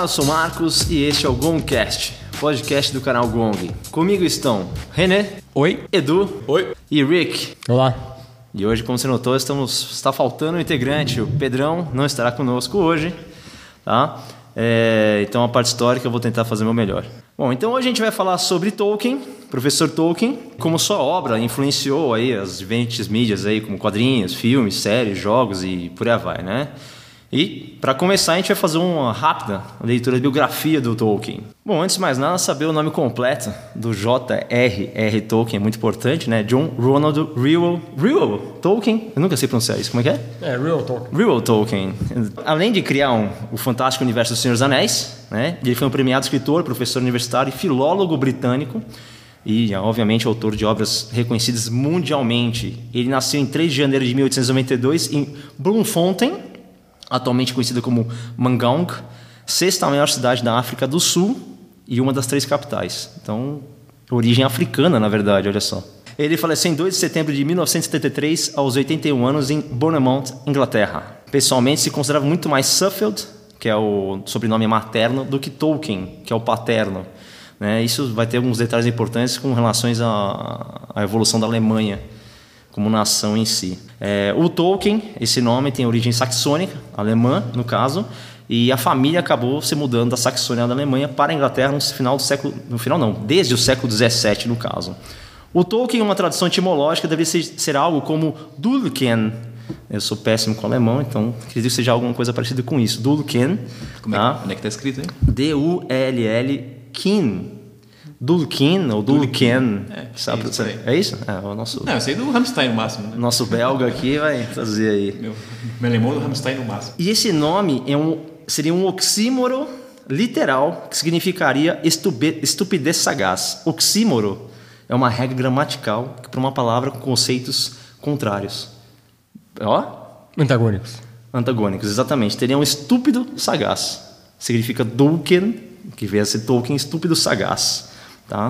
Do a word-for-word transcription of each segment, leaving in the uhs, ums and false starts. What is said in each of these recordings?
eu sou Marcos e este é o Gongcast, podcast do canal Gong. Comigo estão René. Oi. Edu. Oi. E Rick. Olá. E hoje, como você notou, estamos, está faltando um integrante. O Pedrão não estará conosco hoje, tá? É, então a parte histórica eu vou tentar fazer o meu melhor. Bom, então hoje a gente vai falar sobre Tolkien, professor Tolkien, como sua obra influenciou aí as diferentes mídias aí, como quadrinhos, filmes, séries, jogos e por aí vai, né? E, para começar, a gente vai fazer uma rápida leitura da biografia do Tolkien. Bom, antes de mais nada, saber o nome completo do J R R Tolkien é muito importante, né? John Ronald Reuel, Reuel Tolkien? Eu nunca sei pronunciar isso, como é que é? É, Reuel Tolkien. Reuel Tolkien. Além de criar um, o fantástico universo do Senhor dos Anéis, né? Ele foi um premiado escritor, professor universitário e filólogo britânico. E, obviamente, autor de obras reconhecidas mundialmente. Ele nasceu em três de janeiro de mil oitocentos e noventa e dois em Bloemfontein, atualmente conhecida como Mangaung, sexta maior cidade da África do Sul e uma das três capitais. Então, origem africana, na verdade, olha só. Ele faleceu em dois de setembro de mil novecentos e setenta e três, aos oitenta e um anos, em Bournemouth, Inglaterra. Pessoalmente, se considerava muito mais Suffield, que é o sobrenome materno, do que Tolkien, que é o paterno. Né? Isso vai ter alguns detalhes importantes com relações à, à evolução da Alemanha como nação em si. É, o Tolkien, esse nome tem origem saxônica, alemã no caso, e a família acabou se mudando da Saxônia da Alemanha para a Inglaterra no final do século, no final não, desde o século dezessete no caso. O Tolkien, uma tradução etimológica, deve ser, ser algo como Dulken. Eu sou péssimo com alemão, então acredito que seja alguma coisa parecida com isso. Dulken. Como é, tá? Onde é que está escrito aí? D U L L Kin. Dulkin ou Dulken, é, sabe? é isso, é isso? É, o nosso, Não, eu sei do Rammstein no máximo. Né? Nosso belga aqui vai trazer aí. Meu, meu alemão do Rammstein no máximo. E esse nome é um, seria um oxímoro literal que significaria estube, estupidez sagaz. Oxímoro é uma regra gramatical para uma palavra com conceitos contrários. Ó? Antagônicos. Antagônicos, exatamente. Teria um estúpido sagaz. Significa Dulken, que veio a ser Tolkien, estúpido sagaz. Tá?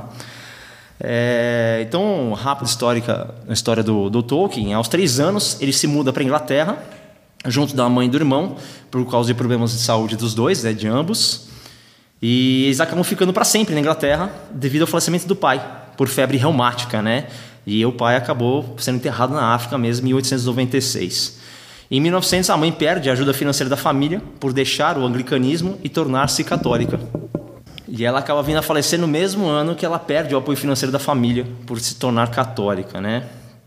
É, então, rápida histórica, a história do, do Tolkien. Aos três anos, ele se muda para a Inglaterra, junto da mãe e do irmão, por causa de problemas de saúde dos dois, né, de ambos. E eles acabam ficando para sempre na Inglaterra, devido ao falecimento do pai, por febre reumática. Né? E o pai acabou sendo enterrado na África mesmo, em mil oitocentos e noventa e seis. Em mil e novecentos, a mãe perde a ajuda financeira da família por deixar o anglicanismo e tornar-se católica. E ela acaba vindo a falecer no mesmo ano que ela perde o apoio financeiro da família por se tornar católica. Né?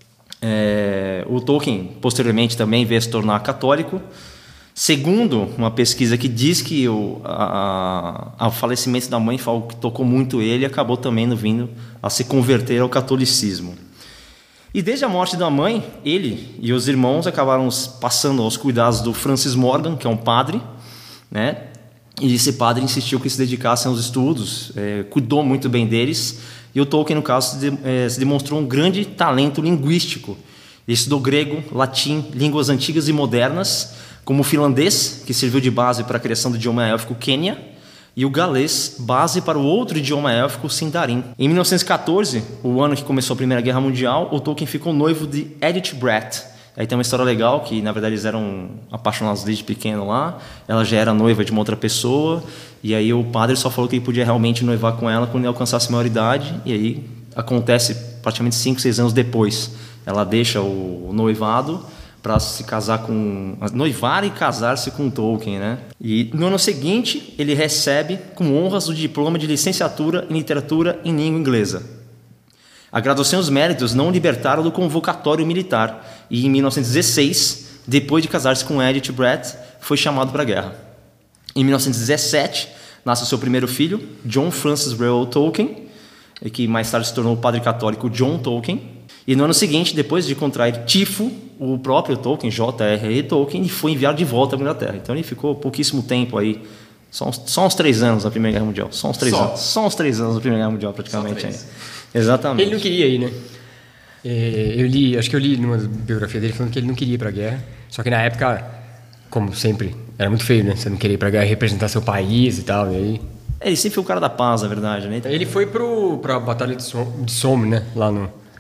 É, o Tolkien, posteriormente, também veio a se tornar católico. Segundo uma pesquisa que diz que o a, a, o falecimento da mãe foi algo que tocou muito ele, acabou também vindo a se converter ao catolicismo. E desde a morte da mãe, ele e os irmãos acabaram passando aos cuidados do Francis Morgan, que é um padre, né? E esse padre insistiu que se dedicassem aos estudos, é, cuidou muito bem deles, e o Tolkien, no caso, se, de, é, se demonstrou um grande talento linguístico. Ele estudou grego, latim, línguas antigas e modernas, como o finlandês, que serviu de base para a criação do idioma élfico Quenya, e o galês, base para o outro idioma élfico, Sindarin. Em mil novecentos e catorze, o ano que começou a Primeira Guerra Mundial, o Tolkien ficou noivo de Edith Bratt. Aí tem uma história legal, que na verdade eles eram apaixonados desde pequeno lá, ela já era noiva de uma outra pessoa, e aí o padre só falou que ele podia realmente noivar com ela quando ele alcançasse a maioridade, e aí acontece praticamente cinco, seis anos depois. Ela deixa o noivado para se casar com... noivar e casar-se com Tolkien, né? E no ano seguinte, ele recebe com honras o diploma de licenciatura em literatura em língua inglesa. A graduação e os méritos não o libertaram do convocatório militar, e em mil novecentos e dezesseis, depois de casar-se com Edith Bratt, foi chamado para a guerra. Em mil novecentos e dezessete, nasce o seu primeiro filho, John Francis Reuel Tolkien, que mais tarde se tornou o padre católico John Tolkien. E no ano seguinte, depois de contrair tifo, o próprio Tolkien, J R R Tolkien, foi enviado de volta à Inglaterra. Então ele ficou pouquíssimo tempo aí, só uns, só uns três anos na Primeira Guerra Mundial. Só uns três só. anos. Só uns três anos na Primeira Guerra Mundial, praticamente. Exatamente. Ele não queria ir, né? Eu li, acho que eu li numa biografia dele falando que ele não queria ir pra guerra. Só que na época, como sempre, era muito feio, né? Você não queria ir pra guerra e representar seu país e tal. E aí... Ele sempre foi o cara da paz, na verdade, né? Ele foi pro, pra Batalha de Somme, de Somme, né? Lá no...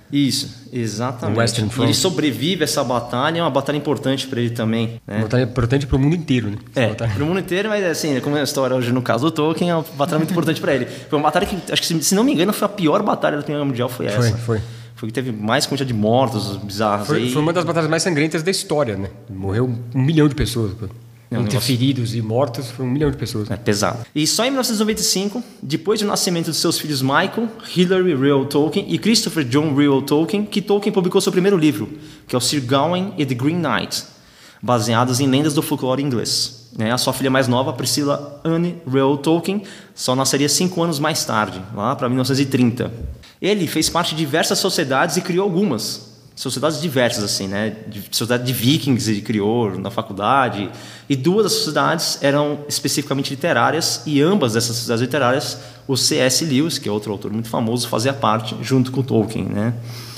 Isso, exatamente. No Western Front. E ele sobrevive a essa batalha, é uma batalha importante para ele também. Né? Uma batalha importante para o mundo inteiro, né? É, para o mundo inteiro, mas assim, como é a história hoje no caso do Tolkien, é uma batalha muito importante para ele. Foi uma batalha que, acho que se não me engano, foi a pior batalha da Primeira Guerra Mundial, foi essa. Foi, foi. Foi que teve mais quantidade de mortos bizarros. Foi, aí. foi uma das batalhas mais sangrentas da história, né? Morreu um milhão de pessoas. É um Entre negócio... feridos e mortos, foi um milhão de pessoas. É pesado. E só em mil novecentos e noventa e cinco, depois do nascimento de seus filhos Michael, Hilary Reuel Tolkien e Christopher John Reuel Tolkien, que Tolkien publicou seu primeiro livro, que é o Sir Gawain e the Green Knight, baseados em lendas do folclore inglês. Né? A sua filha mais nova, Priscilla Anne Reuel Tolkien, só nasceria cinco anos mais tarde, lá para mil novecentos e trinta. Ele fez parte de diversas sociedades e criou algumas. Sociedades diversas, assim, né? Sociedade de vikings ele criou na faculdade. E duas das sociedades eram especificamente literárias, e ambas dessas sociedades literárias, o C S Lewis, que é outro autor muito famoso, fazia parte, junto com Tolkien, né?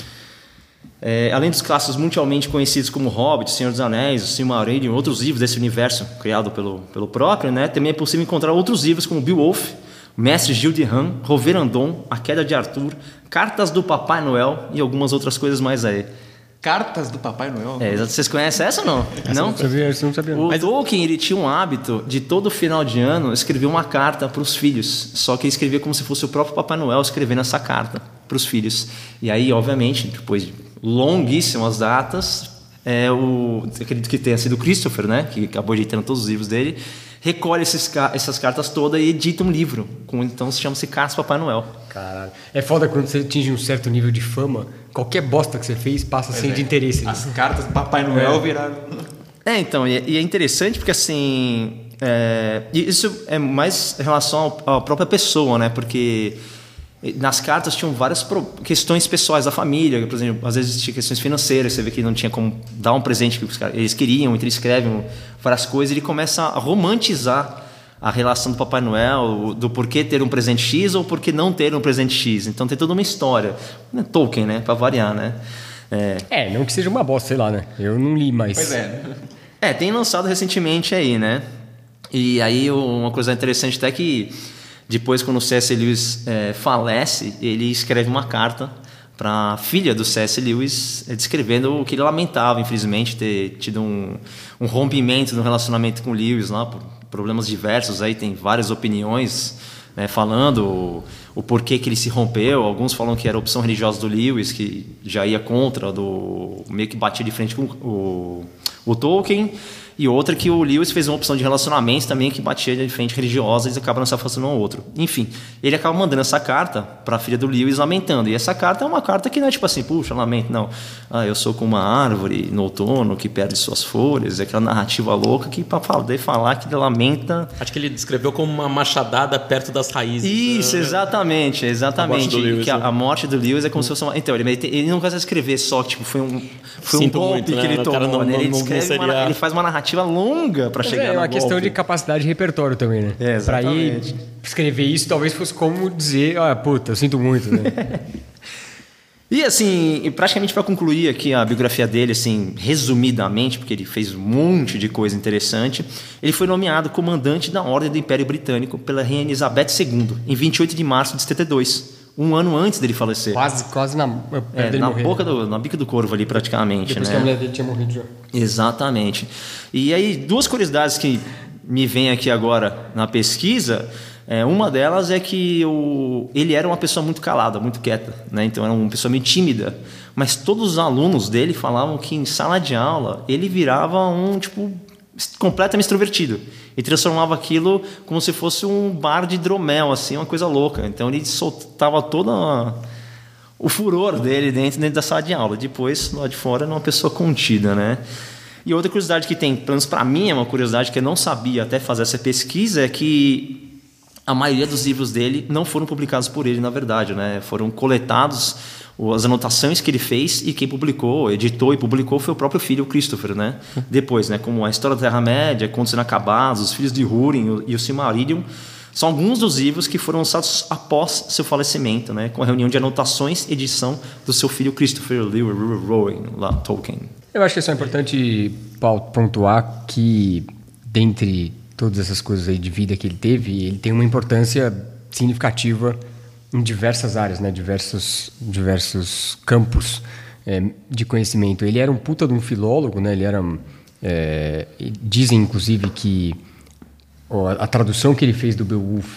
É, além dos clássicos mundialmente conhecidos como Hobbit, Senhor dos Anéis, o Silmarillion e outros livros desse universo criado pelo, pelo próprio, né? Também é possível encontrar outros livros como Beowulf, Mestre Gil de Han, Roverandom, A Queda de Arthur, Cartas do Papai Noel e algumas outras coisas mais aí. Cartas do Papai Noel? É, vocês conhecem essa ou não? Essa não? Não sabia, essa não sabia. O Mas... Tolkien ele tinha um hábito de todo final de ano escrever uma carta para os filhos, só que ele escrevia como se fosse o próprio Papai Noel escrevendo essa carta para os filhos. E aí, obviamente, depois de longuíssimas datas, é o, acredito que tenha sido Christopher, né, que acabou editando todos os livros dele, recolhe esses, essas cartas todas e edita um livro. Com, então se chama-se Cartas Papai Noel. Caralho. É foda quando você atinge um certo nível de fama, qualquer bosta que você fez passa sem é. de interesse. As né? cartas do Papai Noel é. viraram... É, então, e é, e é interessante porque assim... É, isso é mais em relação ao, à própria pessoa, né? Porque... nas cartas tinham várias questões pessoais da família, por exemplo, às vezes tinha questões financeiras, você vê que não tinha como dar um presente que eles queriam, então eles escrevem várias coisas e ele começa a romantizar a relação do Papai Noel, do porquê ter um presente X ou porquê não ter um presente X. Então tem toda uma história. Tolkien, né? Pra variar, né? É, é não que seja uma bosta, sei lá, né? Eu não li mais. Pois é. É, tem lançado recentemente aí, né? E aí uma coisa interessante até que depois, quando o C S Lewis é, falece, ele escreve uma carta para a filha do C S Lewis, é, descrevendo o que ele lamentava, infelizmente, ter tido um, um rompimento no relacionamento com o Lewis, lá, por problemas diversos. Aí tem várias opiniões, né, falando o, o porquê que ele se rompeu. Alguns falam que era a opção religiosa do Lewis, que já ia contra, do, meio que batia de frente com o, o Tolkien. E outra que o Lewis fez uma opção de relacionamento também que batia de frente religiosa e eles acabam se afastando um ao outro. Enfim, ele acaba mandando essa carta para a filha do Lewis lamentando. E essa carta é uma carta que não é tipo assim, puxa, lamento, não. Ah, eu sou como uma árvore no outono que perde suas folhas. É aquela narrativa louca que para poder falar que ele lamenta... Acho que ele descreveu como uma machadada perto das raízes. Isso, exatamente, exatamente. A morte do Lewis, que a, a morte do Lewis é como hum. se fosse uma... Então, ele, ele não quer escrever só, tipo, foi um, foi um golpe muito, né? que ele tomou. Não, né? Ele, não, escreve não seria... uma, ele faz uma narrativa longa para chegar no É uma golpe. questão de capacidade de repertório também, né? É, para ir escrever isso, talvez fosse como dizer, ah, puta, eu sinto muito, né? E assim, praticamente para concluir aqui a biografia dele, assim, resumidamente, porque ele fez um monte de coisa interessante, ele foi nomeado comandante da Ordem do Império Britânico pela Rainha Elizabeth segunda, em vinte e oito de março de setenta e dois. Um ano antes dele falecer. Quase, quase na, é, dele na morrer, boca né? do, na bica do corvo ali, praticamente. Depois né? que a mulher dele tinha morrido já. Exatamente. E aí, duas curiosidades que me vêm aqui agora na pesquisa. É, uma delas é que o, ele era uma pessoa muito calada, muito quieta, né? Então era uma pessoa meio tímida. Mas todos os alunos dele falavam que em sala de aula ele virava um tipo completamente extrovertido e transformava aquilo como se fosse um bar de hidromel, assim, uma coisa louca. Então ele soltava todo a, o furor dele dentro, dentro da sala de aula. Depois, lá de fora, era uma pessoa contida, né? E outra curiosidade que tem, pelo menos para mim é uma curiosidade que eu não sabia até fazer essa pesquisa, é que a maioria dos livros dele não foram publicados por ele, na verdade, né? Foram coletados as anotações que ele fez e quem publicou, editou e publicou foi o próprio filho, o Christopher, né? Depois, né? Como a História da Terra-média, Contos Inacabados, Os Filhos de Húrin e o Silmarillion, são alguns dos livros que foram lançados após seu falecimento, né? Com a reunião de anotações e edição do seu filho Christopher Lewis Rowan, lá, Tolkien. Eu acho que é só importante pontuar que, dentre todas essas coisas aí de vida que ele teve, ele tem uma importância significativa em diversas áreas, né? Diversos, diversos campos é, de conhecimento. Ele era um puta de um filólogo, né? Ele era... É, dizem, inclusive, que ó, a tradução que ele fez do Beowulf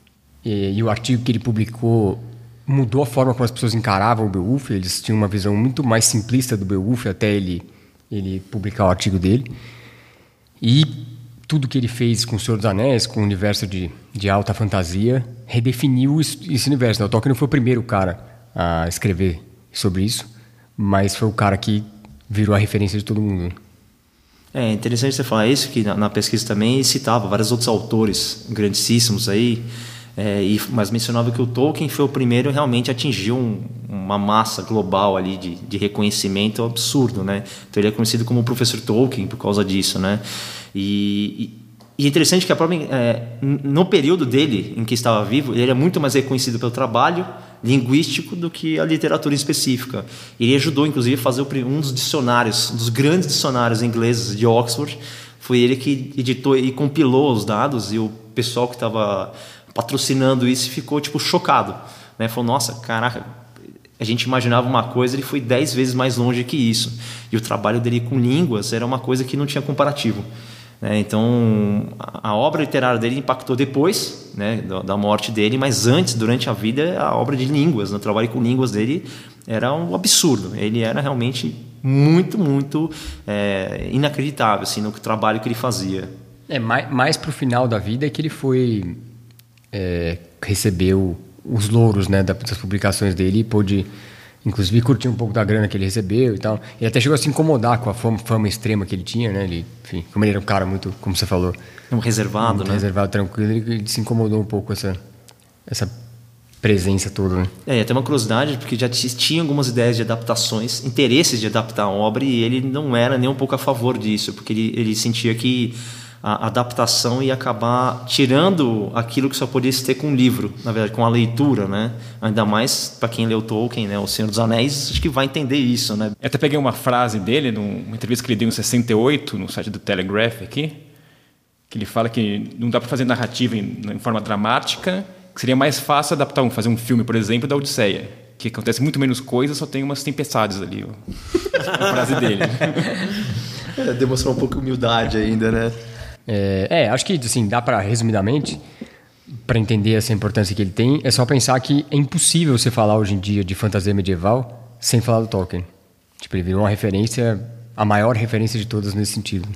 e, e o artigo que ele publicou mudou a forma como as pessoas encaravam o Beowulf. Eles tinham uma visão muito mais simplista do Beowulf até ele, ele publicar o artigo dele. E tudo que ele fez com o Senhor dos Anéis, com o universo de, de alta fantasia, redefiniu esse universo. O Tolkien não foi o primeiro cara a escrever sobre isso, mas foi o cara que virou a referência de todo mundo. É interessante você falar isso, que na, na pesquisa também citava vários outros autores grandíssimos aí, é, e, mas mencionava que o Tolkien foi o primeiro realmente a atingir um, uma massa global ali de, de reconhecimento absurdo, né? Então ele é conhecido como o professor Tolkien por causa disso, né? E, e, e é interessante que a própria, é, no período dele em que estava vivo, ele era muito mais reconhecido pelo trabalho linguístico do que a literatura específica. Ele ajudou, inclusive, a fazer um dos dicionários, um dos grandes dicionários ingleses de Oxford. Foi ele que editou e compilou os dados, e o pessoal que estava patrocinando isso ficou tipo chocado, né? Falou, nossa, caraca, a gente imaginava uma coisa, ele foi dez vezes mais longe que isso. E o trabalho dele com línguas era uma coisa que não tinha comparativo. É, então, a obra literária dele impactou depois, né, da morte dele, mas antes, durante a vida, a obra de línguas, o trabalho com línguas dele era um absurdo. Ele era realmente muito, muito é, inacreditável assim, no trabalho que ele fazia. É, mais, mais para o final da vida é que ele foi é, recebeu os louros, né, das publicações dele e pôde, inclusive, curtir um pouco da grana que ele recebeu e tal. Ele até chegou a se incomodar com a fama, fama extrema que ele tinha, né? Ele, enfim, como ele era um cara muito, como você falou... Um reservado, muito né? reservado, tranquilo, ele, ele se incomodou um pouco com essa, essa presença toda, né? É, até uma curiosidade, porque já tinha algumas ideias de adaptações, interesses de adaptar a obra, e ele não era nem um pouco a favor disso, porque ele, ele sentia que a adaptação ia acabar tirando aquilo que só podia se ter com o livro, na verdade, com a leitura, né? Ainda mais para quem leu Tolkien, né? O Senhor dos Anéis, acho que vai entender isso, né? Eu até peguei uma frase dele, numa entrevista que ele deu em sessenta e oito, no site do Telegraph aqui, que ele fala que não dá para fazer narrativa em, em forma dramática, que seria mais fácil adaptar um, fazer um filme, por exemplo, da Odisseia, que acontece muito menos coisa, só tem umas tempestades ali. Ó. A frase dele. É, demonstrou um pouco de humildade ainda, né? É, é, acho que assim, dá para, resumidamente, para entender essa importância que ele tem, é só pensar que é impossível você falar hoje em dia de fantasia medieval sem falar do Tolkien. Tipo, ele virou uma referência, a maior referência de todas nesse sentido.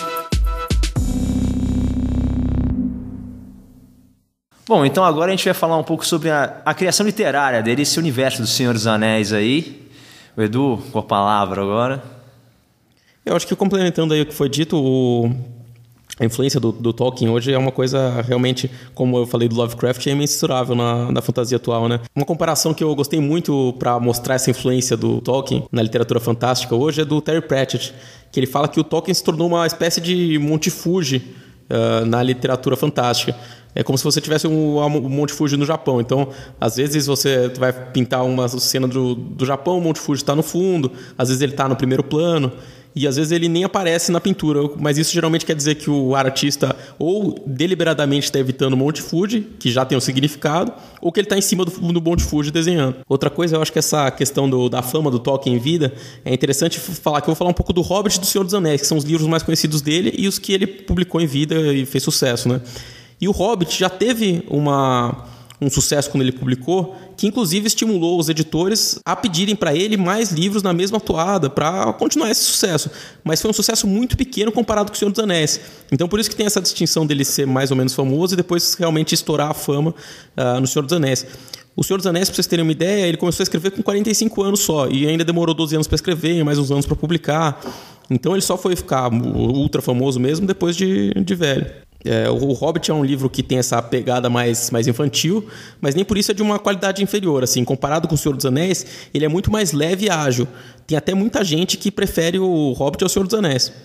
Bom, então agora a gente vai falar um pouco sobre a, a criação literária dele, esse universo do Senhor dos Anéis aí. O Edu, com a palavra agora. Eu acho que complementando aí o que foi dito, o... a influência do, do Tolkien hoje é uma coisa realmente, como eu falei do Lovecraft, é imensurável na, na fantasia atual, né? Uma comparação que eu gostei muito para mostrar essa influência do Tolkien na literatura fantástica hoje é do Terry Pratchett, que ele fala que o Tolkien se tornou uma espécie de Monte Fuji uh, na literatura fantástica. É como se você tivesse um, um Monte Fuji no Japão. Então, às vezes você vai pintar uma cena do, do Japão, o Monte Fuji está no fundo, às vezes ele está no primeiro plano, e às vezes ele nem aparece na pintura, mas isso geralmente quer dizer que o artista ou deliberadamente está evitando o Monte Fuji, que já tem um significado, ou que ele está em cima do, do Monte Fuji desenhando. Outra coisa, eu acho que essa questão do, da fama do Tolkien em vida, é interessante falar que eu vou falar um pouco do Hobbit e do Senhor dos Anéis, que são os livros mais conhecidos dele e os que ele publicou em vida e fez sucesso, né? E o Hobbit já teve uma, um sucesso quando ele publicou, que inclusive estimulou os editores a pedirem para ele mais livros na mesma toada para continuar esse sucesso. Mas foi um sucesso muito pequeno comparado com o Senhor dos Anéis. Então por isso que tem essa distinção dele ser mais ou menos famoso e depois realmente estourar a fama uh, no Senhor dos Anéis. O Senhor dos Anéis, para vocês terem uma ideia, ele começou a escrever com quarenta e cinco anos só, e ainda demorou doze anos para escrever e mais uns anos para publicar. Então ele só foi ficar ultra famoso mesmo depois de, de velho. É, o Hobbit é um livro que tem essa pegada mais, mais infantil, mas nem por isso é de uma qualidade inferior. Assim, comparado com o Senhor dos Anéis, ele é muito mais leve e ágil. Tem até muita gente que prefere o Hobbit ao Senhor dos Anéis.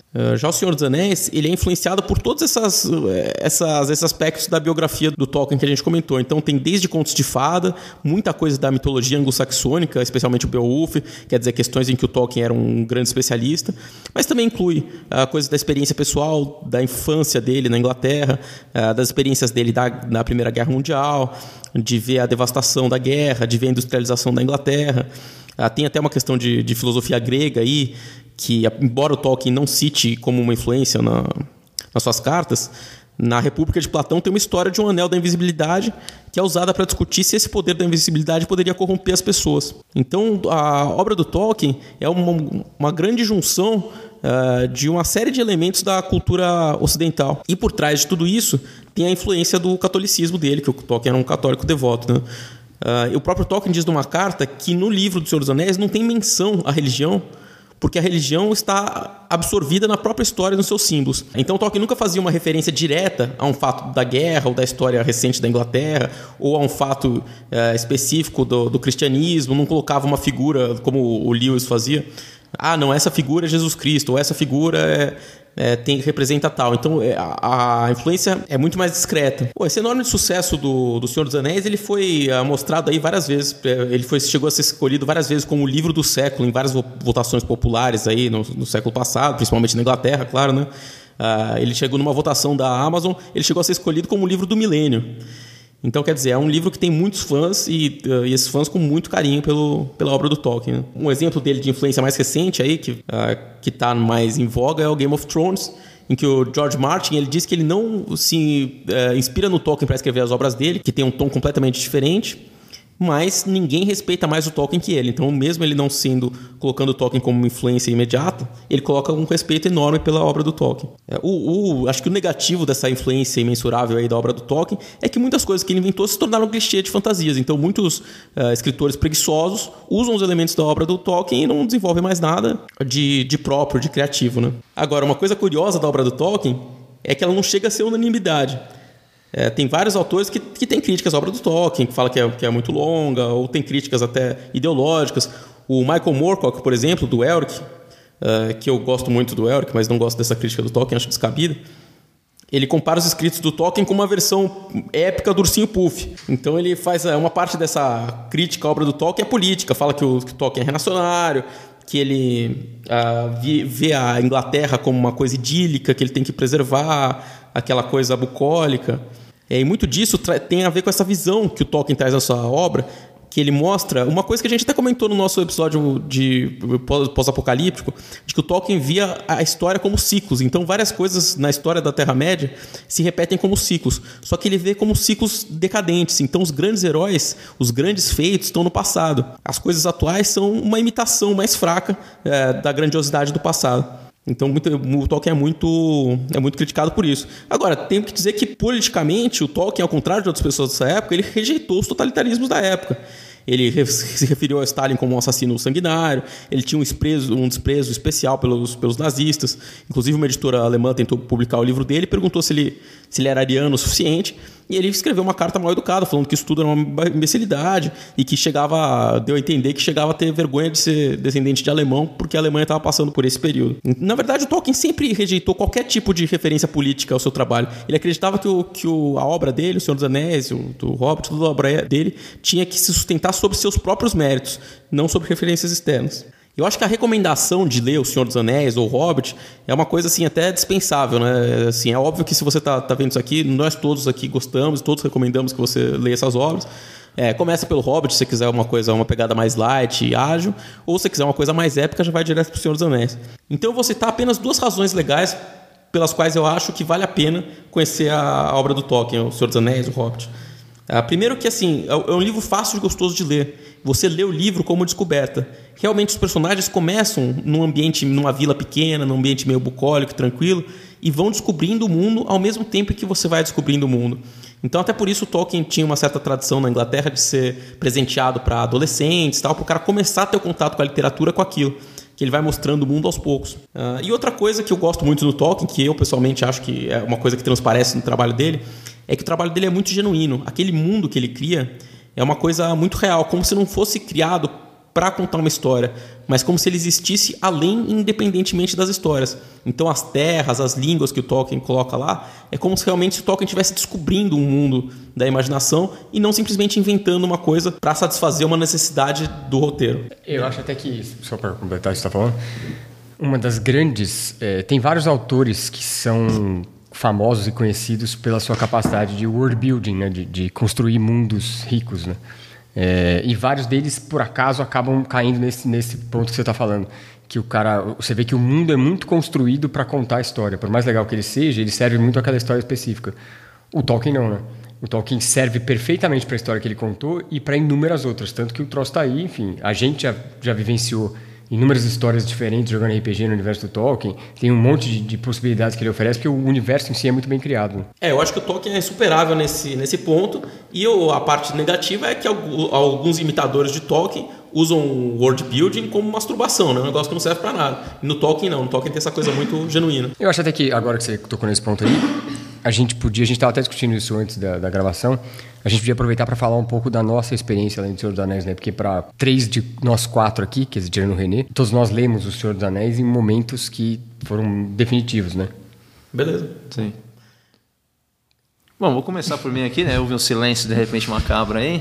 Uh, já o Senhor dos Anéis, ele é influenciado por todos essas, essas, esses aspectos da biografia do Tolkien que a gente comentou. Então tem desde contos de fada, muita coisa da mitologia anglo-saxônica, especialmente o Beowulf, quer dizer, questões em que o Tolkien era um grande especialista, mas também inclui uh, coisas da experiência pessoal, da infância dele na Inglaterra, uh, das experiências dele da, na Primeira Guerra Mundial, de ver a devastação da guerra, de ver a industrialização da Inglaterra. Uh, tem até uma questão de, de filosofia grega aí, que, embora o Tolkien não cite como uma influência na, nas suas cartas, na República de Platão tem uma história de um anel da invisibilidade que é usada para discutir se esse poder da invisibilidade poderia corromper as pessoas. Então, a obra do Tolkien é uma, uma grande junção uh, de uma série de elementos da cultura ocidental. E por trás de tudo isso, tem a influência do catolicismo dele, que o Tolkien era um católico devoto, né? Uh, o próprio Tolkien diz numa carta que no livro do Senhor dos Anéis não tem menção à religião, porque a religião está absorvida na própria história, nos seus símbolos. Então Tolkien nunca fazia uma referência direta a um fato da guerra ou da história recente da Inglaterra ou a um fato é, específico do, do cristianismo, não colocava uma figura como o Lewis fazia. Ah, não, essa figura é Jesus Cristo, ou essa figura é, é, tem, representa tal. Então é, a, a influência é muito mais discreta. Pô, esse enorme sucesso do, do Senhor dos Anéis, ele foi uh, mostrado aí várias vezes. Ele foi, chegou a ser escolhido várias vezes como o livro do século, em várias votações populares aí no, no século passado, principalmente na Inglaterra, claro, né? Uh, ele chegou numa votação da Amazon, ele chegou a ser escolhido como o livro do milênio. Então, quer dizer, é um livro que tem muitos fãs e, uh, e esses fãs com muito carinho pelo, pela obra do Tolkien, né? Um exemplo dele de influência mais recente aí, que uh, que está mais em voga, é o Game of Thrones, em que o George Martin ele diz que ele não se uh, inspira no Tolkien para escrever as obras dele, que tem um tom completamente diferente, mas ninguém respeita mais o Tolkien que ele. Então, mesmo ele não sendo, colocando o Tolkien como uma influência imediata, ele coloca um respeito enorme pela obra do Tolkien. O, o, acho que o negativo dessa influência imensurável aí da obra do Tolkien é que muitas coisas que ele inventou se tornaram clichê de fantasias. Então, muitos uh, escritores preguiçosos usam os elementos da obra do Tolkien e não desenvolvem mais nada de, de próprio, de criativo, né? Agora, uma coisa curiosa da obra do Tolkien é que ela não chega a ser unanimidade. É, tem vários autores que, que têm críticas à obra do Tolkien, que falam que é, que é muito longa, ou tem críticas até ideológicas. O Michael Moorcock, por exemplo, do Elric, uh, que eu gosto muito do Elric, mas não gosto dessa crítica do Tolkien, acho descabida. Ele compara os escritos do Tolkien com uma versão épica do Ursinho Puff. Então ele faz uma parte dessa crítica à obra do Tolkien é política, fala que o, que o Tolkien é reacionário, que ele uh, vê a Inglaterra como uma coisa idílica, que ele tem que preservar, aquela coisa bucólica. É, e muito disso tem a ver com essa visão que o Tolkien traz na sua obra, que ele mostra uma coisa que a gente até comentou no nosso episódio de pós-apocalíptico, de que o Tolkien via a história como ciclos. Então várias coisas na história da Terra-média se repetem como ciclos, só que ele vê como ciclos decadentes. Então os grandes heróis, os grandes feitos estão no passado. As coisas atuais são uma imitação mais fraca é, da grandiosidade do passado. Então muito, o Tolkien é muito, é muito criticado por isso. Agora, tenho que dizer que politicamente o Tolkien, ao contrário de outras pessoas dessa época, ele rejeitou os totalitarismos da época. Ele se referiu a Stalin como um assassino sanguinário, ele tinha um desprezo, um desprezo especial pelos, pelos nazistas. Inclusive uma editora alemã tentou publicar o livro dele e perguntou se ele, se ele era ariano o suficiente. E ele escreveu uma carta mal educada, falando que isso tudo era uma imbecilidade e que chegava, deu a entender que chegava a ter vergonha de ser descendente de alemão porque a Alemanha estava passando por esse período. Na verdade, o Tolkien sempre rejeitou qualquer tipo de referência política ao seu trabalho. Ele acreditava que, o, que o, a obra dele, O Senhor dos Anéis, o do Hobbit, toda a obra dele tinha que se sustentar sobre seus próprios méritos, não sobre referências externas. Eu acho que a recomendação de ler O Senhor dos Anéis ou O Hobbit é uma coisa assim até dispensável, né? Assim, é óbvio que se você está tá vendo isso aqui, nós todos aqui gostamos, todos recomendamos que você leia essas obras. É, começa pelo Hobbit, se você quiser uma coisa, uma pegada mais light e ágil, ou se você quiser uma coisa mais épica, já vai direto para O Senhor dos Anéis. Então eu vou citar apenas duas razões legais pelas quais eu acho que vale a pena conhecer a obra do Tolkien, O Senhor dos Anéis, O Hobbit. Ah, primeiro que assim, é um livro fácil e gostoso de ler. Você lê o livro como descoberta. Realmente os personagens começam num ambiente, numa vila pequena, num ambiente meio bucólico, tranquilo, e vão descobrindo o mundo ao mesmo tempo que você vai descobrindo o mundo. Então até por isso o Tolkien tinha uma certa tradição na Inglaterra de ser presenteado para adolescentes, tal, para o cara começar a ter o contato com a literatura, com aquilo, que ele vai mostrando o mundo aos poucos. Uh, e outra coisa que eu gosto muito do Tolkien, que eu pessoalmente acho que é uma coisa que transparece no trabalho dele, é que o trabalho dele é muito genuíno. Aquele mundo que ele cria é uma coisa muito real, como se não fosse criado para contar uma história, mas como se ele existisse além, independentemente das histórias. Então as terras, as línguas que o Tolkien coloca lá, é como se realmente o Tolkien estivesse descobrindo um mundo da imaginação e não simplesmente inventando uma coisa para satisfazer uma necessidade do roteiro. Eu acho até que, só para completar o que você está falando, uma das grandes... É, tem vários autores que são famosos e conhecidos pela sua capacidade de world building, né, de, de construir mundos ricos, né? É, e vários deles, por acaso, acabam caindo nesse, nesse ponto que você está falando. Que o cara... Você vê que o mundo é muito construído para contar a história. Por mais legal que ele seja, ele serve muito àquela história específica. O Tolkien não, né? O Tolkien serve perfeitamente para a história que ele contou e para inúmeras outras. Tanto que o troço está aí, enfim. A gente já, já vivenciou inúmeras histórias diferentes jogando R P G no universo do Tolkien. Tem um monte de, de possibilidades que ele oferece, porque o universo em si é muito bem criado. É, eu acho que o Tolkien é insuperável nesse, nesse ponto. E eu, a parte negativa é que alguns imitadores de Tolkien usam o world building como masturbação, né? Um negócio que não serve para nada. E no Tolkien não. No Tolkien tem essa coisa muito genuína. Eu acho até que, agora que você tocou nesse ponto aí, a gente podia... A gente estava até discutindo isso antes da, da gravação. A gente podia aproveitar para falar um pouco da nossa experiência além do Senhor dos Anéis, né? Porque para três de nós quatro aqui, quer dizer, tirando o René, todos nós lemos o Senhor dos Anéis em momentos que foram definitivos, né? Beleza. Sim. Bom, vou começar por mim aqui, né? Houve um silêncio de repente macabro aí.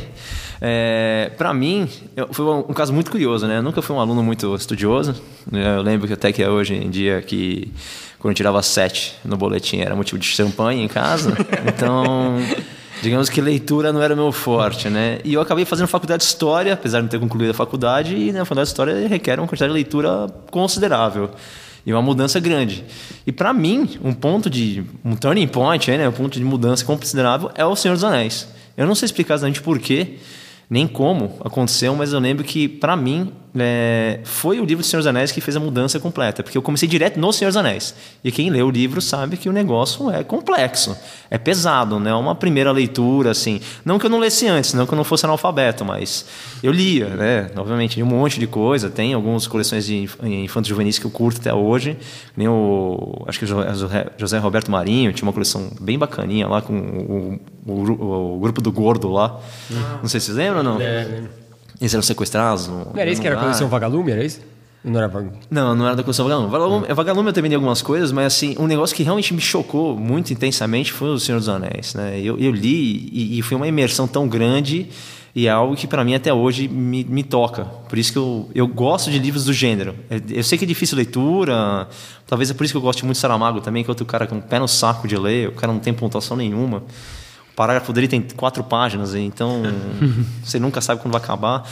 É, para mim, eu, foi um, um caso muito curioso, né? Eu nunca fui um aluno muito estudioso. Eu lembro que até que hoje em dia que quando eu tirava sete no boletim era motivo de champanhe em casa. Então, digamos que leitura não era o meu forte, né? E eu acabei fazendo faculdade de História, apesar de não ter concluído a faculdade, e na faculdade de História requer uma quantidade de leitura considerável. E uma mudança grande. E para mim, um ponto de... um turning point, né? Um ponto de mudança considerável é o Senhor dos Anéis. Eu não sei explicar exatamente por quê, nem como aconteceu, mas eu lembro que, para mim, é, foi o livro do Senhor dos Anéis que fez a mudança completa. Porque eu comecei direto no Senhor dos Anéis. E quem lê o livro sabe que o negócio é complexo. É pesado, né? Uma primeira leitura, assim... Não que eu não lesse antes, não que eu não fosse analfabeto, mas eu lia, né? Obviamente, li um monte de coisa. Tem algumas coleções de infantos juvenis que eu curto até hoje. Nem o... Acho que o José Roberto Marinho tinha uma coleção bem bacaninha lá com o, o, o grupo do Gordo lá. Ah. Não sei se vocês lembram ou não? É, lembro. Eles eram sequestrados. No, não era isso que era a coleção Vagalume, era isso? Não era Vagalume? Não, não era da coleção Vagalume. Vagalume, Vagalume eu também li algumas coisas, mas assim, um negócio que realmente me chocou muito intensamente foi o Senhor dos Anéis, né? Eu, eu li e, e foi uma imersão tão grande e é algo que para mim até hoje me, me toca. Por isso que eu, eu gosto de livros do gênero. Eu sei que é difícil leitura, talvez é por isso que eu gosto muito de Saramago também, que é outro cara com o pé no saco de ler, o cara não tem pontuação nenhuma. O parágrafo dele tem quatro páginas, então você nunca sabe quando vai acabar.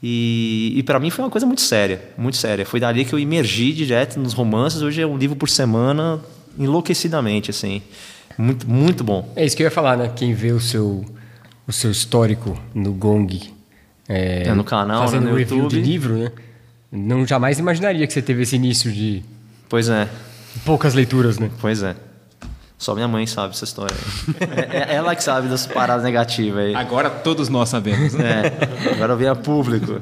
E, e para mim foi uma coisa muito séria, muito séria. Foi dali que eu imergi direto nos romances. Hoje é um livro por semana, enlouquecidamente, assim. Muito, muito bom. É isso que eu ia falar, né? Quem vê o seu, o seu histórico no Gong, é, é no canal, fazendo né, no review YouTube de livro, né? Não jamais imaginaria que você teve esse início de... Pois é. Poucas leituras, né? Pois é. Só minha mãe sabe essa história. É ela que sabe das paradas negativas aí. Agora todos nós sabemos. É, agora vem a público.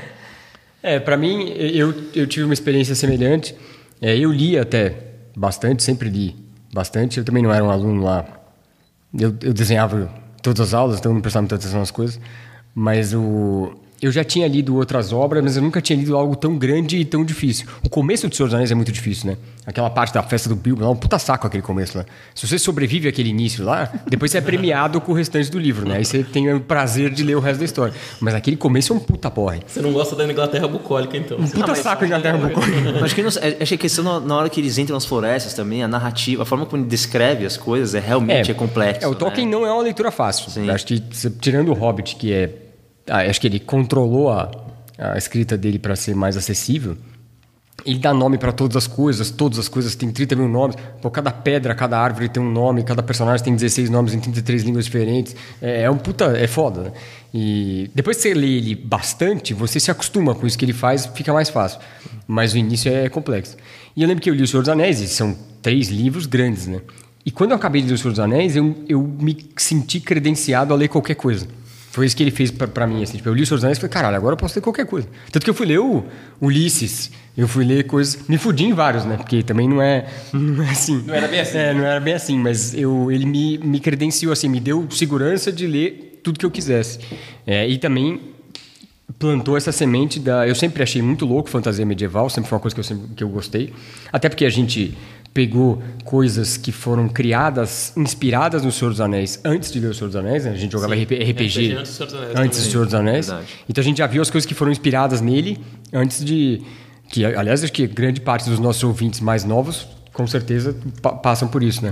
É, para mim, eu, eu tive uma experiência semelhante. É, eu li até bastante, sempre li bastante. Eu também não era um aluno lá. Eu, eu desenhava todas as aulas, então não prestava muita atenção nas coisas. Mas o... eu já tinha lido outras obras, mas eu nunca tinha lido algo tão grande e tão difícil. O começo do Senhor dos Anéis é muito difícil, né? Aquela parte da festa do Bilbo, é um puta saco aquele começo lá. Se você sobrevive àquele início lá, depois você é premiado com o restante do livro, né? Aí você tem o prazer de ler o resto da história. Mas aquele começo é um puta porre. Você não gosta da Inglaterra bucólica, então. Um puta não, saco da Inglaterra bucólica. Acho que não, achei que na hora que eles entram nas florestas também, a narrativa, a forma como ele descreve as coisas é realmente é, é complexo. É, o Tolkien, né? Não é uma leitura fácil. Sim. Acho que, tirando o Hobbit, que é... Ah, acho que ele controlou a, a escrita dele para ser mais acessível. Ele dá nome para todas as coisas, todas as coisas têm trinta mil nomes. Pô, cada pedra, cada árvore tem um nome, cada personagem tem dezesseis nomes em trinta e três línguas diferentes. É, é um puta, é foda, né? E depois que você lê ele bastante, você se acostuma com isso que ele faz, fica mais fácil. Mas o início é complexo. E eu lembro que eu li O Senhor dos Anéis, e são três livros grandes, né? E quando eu acabei de ler O Senhor dos Anéis, eu, eu me senti credenciado a ler qualquer coisa. Foi isso que ele fez pra, pra mim, assim. Tipo, eu li O Senhor dos Anéis e falei, caralho, agora eu posso ler qualquer coisa. Tanto que eu fui ler o Ulisses, eu fui ler coisas... Me fudi em vários, né? Porque também não é, não é assim. Não era bem assim. É, não era bem assim, mas eu, ele me, me credenciou, assim, me deu segurança de ler tudo que eu quisesse. É, e também, plantou essa semente da... Eu sempre achei muito louco fantasia medieval, sempre foi uma coisa que eu, sempre, que eu gostei. Até porque a gente pegou coisas que foram criadas, inspiradas no Senhor dos Anéis, antes de ver o Senhor dos Anéis, né? A gente jogava R P G, R P G antes do Senhor dos Anéis. Antes do Senhor dos Anéis. Verdade. Então a gente já viu as coisas que foram inspiradas nele antes de... que aliás, acho que grande parte dos nossos ouvintes mais novos, com certeza, pa- passam por isso, né?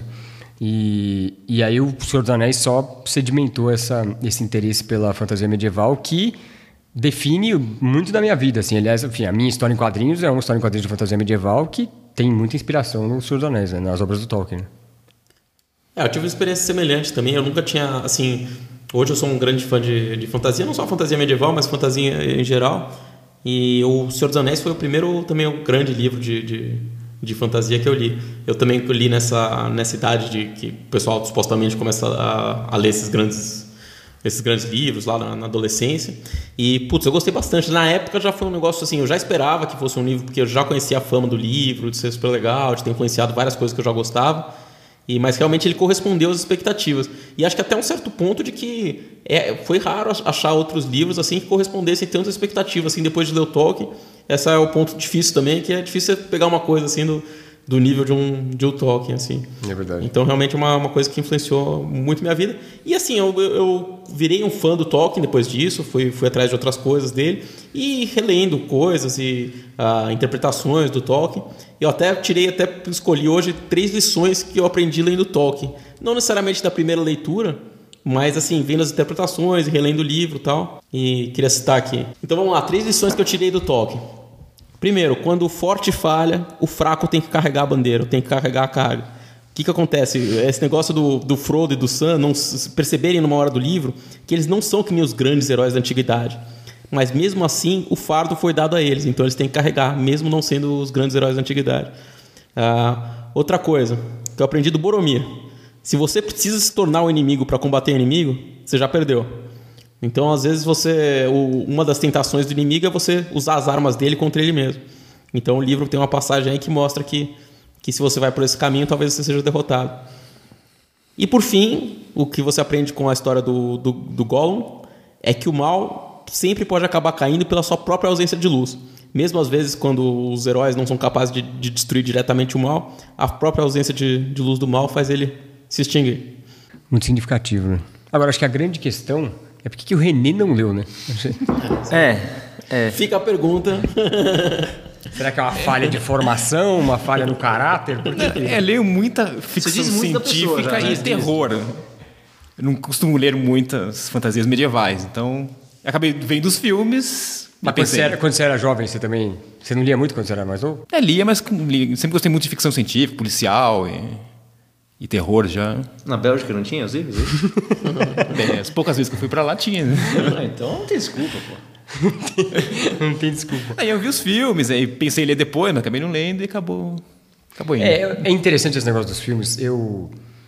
E, e aí o Senhor dos Anéis só sedimentou essa, esse interesse pela fantasia medieval que define muito da minha vida, assim. Aliás, enfim, a minha história em quadrinhos é uma história em quadrinhos de fantasia medieval que tem muita inspiração no Senhor dos Anéis, né? Nas obras do Tolkien. É, eu tive uma experiência semelhante também. Eu nunca tinha, assim... Hoje eu sou um grande fã de, de fantasia, não só fantasia medieval, mas fantasia em geral. E o Senhor dos Anéis foi o primeiro, também, o grande livro de, de, de fantasia que eu li. Eu também li nessa, nessa idade de que o pessoal supostamente começa a, a ler esses grandes... esses grandes livros lá na, na adolescência. E, putz, eu gostei bastante. Na época já foi um negócio assim, eu já esperava que fosse um livro, porque eu já conhecia a fama do livro, de ser super legal, de ter influenciado várias coisas que eu já gostava. E, mas realmente ele correspondeu às expectativas. E acho que até um certo ponto de que é, foi raro achar outros livros assim que correspondessem tanto às expectativas. Assim, depois de ler o Tolkien, esse é o ponto difícil também, que é difícil pegar uma coisa assim do, do nível de um, de um Tolkien. Assim. É verdade. Então, realmente é uma, uma coisa que influenciou muito minha vida. E assim, eu, eu virei um fã do Tolkien depois disso, fui, fui atrás de outras coisas dele e relendo coisas e uh, interpretações do Tolkien. Eu até tirei, até escolhi hoje três lições que eu aprendi lendo Tolkien. Não necessariamente da primeira leitura, mas assim, vendo as interpretações e relendo o livro e tal. E queria citar aqui. Então vamos lá, três lições que eu tirei do Tolkien. Primeiro, quando o forte falha, o fraco tem que carregar a bandeira, tem que carregar a carga. O que, que acontece? Esse negócio do, do Frodo e do Sam não perceberem numa hora do livro que eles não são que nem os grandes heróis da antiguidade. Mas mesmo assim, o fardo foi dado a eles, então eles têm que carregar, mesmo não sendo os grandes heróis da antiguidade. Ah, outra coisa que eu aprendi do Boromir: se você precisa se tornar um inimigo para combater o inimigo, você já perdeu. Então, às vezes, você, o, uma das tentações do inimigo é você usar as armas dele contra ele mesmo. Então, o livro tem uma passagem aí que mostra que, que se você vai por esse caminho, talvez você seja derrotado. E, por fim, o que você aprende com a história do, do, do Gollum é que o mal sempre pode acabar caindo pela sua própria ausência de luz. Mesmo às vezes, quando os heróis não são capazes de, de destruir diretamente o mal, a própria ausência de, de luz do mal faz ele se extinguir. Muito significativo, né? Agora, acho que a grande questão é por que o René não leu, né? É, é. Fica a pergunta. Será que é uma falha de formação, uma falha no caráter? Por que que... É, leio muita ficção diz muito da científica pessoa já, né? e terror. Eu não costumo ler muitas fantasias medievais, então eu acabei vendo os filmes. Mas quando você, era, quando você era jovem, você também... Você não lia muito quando você era mais novo? É, lia, mas li, sempre gostei muito de ficção científica, policial e, e terror já. Na Bélgica não tinha os livros? Bem, as poucas vezes que eu fui pra lá tinha, né? Então não tem desculpa, pô. Não tem desculpa. Aí eu vi os filmes, aí pensei em ler depois, mas acabei não lendo e acabou, acabou indo. É, é interessante esse negócio dos filmes. Eu,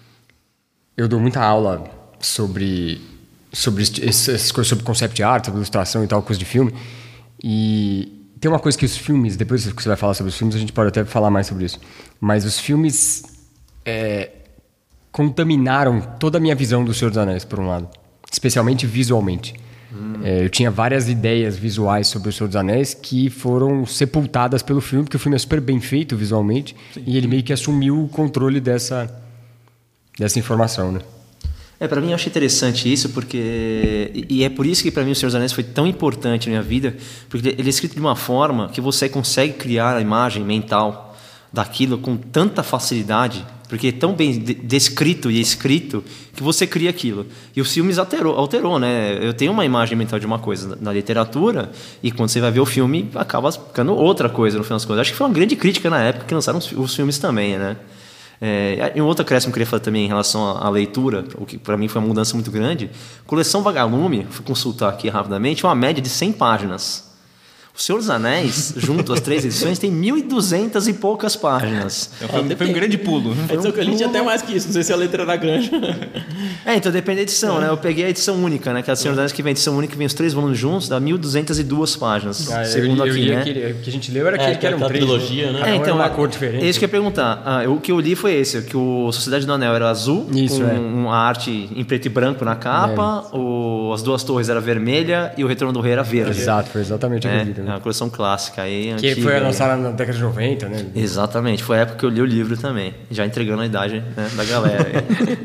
eu dou muita aula sobre, sobre essas coisas, sobre concept art, sobre ilustração e tal, coisa de filme. E tem uma coisa que os filmes, depois que você vai falar sobre os filmes, a gente pode até falar mais sobre isso. Mas os filmes é, contaminaram toda a minha visão do Senhor dos Anéis, por um lado. Especialmente visualmente. Hum. É, eu tinha várias ideias visuais sobre o Senhor dos Anéis que foram sepultadas pelo filme, porque o filme é super bem feito visualmente. Sim. E ele meio que assumiu o controle dessa, dessa informação, né? É, pra mim eu acho interessante isso, porque... E é por isso que pra mim o Senhor dos Anéis foi tão importante na minha vida, porque ele é escrito de uma forma que você consegue criar a imagem mental daquilo com tanta facilidade, porque é tão bem descrito e escrito que você cria aquilo. E os filmes alterou, alterou, né? Eu tenho uma imagem mental de uma coisa na literatura e quando você vai ver o filme acaba ficando outra coisa no final das contas. Acho que foi uma grande crítica na época que lançaram os, os filmes também, né? É, e um outro acréscimo que eu queria falar também em relação à, à leitura, o que para mim foi uma mudança muito grande. Coleção Vagalume, fui consultar aqui rapidamente, uma média de cem páginas. O Senhor dos Anéis, junto às três edições, tem mil e duzentas e poucas páginas. Então, foi, um, foi um grande pulo. A edição que eu li tinha até mais que isso, não sei se a letra era grande. É, então depende da edição, né? Eu peguei a edição única, né? Que é a Senhor dos Anéis que vem a edição única, que vem os três volumes juntos, dá mil duzentas e duas páginas. Ah, segundo eu, eu aqui, li né? aquele, o que a gente leu era É, aquele que era um aquela três, trilogia, né? Cada um É, era então, uma é, cor diferente. é isso que eu ia perguntar. Ah, o que eu li foi esse, que o Sociedade do Anel era azul, Isso, com é. uma arte em preto e branco na capa, o, as duas torres era vermelha e o Retorno do Rei era verde. Exato, foi exatamente o que eu É, li é também. uma coleção clássica aí, Que antiga, foi aí. lançada na década de noventa, né? Exatamente, foi a época que eu li o livro também, já entregando a idade, né, da galera aí.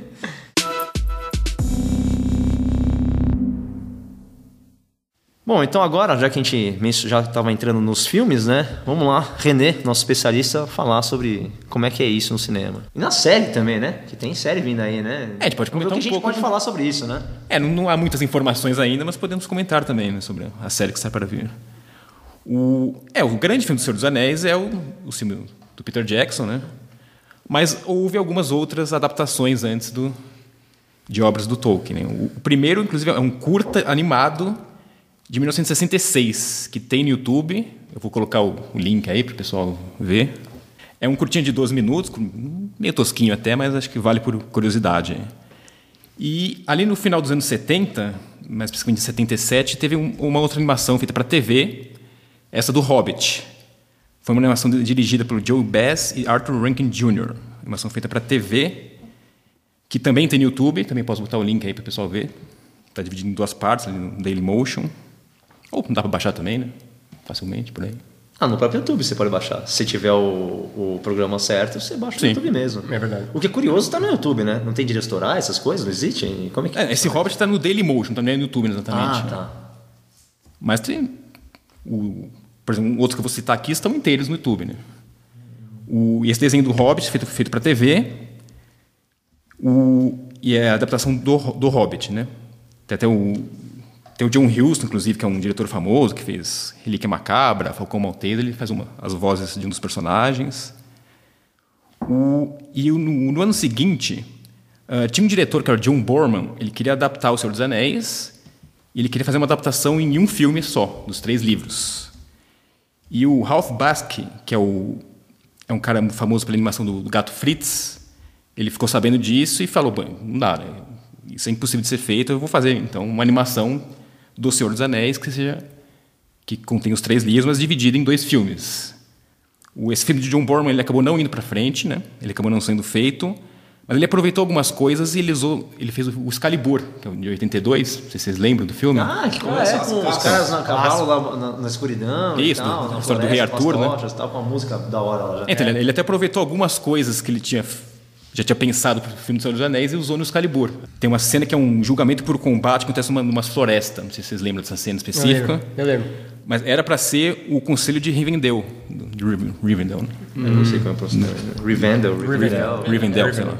Bom, então agora, já que a gente já estava entrando nos filmes, né? Vamos lá, René, nosso especialista, falar sobre como é que é isso no cinema. E na série também, né? Que tem série vindo aí, né? É, a gente pode Vamos ver comentar o que um a gente pouco pode de- falar sobre isso, né? É, não, não há muitas informações ainda, mas podemos comentar também, né, sobre a série que está para vir. O, é, o grande filme do Senhor dos Anéis é o, o filme do Peter Jackson, né? Mas houve algumas outras adaptações antes do, de obras do Tolkien, né? O, o primeiro, inclusive, é um curta animado de mil novecentos e sessenta e seis, que tem no YouTube. Eu vou colocar o, o link aí para o pessoal ver. É um curtinho de doze minutos, meio tosquinho até, mas acho que vale por curiosidade. E ali no final dos anos setenta, mais precisamente em setenta e sete, teve um, uma outra animação feita para T V, essa do Hobbit. Foi uma animação dirigida pelo Joe Bass e Arthur Rankin Júnior Animação feita para T V, que também tem no YouTube. Também posso botar o link aí para o pessoal ver. Está dividido em duas partes, ali no Dailymotion. Ou não dá para baixar também, né? Facilmente, por aí. Ah, no próprio YouTube você pode baixar. Se tiver o, o programa certo, você baixa no Sim. YouTube mesmo. É verdade. O que é curioso está no YouTube, né? Não tem direitos autorais, essas coisas? Não existe? Como é que É, esse Hobbit está no Dailymotion, também é no YouTube exatamente. Ah, tá. Mas tem... O, por exemplo, outros que eu vou citar aqui estão inteiros no YouTube, né? O, e esse desenho do Hobbit, feito, feito para T V, o, e é a adaptação do, do Hobbit, né? Tem até o, tem o John Huston, inclusive, que é um diretor famoso, que fez Relíquia Macabra, Falcão Maltese, ele faz uma, as vozes de um dos personagens. O, e no, no ano seguinte, uh, tinha um diretor, que era o John Borman, ele queria adaptar O Senhor dos Anéis, e ele queria fazer uma adaptação em um filme só, dos três livros. E o Ralph Bakshi, que é, o, é um cara famoso pela animação do, do Gato Fritz, ele ficou sabendo disso e falou, bom, não dá, né? Isso é impossível de ser feito, eu vou fazer então uma animação do Senhor dos Anéis que seja que contém os três livros, mas dividida em dois filmes. O, esse filme de John Borman ele acabou não indo para frente, né? Ele acabou não sendo feito, mas ele aproveitou algumas coisas e ele, usou, ele fez o Excalibur, que é o de oitenta e dois, não sei se vocês lembram do filme. Ah, que começa com os caras na cavalo lá na, na escuridão Isso, e tal, do- na a história do Rei floresta, Arthur, com as né? tochas, tal, com a música da hora lá já. Então, ele, ele até aproveitou algumas coisas que ele tinha já tinha pensado para o filme do Senhor dos Anéis e usou no Excalibur. Tem uma cena que é um julgamento por combate que acontece numa, numa floresta. Não sei se vocês lembram dessa cena específica. Eu lembro. Eu lembro. Mas era para ser o Conselho de Rivendell. De Riv- Rivendell, né? Eu não sei como é o processo. Rivendell, Rivendell. Rivendell, sei lá.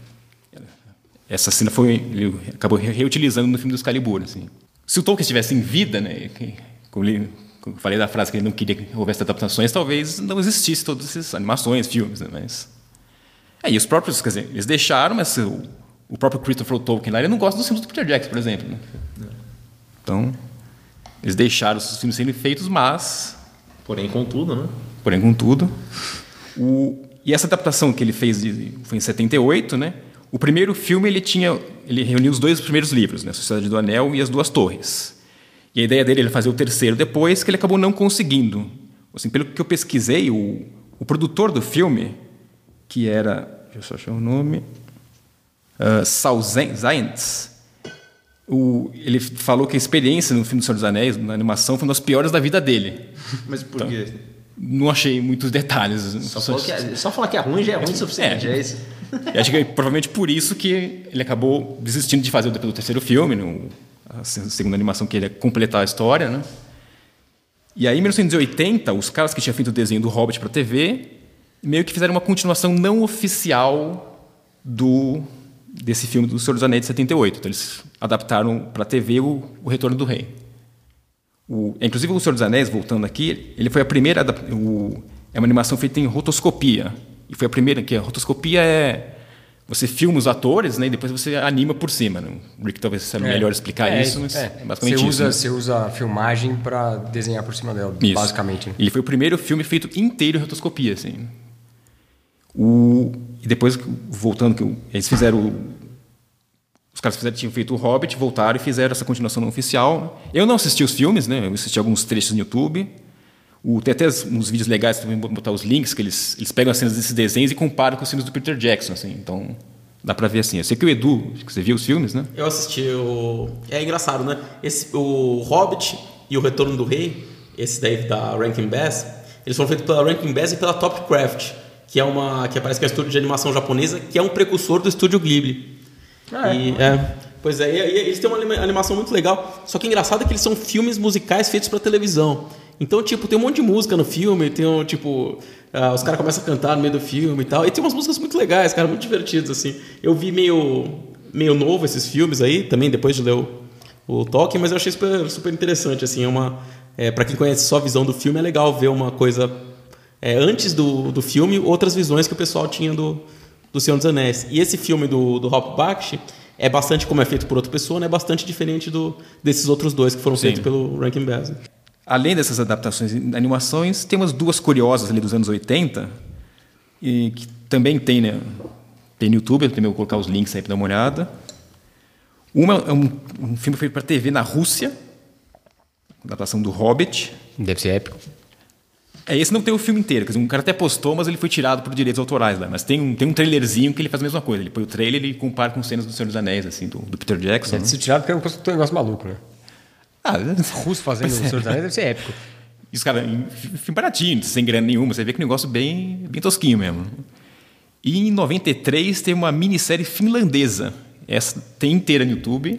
Essa cena foi ele acabou re- reutilizando no filme do Excalibur. Assim. Se o Tolkien estivesse em vida, né, que- como, ele, como eu falei da frase que ele não queria que houvesse adaptações, talvez não existisse todas essas animações, filmes, né, mas... É, e os próprios, quer dizer, eles deixaram, mas o, o próprio Christopher Tolkien lá, ele não gosta dos filmes do Peter Jackson, por exemplo. Né? Então, eles deixaram os filmes sendo feitos, mas... Porém, contudo, né? Porém, contudo... O, e essa adaptação que ele fez de, foi em setenta e oito, né? O primeiro filme ele tinha, ele reuniu os dois primeiros livros, né? A Sociedade do Anel e As Duas Torres. E a ideia dele era fazer o terceiro depois, que ele acabou não conseguindo. Assim, pelo que eu pesquisei, o, o produtor do filme, que era, deixa eu só achar o nome, uh, Saul Zaentz, o, ele falou que a experiência no filme do Senhor dos Anéis, na animação, foi uma das piores da vida dele. Mas por quê? Não achei muitos detalhes. Só, falou que é- só falar que é ruim já é ruim o suficiente, é, É. isso? E acho que é provavelmente por isso que ele acabou desistindo de fazer o do terceiro filme, no, a segunda animação que ele ia completar a história, né? E aí, em mil novecentos e oitenta, os caras que tinham feito o desenho do Hobbit para T V meio que fizeram uma continuação não oficial do desse filme do Senhor dos Anéis de setenta e oito. Então, eles adaptaram para a T V o, o Retorno do Rei. O, inclusive, o Senhor dos Anéis, voltando aqui, ele foi a primeira... O, é uma animação feita em rotoscopia. E foi a primeira... que a rotoscopia é... você filma os atores, né? E depois você anima por cima. Né? O Rick talvez saiba É. melhor explicar É, isso, mas é. é basicamente você isso. usa, né? Você usa a filmagem para desenhar por cima dela, Isso. basicamente. Né? Ele foi o primeiro filme feito inteiro em rotoscopia, assim. O... E depois, voltando, que o- eles fizeram... o- Os caras fizeram, tinham feito o Hobbit, voltaram e fizeram essa continuação não oficial. Eu não assisti os filmes, né? Eu assisti alguns trechos no YouTube. O, tem até uns vídeos legais, também vou botar os links, que eles, eles pegam as cenas desses desenhos e comparam com os filmes do Peter Jackson, assim. Então, dá pra ver assim. Eu sei que o Edu, que você viu os filmes, né? Eu assisti o... É engraçado, né? Esse, o Hobbit e o Retorno do Rei, esse daí da Rankin Bass, eles foram feitos pela Rankin Bass e pela Topcraft, que é uma... que parece que é um estúdio de animação japonesa, que é um precursor do estúdio Ghibli. Ah, é? E, é, pois é, e, e eles têm uma anima- animação muito legal. Só que o engraçado é que eles são filmes musicais feitos pra televisão. Então, tipo, tem um monte de música no filme, tem um, tipo, ah, os caras começam a cantar no meio do filme e tal. E tem umas músicas muito legais, cara, muito divertidas, assim. Eu vi meio, meio novo esses filmes aí, também depois de ler o, o Tolkien, mas eu achei super, super interessante, assim. É uma, é, pra quem conhece só a visão do filme, é legal ver uma coisa é, antes do, do filme, outras visões que o pessoal tinha do, do Senhor dos Anéis. E esse filme do, do Hop Bakshi é bastante, como é feito por outra pessoa, né? Bastante diferente do, desses outros dois que foram Sim. feitos pelo Rankin Bass. Além dessas adaptações em animações, tem umas duas curiosas ali dos anos oitenta, e que também tem, né, tem no YouTube, eu também vou colocar os links aí para dar uma olhada. Uma é um, um filme feito para T V na Rússia, adaptação do Hobbit. Deve ser épico. É, esse não tem o filme inteiro, quer dizer, um cara até postou, mas ele foi tirado por direitos autorais lá. Mas tem um, tem um trailerzinho que ele faz a mesma coisa. Ele põe o trailer e ele compara com cenas do Senhor dos Anéis, assim, do, do Peter Jackson. Deve Né? ser tirado porque é um negócio maluco, né? Ah, Russo fazendo o Senhor dos Anéis deve ser épico. E os caras, em fi- filme baratinho, sem grana nenhuma, você vê que o negócio bem, bem tosquinho mesmo. E em noventa e três tem uma minissérie finlandesa. Essa tem inteira no YouTube.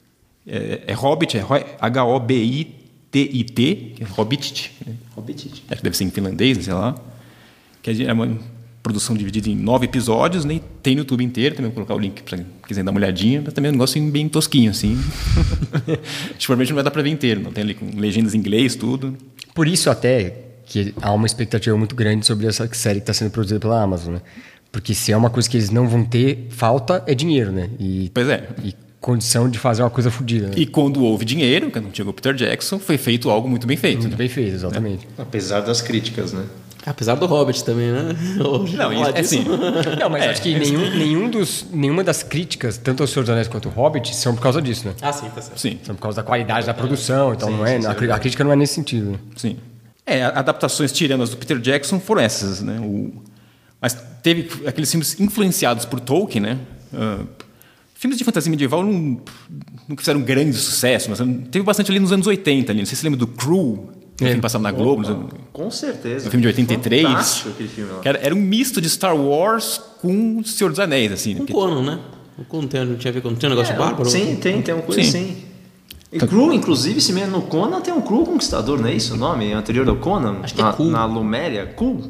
É, é Hobbit, é H O B I T I T, que é Hobbit. Hobbit. Acho que deve ser em finlandês, sei lá. Que é uma produção dividida em nove episódios, né? E tem no YouTube inteiro, também vou colocar o link para quem quiser dar uma olhadinha, mas também é um negócio bem tosquinho, assim. Provavelmente não vai dar para ver inteiro, não tem ali com legendas em inglês, tudo. Por isso até que há uma expectativa muito grande sobre essa série que está sendo produzida pela Amazon, né? Porque se é uma coisa que eles não vão ter, falta é dinheiro, né? E, Pois é. e condição de fazer uma coisa fodida, né? E quando houve dinheiro, quando chegou o Peter Jackson, foi feito algo muito bem feito. Muito né? bem feito, exatamente. Apesar das críticas, né? Apesar do Hobbit também, né? Hoje, Não, falar é disso. assim. Não, mas acho que nenhum, nenhum dos, nenhuma das críticas, tanto ao Senhor dos Anéis quanto ao Hobbit, são por causa disso, né? Ah, sim, tá certo. Sim, São por causa da qualidade da produção, então não é, a, cri- a crítica não é nesse sentido, né? sim. É, adaptações tiranas do Peter Jackson foram essas, né? O, mas teve aqueles filmes influenciados por Tolkien, né? Uh, filmes de fantasia medieval não, não fizeram um grande sucesso, mas teve bastante ali nos anos oitenta. Ali. Não sei se você lembra do Crew, que é. filme passado na Globo. Nos, Com certeza. um filme de oitenta e três. Fantástico aquele filme lá. Que era, era um misto de Star Wars com O Senhor dos Anéis, assim. Um porque- Conan, né? O Conan tem, não tinha a ver com... Não tinha um negócio É, bárbaro? Sim, tem, tem uma coisa Sim. assim. E Cru, inclusive, se mesmo no Conan tem um Cru Conquistador, não é isso o nome? Anterior ao Conan? Acho que é na, Cru. na Luméria? Cru?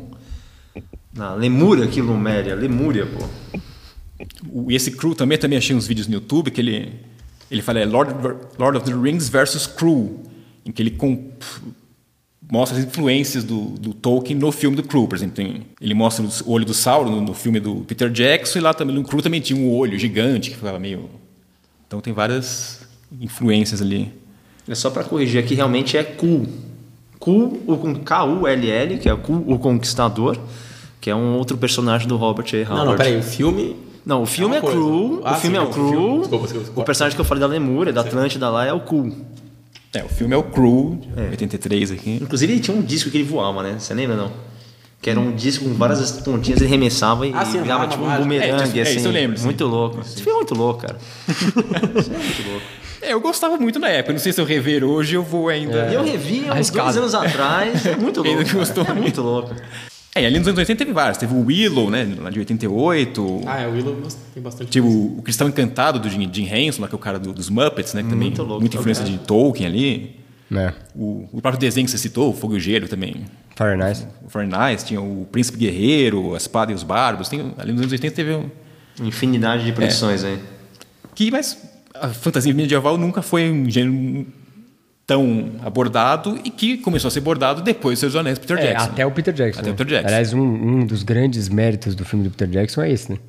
Na Lemúria, que Luméria? Lemúria, pô. O- E esse Crew também, também achei uns vídeos no YouTube que ele, ele fala é Lord, Lord of the Rings versus Crew, em que ele com, mostra as influências do, do Tolkien no filme do Crew. Por exemplo, tem, ele mostra o olho do Sauron no, no filme do Peter Jackson, e lá também no Crew também tinha um olho gigante que ficava meio... Então tem várias influências ali. É só pra corrigir aqui, realmente é Ku. Ku, o com K U L L, que é Ku, o Conquistador, que é um outro personagem do Robert A. Howard. Não, não, peraí. O filme... Não, o filme É é, uma coisa. Cru, Ah, o filme sim, é não, o o filme. Cru, Desculpa, desculpa. o personagem que eu falei da Lemúria, da Atlântida lá é o Ku. É, o filme é o Crew, de oitenta e três aqui. Inclusive ele tinha um disco que ele voava, né? Você lembra, não? Que era um disco com várias pontinhas, ele arremessava e Ah, sim, virava a tipo um mágica. bumerangue, É, assim. isso eu lembro, sim. Muito louco. Isso foi muito louco, cara. Isso é muito louco. É, eu gostava muito na época. Não sei se eu rever hoje eu vou ainda... E eu revi uns Arriscado. dois anos atrás, é muito Ainda louco, gostou cara. É muito louco. É, e ali nos anos oitenta teve vários. Teve o Willow, né? Lá de oitenta e oito. Ah, é, o Willow tem bastante... Tipo, o Cristão Encantado do Jim, Jim Henson, lá que é o cara do- dos Muppets, né? Que também Muito louco, muita influência de Tolkien ali. É. O, o próprio desenho que você citou, o Fogo e o Gelo também. Fire Nice. O Fahrenheit, tinha o Príncipe Guerreiro, a Espada e os Bárbaros. Tem, ali nos anos oitenta teve um... Infinidade de produções aí. Que, mas a fantasia medieval nunca foi um gênero tão abordado e que começou a ser abordado depois do Senhor dos Anéis, Peter É, Jackson. até o Peter Jackson. Até o né? Peter Jackson. Aliás, um, um dos grandes méritos do filme do Peter Jackson é esse, né?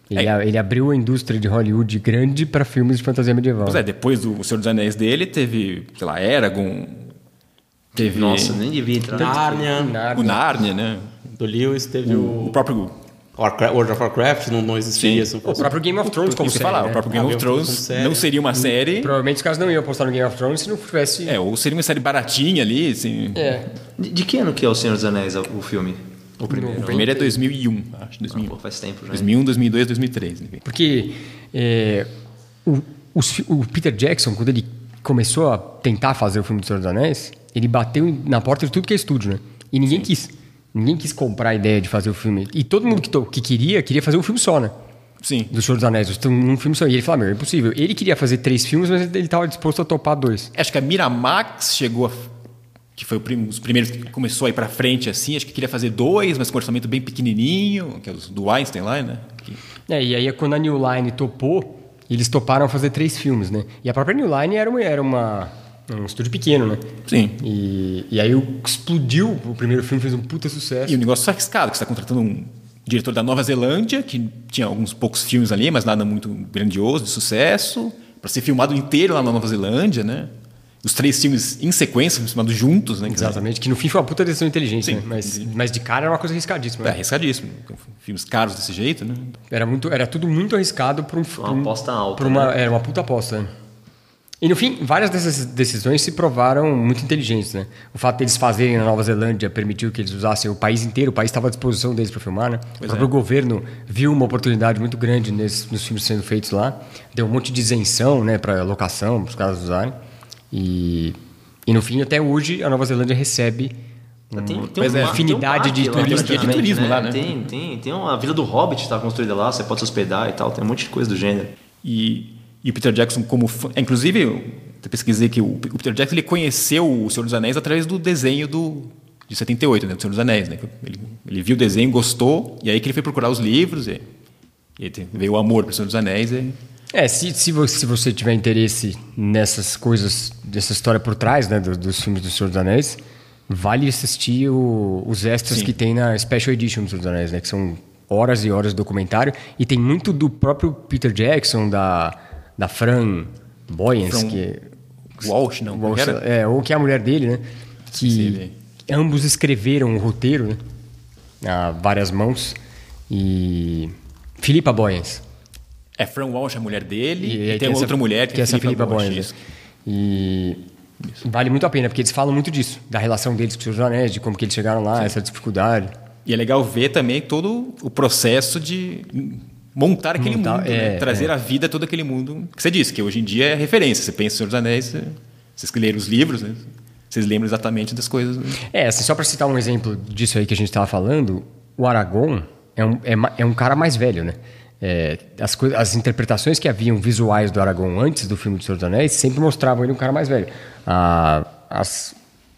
Ele, É. a- ele abriu a indústria de Hollywood grande para filmes de fantasia medieval. Pois é, depois do Senhor dos Anéis dele, teve, sei lá, Eragon, teve Nossa, nem devia entrar. Nárnia, o Nárnia, né? do Lewis, teve O o, próprio... Warcraft, World of Warcraft, não, não existiria. Sim. Se não O fosse- próprio Game of Thrones, como Como você série, falar, né? o próprio Game Ah, of Game of Thrones Thrones como série. não seria uma série... Provavelmente os caras não iam apostar no Game of Thrones se não tivesse... É, ou seria uma série baratinha ali, assim... É. De, de que ano que é O Senhor dos Anéis, o filme? O primeiro. O primeiro é dois mil e um, acho, dois mil e um. Pô, faz tempo já. dois mil e um, dois mil e dois, dois mil e três. Enfim. Porque é, o, os fi- o Peter Jackson, quando ele começou a tentar fazer o filme do Senhor dos Anéis, ele bateu em- na porta de tudo que é estúdio, né? E ninguém quis. Ninguém quis comprar a ideia de fazer o filme. E todo mundo que, to- que queria, queria fazer um filme só, né? Sim. Do Senhor dos Anéis. Então, um filme só. E ele falou, meu, é impossível. Ele queria fazer três filmes, mas ele estava disposto a topar dois. Acho que a Miramax chegou a... que foi o prim- os primeiros que começou a ir pra frente, assim. Acho que queria fazer dois, mas com um orçamento bem pequenininho, que é os do Einstein lá, né? Que- É, e aí quando a New Line topou, eles toparam fazer três filmes, né? E a própria New Line era, uma, era uma, um estúdio pequeno, né? Sim. E, e aí o- explodiu, o primeiro filme fez um puta sucesso. E o negócio arriscado, que você está contratando um diretor da Nova Zelândia, que tinha alguns poucos filmes ali, mas nada muito grandioso, de sucesso, para ser filmado inteiro lá na Nova Zelândia, né? Os três filmes em sequência, filmados juntos, né? Exatamente, que no fim foi uma puta decisão inteligente, Sim. né? Mas, mas de cara era uma coisa arriscadíssima. É Né? arriscadíssimo. Filmes caros desse jeito, né? Era, muito, era tudo muito arriscado para um, pra um- aposta alta, pra uma, né? Era uma puta aposta. né? E no fim, várias dessas decisões se provaram muito inteligentes, né? O fato deles fazerem na Nova Zelândia permitiu que eles usassem o país inteiro, o país estava à disposição deles para filmar, né? Pois o próprio é. governo viu uma oportunidade muito grande nesses, nos filmes sendo feitos lá, deu um monte de isenção, né, para locação, para os caras usarem. E, e no fim, até hoje, a Nova Zelândia recebe Tem, tem, Pois é, ma- afinidade tem um de parque lá, turismo. praticamente, De turismo lá, né? Tem, tem, tem uma a Vila do Hobbit está construída lá, você pode se hospedar e tal, tem um monte de coisa do gênero. E, e o Peter Jackson como fã... é, inclusive, eu até pesquisei que o, o Peter Jackson ele conheceu o Senhor dos Anéis através do desenho do, de setenta e oito, né, do Senhor dos Anéis. Né? Ele, ele viu o desenho, gostou, e aí que ele foi procurar os livros, e, e te- veio o amor para o Senhor dos Anéis. E, É, se, se, você, se você tiver interesse nessas coisas, dessa história por trás, né, do- dos filmes do Senhor dos Anéis, vale assistir o- os extras Sim. que tem na Special Edition do Senhor dos Anéis, né, que são horas e horas de documentário, e tem muito do próprio Peter Jackson, da, da Fran Boyens, Fran que Walsh, não? Walsh, Era? é, ou que é a mulher dele, né, Sim, que ambos escreveram o roteiro, né, a várias mãos, e Philippa Boyens. É Fran Walsh, a mulher dele, e, aí tem essa- outra mulher que, que é essa Philippa Walsh, Boyens. isso. né? E vale muito a pena, porque eles falam muito disso, da relação deles com os Senhor dos Anéis, de como que eles chegaram lá, essa dificuldade. E é legal ver também todo o processo de montar aquele Montar, mundo, né? é, Trazer é. à vida todo aquele mundo que você disse, que hoje em dia é referência. Você pensa em Senhor dos Anéis, você- vocês que leram os livros, né? Vocês lembram exatamente das coisas. Né? É, assim, só para citar um exemplo disso aí que a gente estava falando, o Aragorn é um, é, ma- é um cara mais velho, né? É, as, coi- as interpretações que haviam visuais do Aragorn antes do filme do Senhor dos Anéis sempre mostravam ele um cara mais velho. Ah, as,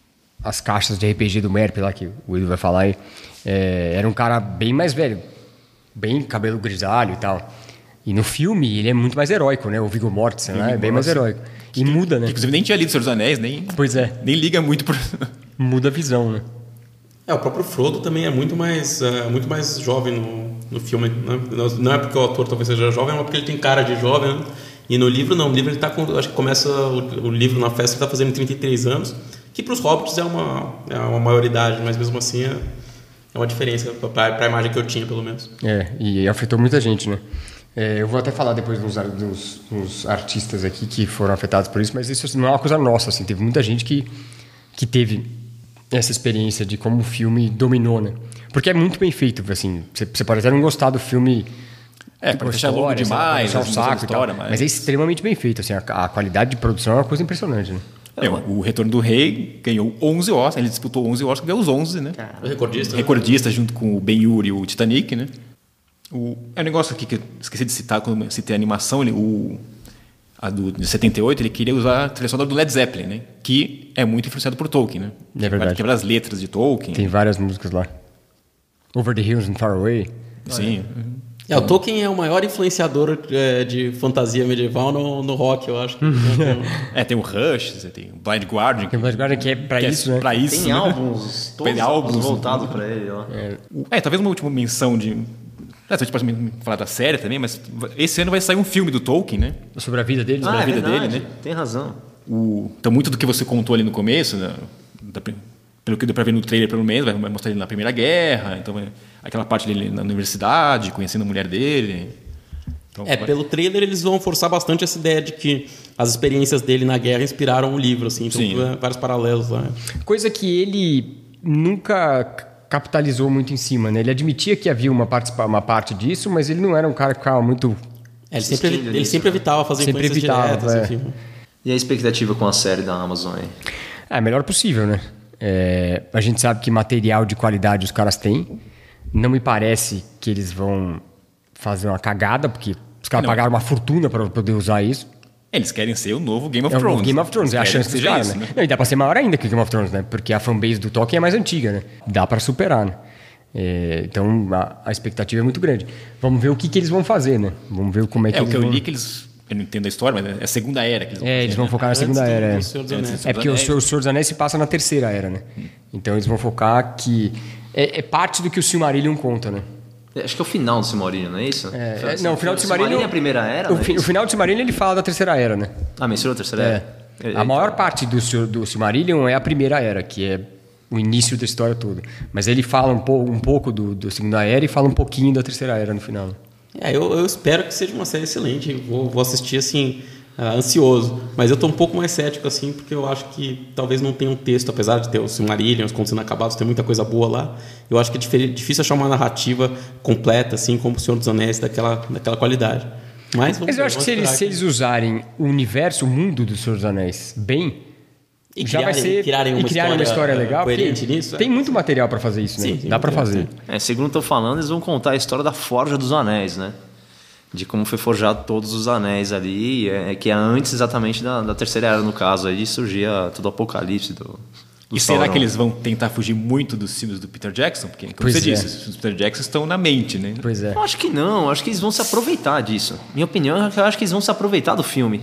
as caixas de R P G do Merp lá, que o Will vai falar aí, é, era um cara bem mais velho, bem cabelo grisalho e tal. E no filme ele é muito mais heróico, né? O Viggo Mortensen né? é bem mais heróico. E muda, né? Que, inclusive nem tinha lido Senhor dos Anéis, nem, Pois é, nem liga muito por... muda a visão, né? É, o próprio Frodo também é muito mais, é, muito mais jovem no, no filme. Né? Não é porque o ator talvez seja jovem, mas porque ele tem cara de jovem. Né? E no livro, não. No livro ele tá com. Acho que começa o, o livro na festa, ele está fazendo trinta e três anos, que para os hobbits é uma, é uma maioridade, mas mesmo assim é, é uma diferença para a imagem que eu tinha, pelo menos. É, e afetou muita gente, né? É, eu vou até falar depois dos, ar- dos, dos artistas aqui que foram afetados por isso, mas isso não é uma coisa nossa, assim. Teve muita gente que, que teve essa experiência de como o filme dominou, né? Porque é muito bem feito, assim. Você, você pode até não gostar do filme... É, tipo, pode deixar longo história, sabe? demais, Pode deixar o as músicas saco da e tal, história, mas- mas é extremamente bem feito, assim. A, a qualidade de produção é uma coisa impressionante, né? É, o Retorno do Rei ganhou onze Oscars, ele disputou onze Oscars, ganhou os onze, né? O recordista. né? Recordista junto com o Ben-Hur e o Titanic, né? O, é um negócio aqui que eu esqueci de citar quando eu citei a animação, ele, o, a do, de setenta e oito, ele queria usar a trilha sonora do Led Zeppelin, né? Que é muito influenciado por Tolkien, né? É verdade. Tem várias letras de Tolkien. Tem várias músicas lá. Over the Hills and Far Away. Sim. É, o Tolkien é o maior influenciador é, de fantasia medieval no, no rock, eu acho. É, tem o Rush, você tem o Blind Guardian. Tem Blind Guardian que é pra que é isso, né? pra isso, Tem né? álbuns, todos Tem álbuns, voltados para ele. Ó. É, talvez uma última menção de Ah, você pode falar da série também, mas esse ano vai sair um filme do Tolkien, né? Sobre a vida dele. Ah, a é vida verdade, dele, né? Tem razão. O, então, muito do que você contou ali no começo, né, da, pelo que deu pra ver no trailer, pelo menos, vai mostrar ele na Primeira Guerra, então aquela parte dele na universidade, conhecendo a mulher dele. Então, É, vai... pelo trailer eles vão forçar bastante essa ideia de que as experiências dele na guerra inspiraram o livro, assim, então Sim. vários paralelos lá. Coisa que ele nunca capitalizou muito em cima, né? Ele admitia que havia uma parte, uma parte disso, mas ele não era um cara que ficava muito... É, ele, sempre, Insistindo ele nisso, sempre né? evitava fazer Sempre influências evitava, diretas, é. enfim. E a expectativa com a série da Amazon aí? É, melhor possível, né? É, a gente sabe que material de qualidade os caras têm. Não me parece que eles vão fazer uma cagada, porque os caras Não. pagaram uma fortuna para poder usar isso. Eles querem ser o novo Game of É o Thrones. Game of Thrones, é a Eles chance querem dos que caras, seja né? isso, Não, e dá pra ser maior ainda que o Game of Thrones, né? Porque a fanbase do Tolkien é mais antiga, né? Dá pra superar, né? É, então a, a expectativa é muito grande. Vamos ver o que, que eles vão fazer, né? Vamos ver como é que É, o eles que eu vão... li que eles... Eu não entendo a história, mas é a Segunda Era que eles vão É, fazer, eles vão né? focar na Antes Segunda do- Era. do é. Senhor dos Antes Anéis. do É porque o Anéis. Senhor, o Senhor dos Anéis se passa na Terceira Era, né? Então eles vão focar que... É, é parte do que o Silmarillion conta, né? Acho que é o final do Silmarillion, não é isso? É, é, não, o final do Silmarillion... Silmarillion é a primeira era, O, não é fi- o isso? final do Silmarillion ele fala da Terceira Era, né? Ah, mencionou a terceira era? É. A maior parte do, Senhor- do Silmarillion é a Primeira Era, que é o início da história toda. Mas ele fala um, po- um pouco do, do Segunda Era e fala um pouquinho da Terceira Era no final. É, eu, eu espero que seja uma série excelente. Vou, vou assistir assim, ah, ansioso. Mas eu tô um pouco mais cético, assim, porque eu acho que talvez não tenha um texto, apesar de ter o Silmarillion, os contos inacabados, tem muita coisa boa lá. Eu acho que é difer- difícil achar uma narrativa completa, assim, como o Senhor dos Anéis, daquela, daquela qualidade. Mas, vamos Mas eu ver, acho que vamos se eles, esperar se eles usarem o universo, o mundo do Senhor dos Anéis bem, E já vai criarem- ser... criarem uma e criarem uma história, história legal. coerente porque nisso, é. tem muito material para fazer isso, né? Sim, sim, Dá para tem, fazer. tem. É, segundo estão falando, eles vão contar a história da Forja dos Anéis, né? De como foi forjado todos os anéis ali, é, que é antes exatamente da, da Terceira Era, no caso. Aí surgia todo o apocalipse do, do E será Sauron. que eles vão tentar fugir muito dos filmes do Peter Jackson? Porque, como Pois você é. disse, os filmes do Peter Jackson estão na mente, né? Pois é. Eu acho que não, acho que eles vão se aproveitar disso. Minha opinião é que eu acho que eles vão se aproveitar do filme.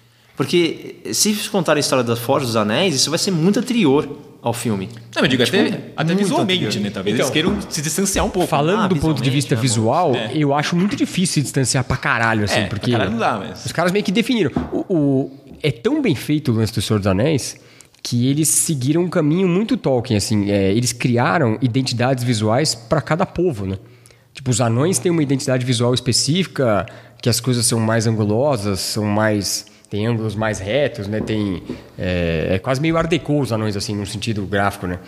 Porque se eles contarem a história da Forja dos Anéis, isso vai ser muito anterior ao filme. Não, eu digo Tipo, até, até muito visualmente, anterior. né? Talvez Então, eles queiram se distanciar um pouco. Falando Ah, do ponto de visualmente, vista né, visual, É. eu acho muito difícil se distanciar pra caralho, assim, É, pra porque caralho não dá, mas- os caras meio que definiram. O, o- é tão bem feito o lance do Senhor dos Anéis que eles seguiram um caminho muito Tolkien, assim, é, eles criaram identidades visuais para cada povo, né? Tipo, os anões têm uma identidade visual específica, que as coisas são mais angulosas, são mais... Tem ângulos mais retos, né? Tem, é, é quase meio art déco os anões, assim, no sentido gráfico, né?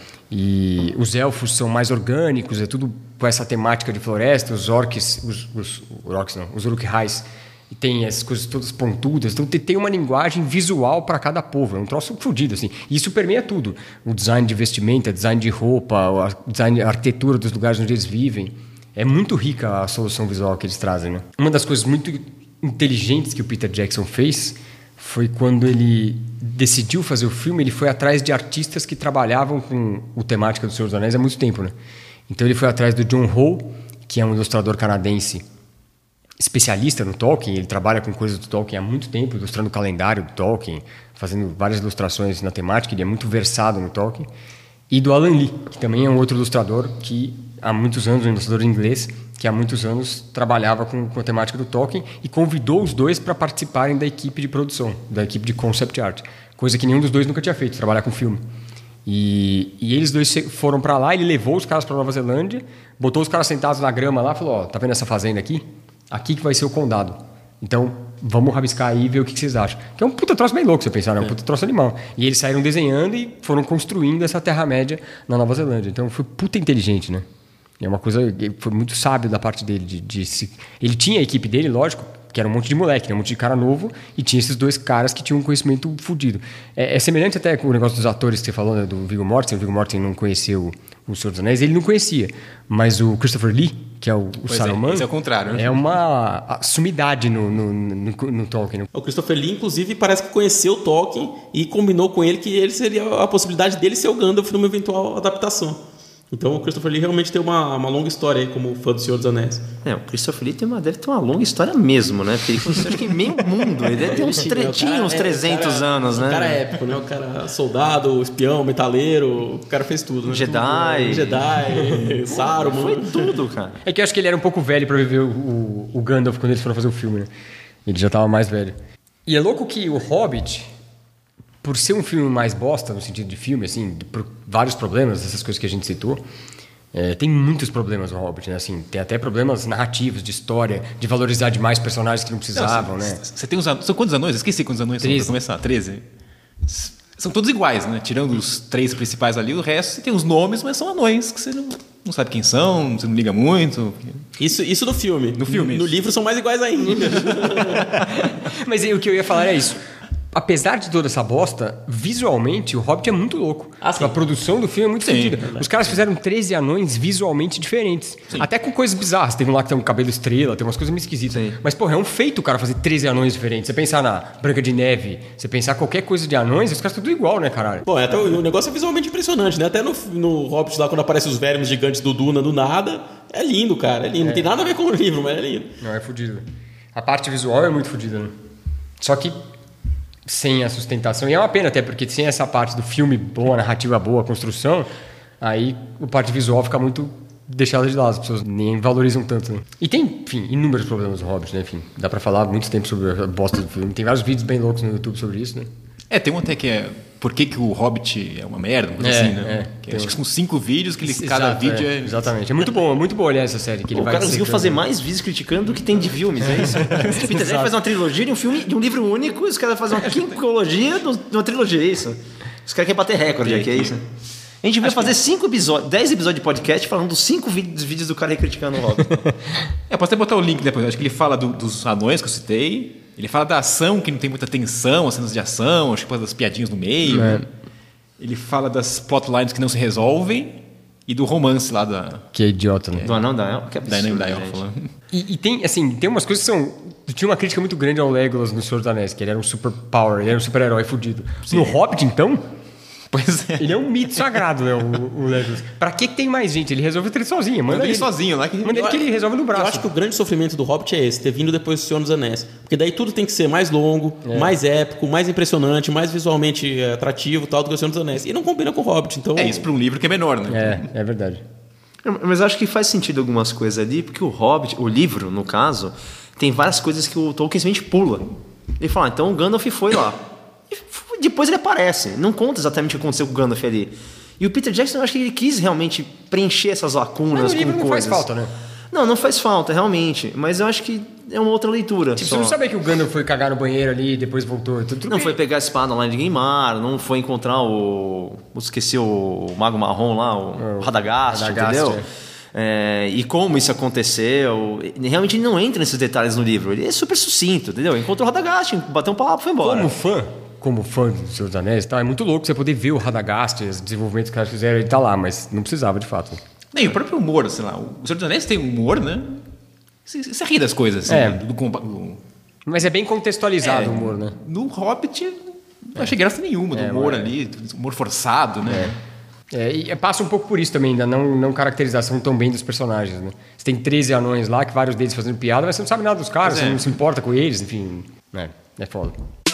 E os elfos são mais orgânicos, é tudo com essa temática de floresta. Os orcs, os, os, orcs não, os uruk-hais, e tem essas coisas todas pontudas. Então tem- tem uma linguagem visual para cada povo. É um troço fodido, assim. E isso permeia tudo. O design de vestimenta, design de roupa, o design, a arquitetura dos lugares onde eles vivem. É muito rica a solução visual que eles trazem, né? Uma das coisas muito inteligentes que o Peter Jackson fez foi quando ele decidiu fazer o filme, ele foi atrás de artistas que trabalhavam com o temática do Senhor dos Anéis há muito tempo, né? Então ele foi atrás do John Howe, que é um ilustrador canadense especialista no Tolkien, ele trabalha com coisas do Tolkien há muito tempo, ilustrando o calendário do Tolkien, fazendo várias ilustrações na temática, ele é muito versado no Tolkien. E do Alan Lee, que também é um outro ilustrador que há muitos anos, um ilustrador inglês, que há muitos anos trabalhava com, com a temática do Tolkien e convidou os dois para participarem da equipe de produção, da equipe de concept art, coisa que nenhum dos dois nunca tinha feito, trabalhar com filme. E, e eles dois foram para lá, ele levou os caras para Nova Zelândia, botou os caras sentados na grama lá, falou, ó, tá vendo essa fazenda aqui? Aqui que vai ser o condado. Então, vamos rabiscar aí e ver o que, que vocês acham. Que é um puta troço bem louco, você pensar, é um puta troço animal. E eles saíram desenhando e foram construindo essa Terra-média na Nova Zelândia. Então, foi puta inteligente, né? É uma coisa, foi muito sábio da parte dele. De, de se... Ele tinha a equipe dele, lógico, que era um monte de moleque, né? Um monte de cara novo, e tinha esses dois caras que tinham um conhecimento fodido. É, é semelhante até com o negócio dos atores que você falou, né? Do Viggo Mortensen. O Viggo Mortensen não conheceu o Senhor dos Anéis, ele não conhecia. Mas o Christopher Lee, que é o, o Pois é, Saruman, esse é o contrário, né? é uma sumidade no, no, no, no Tolkien. O Christopher Lee, inclusive, parece que conheceu o Tolkien e combinou com ele que ele seria a possibilidade dele ser o Gandalf numa eventual adaptação. Então o Christopher Lee realmente tem uma, uma longa história aí como fã do Senhor dos Anéis. É, o Christopher Lee tem uma, deve ter uma longa história mesmo, né? Porque ele conheceu, acho que meio mundo. Ele deve ter uns, tre- tinha uns trezentos é, anos, né? O cara é épico, né? O cara soldado, espião, metaleiro, o cara fez tudo. Né? Jedi. Tudo, né? Jedi, Saruman. Foi tudo, cara. É que eu acho que ele era um pouco velho pra viver o, o, o Gandalf quando eles foram fazer o filme, né? Ele já tava mais velho. E é louco que o Hobbit, por ser um filme mais bosta, no sentido de filme, assim, por vários problemas, essas coisas que a gente citou, é, tem muitos problemas no Hobbit, né? Assim, tem até problemas narrativos, de história, de valorizar demais personagens que não precisavam, não, né? Você tem os anões. São quantos anões? Esqueci quantos anões treze. são pra começar. treze. São todos iguais, né? Tirando os três principais ali, o resto você tem os nomes, mas são anões que você não, não sabe quem são, você não liga muito. Isso, isso no filme. No filme, No isso. livro são mais iguais ainda. Mas o que eu ia falar é isso. Apesar de toda essa bosta, visualmente o Hobbit é muito louco. Ah, sim. A produção do filme é muito Sim, fodida. verdade. Os caras fizeram treze anões visualmente diferentes. Até com coisas bizarras. Tem um lá que tem um cabelo estrela, tem umas coisas meio esquisitas. Sim. Mas, porra, é um feito o cara fazer treze anões diferentes. Você pensar na Branca de Neve, você pensar qualquer coisa de anões, os caras são tudo igual, né, caralho? Bom, até o, o negócio é visualmente impressionante, né? Até no, no Hobbit lá, quando aparecem os vermes gigantes do Duna do nada, é lindo, cara. É lindo. Não tem nada a ver com o livro, mas é lindo. Não, é fodido. A parte visual é muito fodida, né? Só que sem a sustentação, e é uma pena até, porque sem essa parte do filme boa, narrativa boa, a construção, aí a parte visual fica muito deixada de lado, as pessoas nem valorizam tanto, né? E tem, enfim, inúmeros problemas no Hobbit, né? Enfim, dá pra falar muito tempo sobre a bosta do filme. Tem vários vídeos bem loucos no YouTube sobre isso, né? É, tem um até que é Por que, que o Hobbit é uma merda, uma coisa É, assim, né? é. Que acho que são cinco vídeos que ele, Exato, cada vídeo é, é... Exatamente. É muito bom, é muito bom olhar essa série. Que ele O vai cara conseguiu secando. fazer mais vídeos criticando do que tem de filmes, é isso? O Peter Jackson faz uma trilogia de um filme, de um livro único, e os caras fazem uma quincologia de uma trilogia, é isso? Os caras querem bater recorde aqui, é isso? A gente devia fazer cinco episódios, dez episódios de podcast falando dos cinco vídeos, vídeos do cara aí criticando o Hobbit. É, posso até botar o link depois. Acho que ele fala do- dos anões que eu citei. Ele fala da ação, que não tem muita tensão, as cenas de ação, acho que das piadinhas no meio. É. Ele fala das plotlines que não se resolvem e do romance lá da, Que é idiota, né? Do Anão da Elfa, que da absurdo, Anã da gente. Elfa. E, e tem, assim, tem umas coisas que são... Tinha uma crítica muito grande ao Legolas no Senhor dos Anéis, que ele era um super power, ele era um super-herói fudido. No Hobbit, então, Pois é. ele é um mito sagrado, né, o, o Legolas. Pra que que tem mais gente? Ele resolveu ter ele sozinho. Manda Manda ele ele sozinho lá que... Manda ele que ele resolve no braço. Eu acho que o grande sofrimento do Hobbit é esse, ter vindo depois do Senhor dos Anéis. Porque daí tudo tem que ser mais longo, mais épico, mais impressionante, mais visualmente eh, atrativo tal do que o Senhor dos Anéis. E não combina com o Hobbit, então... É isso para um livro que é menor, né? É, é verdade. Mas eu acho que faz sentido algumas coisas ali, porque o Hobbit, o livro, no caso, tem várias coisas que o Tolkien simplesmente pula. Ele fala, ah, então o Gandalf foi lá. E f- depois ele aparece. Não conta exatamente o que aconteceu com o Gandalf ali. E o Peter Jackson, eu acho que ele quis realmente preencher essas lacunas Mas no com livro não faz coisas. falta, né? Não, não faz falta, realmente. Mas eu acho que é uma outra leitura. Tipo, só. você não sabia que o Gandalf foi cagar no banheiro ali e depois voltou. Tudo, tudo Não bem. foi pegar a espada lá de Guimar, não foi encontrar o... eu esqueci o Mago Marrom lá, o, o Radagast, Radagast, entendeu? É, e como isso aconteceu. Realmente ele não entra nesses detalhes no livro. Ele é super sucinto, entendeu? Encontrou o Radagast, bateu um papo e foi embora. Como fã, como fã do Senhor dos Anéis e tal, é muito louco você poder ver o Radagast, os desenvolvimentos que os caras fizeram, ele tá lá, mas não precisava de fato. Nem o próprio humor, sei lá. O Senhor dos Anéis tem humor, né? Você, você ri das coisas, assim. É. Do, do, do- Mas é bem contextualizado É, o humor, né? No Hobbit, não achei graça nenhuma do É, humor mas- ali, humor forçado, né? É, e passa um pouco por isso também, da não, não caracterização tão bem dos personagens, né? Você tem treze anões lá, que vários deles fazendo piada, mas você não sabe nada dos caras, Pois você é. não se importa com eles, enfim. É, é foda.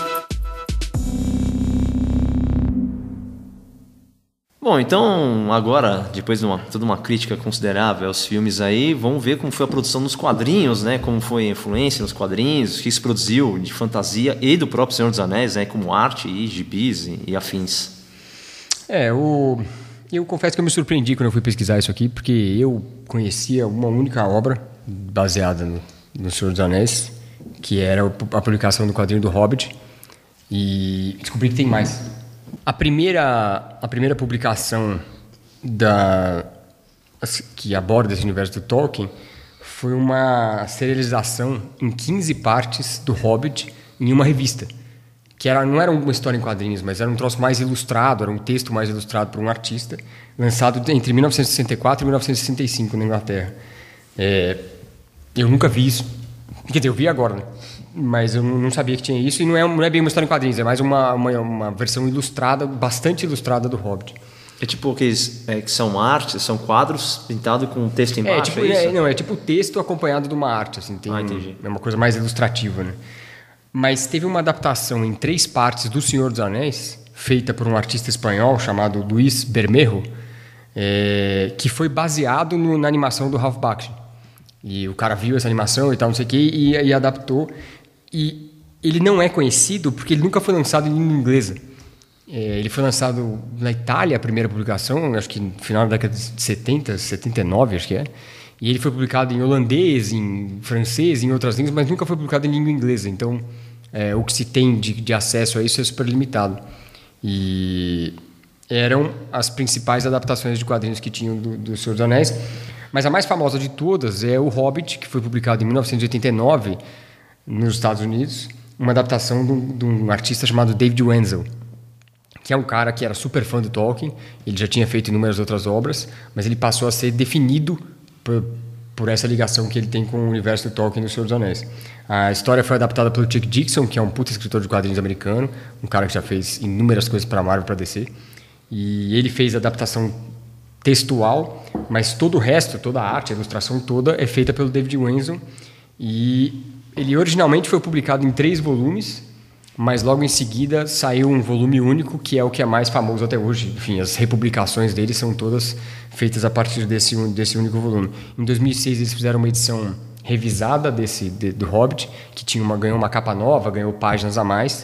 Bom, então agora, depois de uma, toda uma crítica considerável aos filmes aí, vamos ver como foi a produção nos quadrinhos, né? Como foi a influência nos quadrinhos, o que se produziu de fantasia e do próprio Senhor dos Anéis, né? Como arte e gibis e, e afins. É, o... eu confesso que eu me surpreendi quando eu fui pesquisar isso aqui, porque eu conhecia uma única obra baseada no, no Senhor dos Anéis, que era a publicação do quadrinho do Hobbit, e descobri que tem mais. A primeira, a primeira publicação da, que aborda esse universo do Tolkien foi uma serialização em quinze partes do Hobbit em uma revista. Que era, não era uma história em quadrinhos, mas era um troço mais ilustrado, era um texto mais ilustrado por um artista, lançado entre mil novecentos e sessenta e quatro e mil novecentos e sessenta e cinco na Inglaterra. É, eu nunca vi isso. Quer dizer, eu vi agora, né? Mas eu não sabia que tinha isso, e não é, não é bem uma história em quadrinhos, é mais uma, uma, uma versão ilustrada, bastante ilustrada do Hobbit. É tipo aqueles é, que são artes, são quadros pintados com texto É, embaixo, tipo, é, isso? é, não, é tipo texto acompanhado de uma arte, assim, tem Ah, um- entendi. é uma coisa mais ilustrativa, né? Mas teve uma adaptação em três partes do Senhor dos Anéis, feita por um artista espanhol chamado Luis Bermejo, é, que foi baseado no- na animação do Ralph Bakshi. E o cara viu essa animação e tal, não sei o quê, e, e adaptou. E ele não é conhecido porque ele nunca foi lançado em língua inglesa. É, ele foi lançado na Itália, a primeira publicação, acho que no final da década de setenta, setenta e nove, acho que é. E ele foi publicado em holandês, em francês, em outras línguas, mas nunca foi publicado em língua inglesa. Então, é, o que se tem de, de acesso a isso é super limitado. E eram as principais adaptações de quadrinhos que tinham do, do Senhor dos Anéis. Mas a mais famosa de todas é O Hobbit, que foi publicado em mil novecentos e oitenta e nove nos Estados Unidos, uma adaptação de um, de um artista chamado David Wenzel, que é um cara que era super fã do Tolkien. Ele já tinha feito inúmeras outras obras, mas ele passou a ser definido por, por essa ligação que ele tem com o universo do Tolkien no Senhor dos Anéis. A história foi adaptada pelo Chuck Dixon, que é um puta escritor de quadrinhos americano, um cara que já fez inúmeras coisas para a Marvel e para D C. E ele fez a adaptação textual, mas todo o resto, toda a arte, a ilustração toda é feita pelo David Wenzel. E ele originalmente foi publicado em três volumes, mas logo em seguida saiu um volume único, que é o que é mais famoso até hoje. Enfim, as republicações dele são todas feitas a partir desse, desse único volume. Em dois mil e seis eles fizeram uma edição revisada desse, de, do Hobbit, que tinha uma, ganhou uma capa nova, ganhou páginas a mais.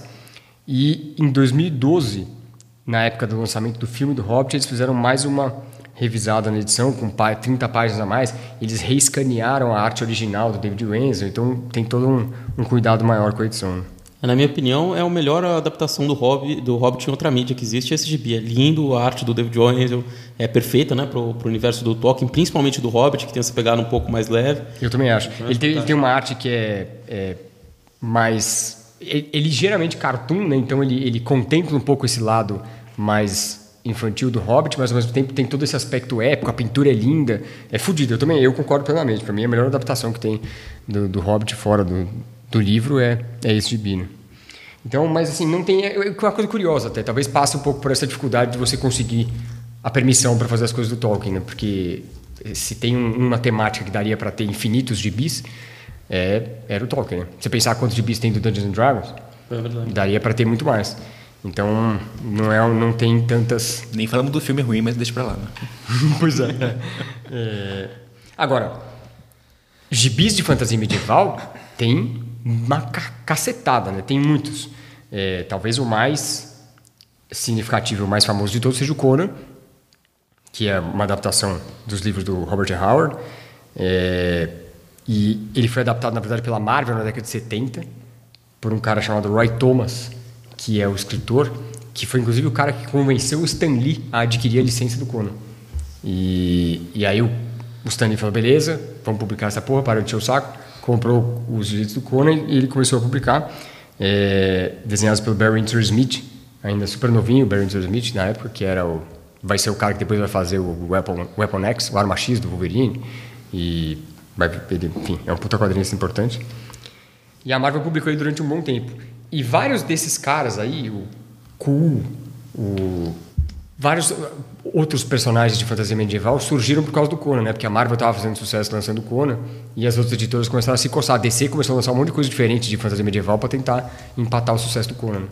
E em dois mil e doze, na época do lançamento do filme do Hobbit, eles fizeram mais uma revisada na edição, com trinta páginas a mais. Eles reescanearam a arte original do David Wenzel, então tem todo um, um cuidado maior com a edição. Na minha opinião, é a melhor adaptação do Hobbit, do Hobbit em outra mídia que existe. Esse gibi é lindo, a arte do David Wenzel é perfeita, né, para o universo do Tolkien, principalmente do Hobbit, que tem essa pegada um pouco mais leve. Eu também acho. Ele tem, ele tem uma arte que é, é mais... É, é ligeiramente cartoon, né? Então ele, ele contempla um pouco esse lado mais infantil do Hobbit, mas ao mesmo tempo tem todo esse aspecto épico, a pintura é linda, é fodido. Eu também, eu concordo plenamente. Para mim, a melhor adaptação que tem do, do Hobbit fora do, do livro é, é esse gibi, né? Então, mas assim, não tem... É uma coisa curiosa até. Talvez passe um pouco por essa dificuldade de você conseguir a permissão para fazer as coisas do Tolkien, né? Porque se tem um, uma temática que daria para ter infinitos gibis, é, era o Tolkien, né? Você pensar quantos gibis tem do Dungeons and Dragons, É verdade. daria para ter muito mais. Então, não, é, não tem tantas... Nem falamos do filme ruim, mas deixa pra lá. Né? Pois é. É. Agora, gibis de fantasia medieval tem uma ca- cacetada, né? Tem muitos. É, talvez o mais significativo, o mais famoso de todos seja o Conan, que é uma adaptação dos livros do Robert E. Howard. É, e ele foi adaptado, na verdade, pela Marvel na década de setenta, por um cara chamado Roy Thomas, que é o escritor, que foi inclusive o cara que convenceu o Stan Lee a adquirir a licença do Conan. E, e aí o, o Stan Lee falou, beleza, vamos publicar essa porra, para de encher o saco. Comprou os direitos do Conan e ele começou a publicar, é, desenhados pelo Barry Windsor Smith, ainda super novinho, o Barry Windsor Smith, na época, que era o, vai ser o cara que depois vai fazer o Weapon, Weapon X, o Arma X do Wolverine, e vai, ele, enfim, é um puta quadrinho importante. E a Marvel publicou ele durante um bom tempo. E vários desses caras aí, o Cool, o... vários outros personagens de fantasia medieval surgiram por causa do Conan, né? Porque a Marvel estava fazendo sucesso lançando o Conan e as outras editoras começaram a se coçar. A D C começou a lançar um monte de coisa diferente de fantasia medieval para tentar empatar o sucesso do Conan.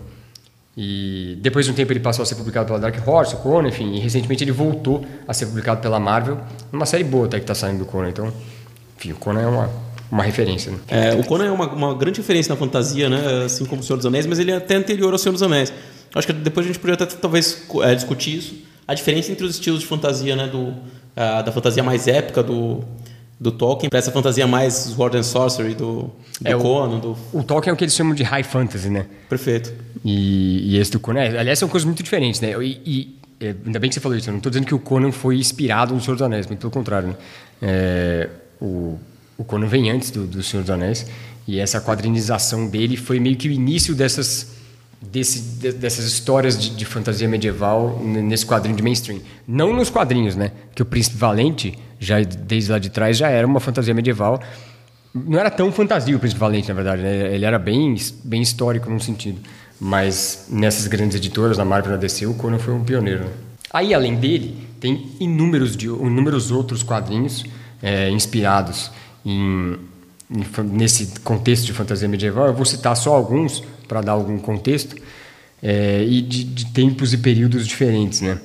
E depois de um tempo ele passou a ser publicado pela Dark Horse, o Conan, enfim, e recentemente ele voltou a ser publicado pela Marvel, uma série boa até que está saindo do Conan. Então, enfim, o Conan é uma, uma referência, né? É, o Conan é uma, uma grande referência na fantasia, né? Assim como o Senhor dos Anéis, mas ele é até anterior ao Senhor dos Anéis. Acho que depois a gente poderia até talvez é, discutir isso. A diferença entre os estilos de fantasia, né? Do, a, da fantasia mais épica do, do Tolkien para essa fantasia mais Sword and Sorcery do, do é, Conan. Do... O Tolkien é o que eles chamam de High Fantasy, né? Perfeito. E, e esse do Conan, é, aliás, são coisas muito diferentes, né? E, e é, ainda bem que você falou isso. Eu não estou dizendo que o Conan foi inspirado no Senhor dos Anéis, muito pelo contrário, né? É, o, o Conan vem antes do, do Senhor dos Anéis e essa quadrinização dele foi meio que o início dessas Desse, dessas histórias de, de fantasia medieval nesse quadrinho de mainstream. Não nos quadrinhos, né? Porque o Príncipe Valente, já desde lá de trás, já era uma fantasia medieval. Não era tão fantasia o Príncipe Valente, na verdade, né? Ele era bem, bem histórico num sentido. Mas nessas grandes editoras, na Marvel e na D C, o Conan foi um pioneiro, né? Aí, além dele, tem inúmeros, de, inúmeros outros quadrinhos é, inspirados em, em, nesse contexto de fantasia medieval. Eu vou citar só alguns para dar algum contexto, é, e de, de tempos e períodos diferentes, né?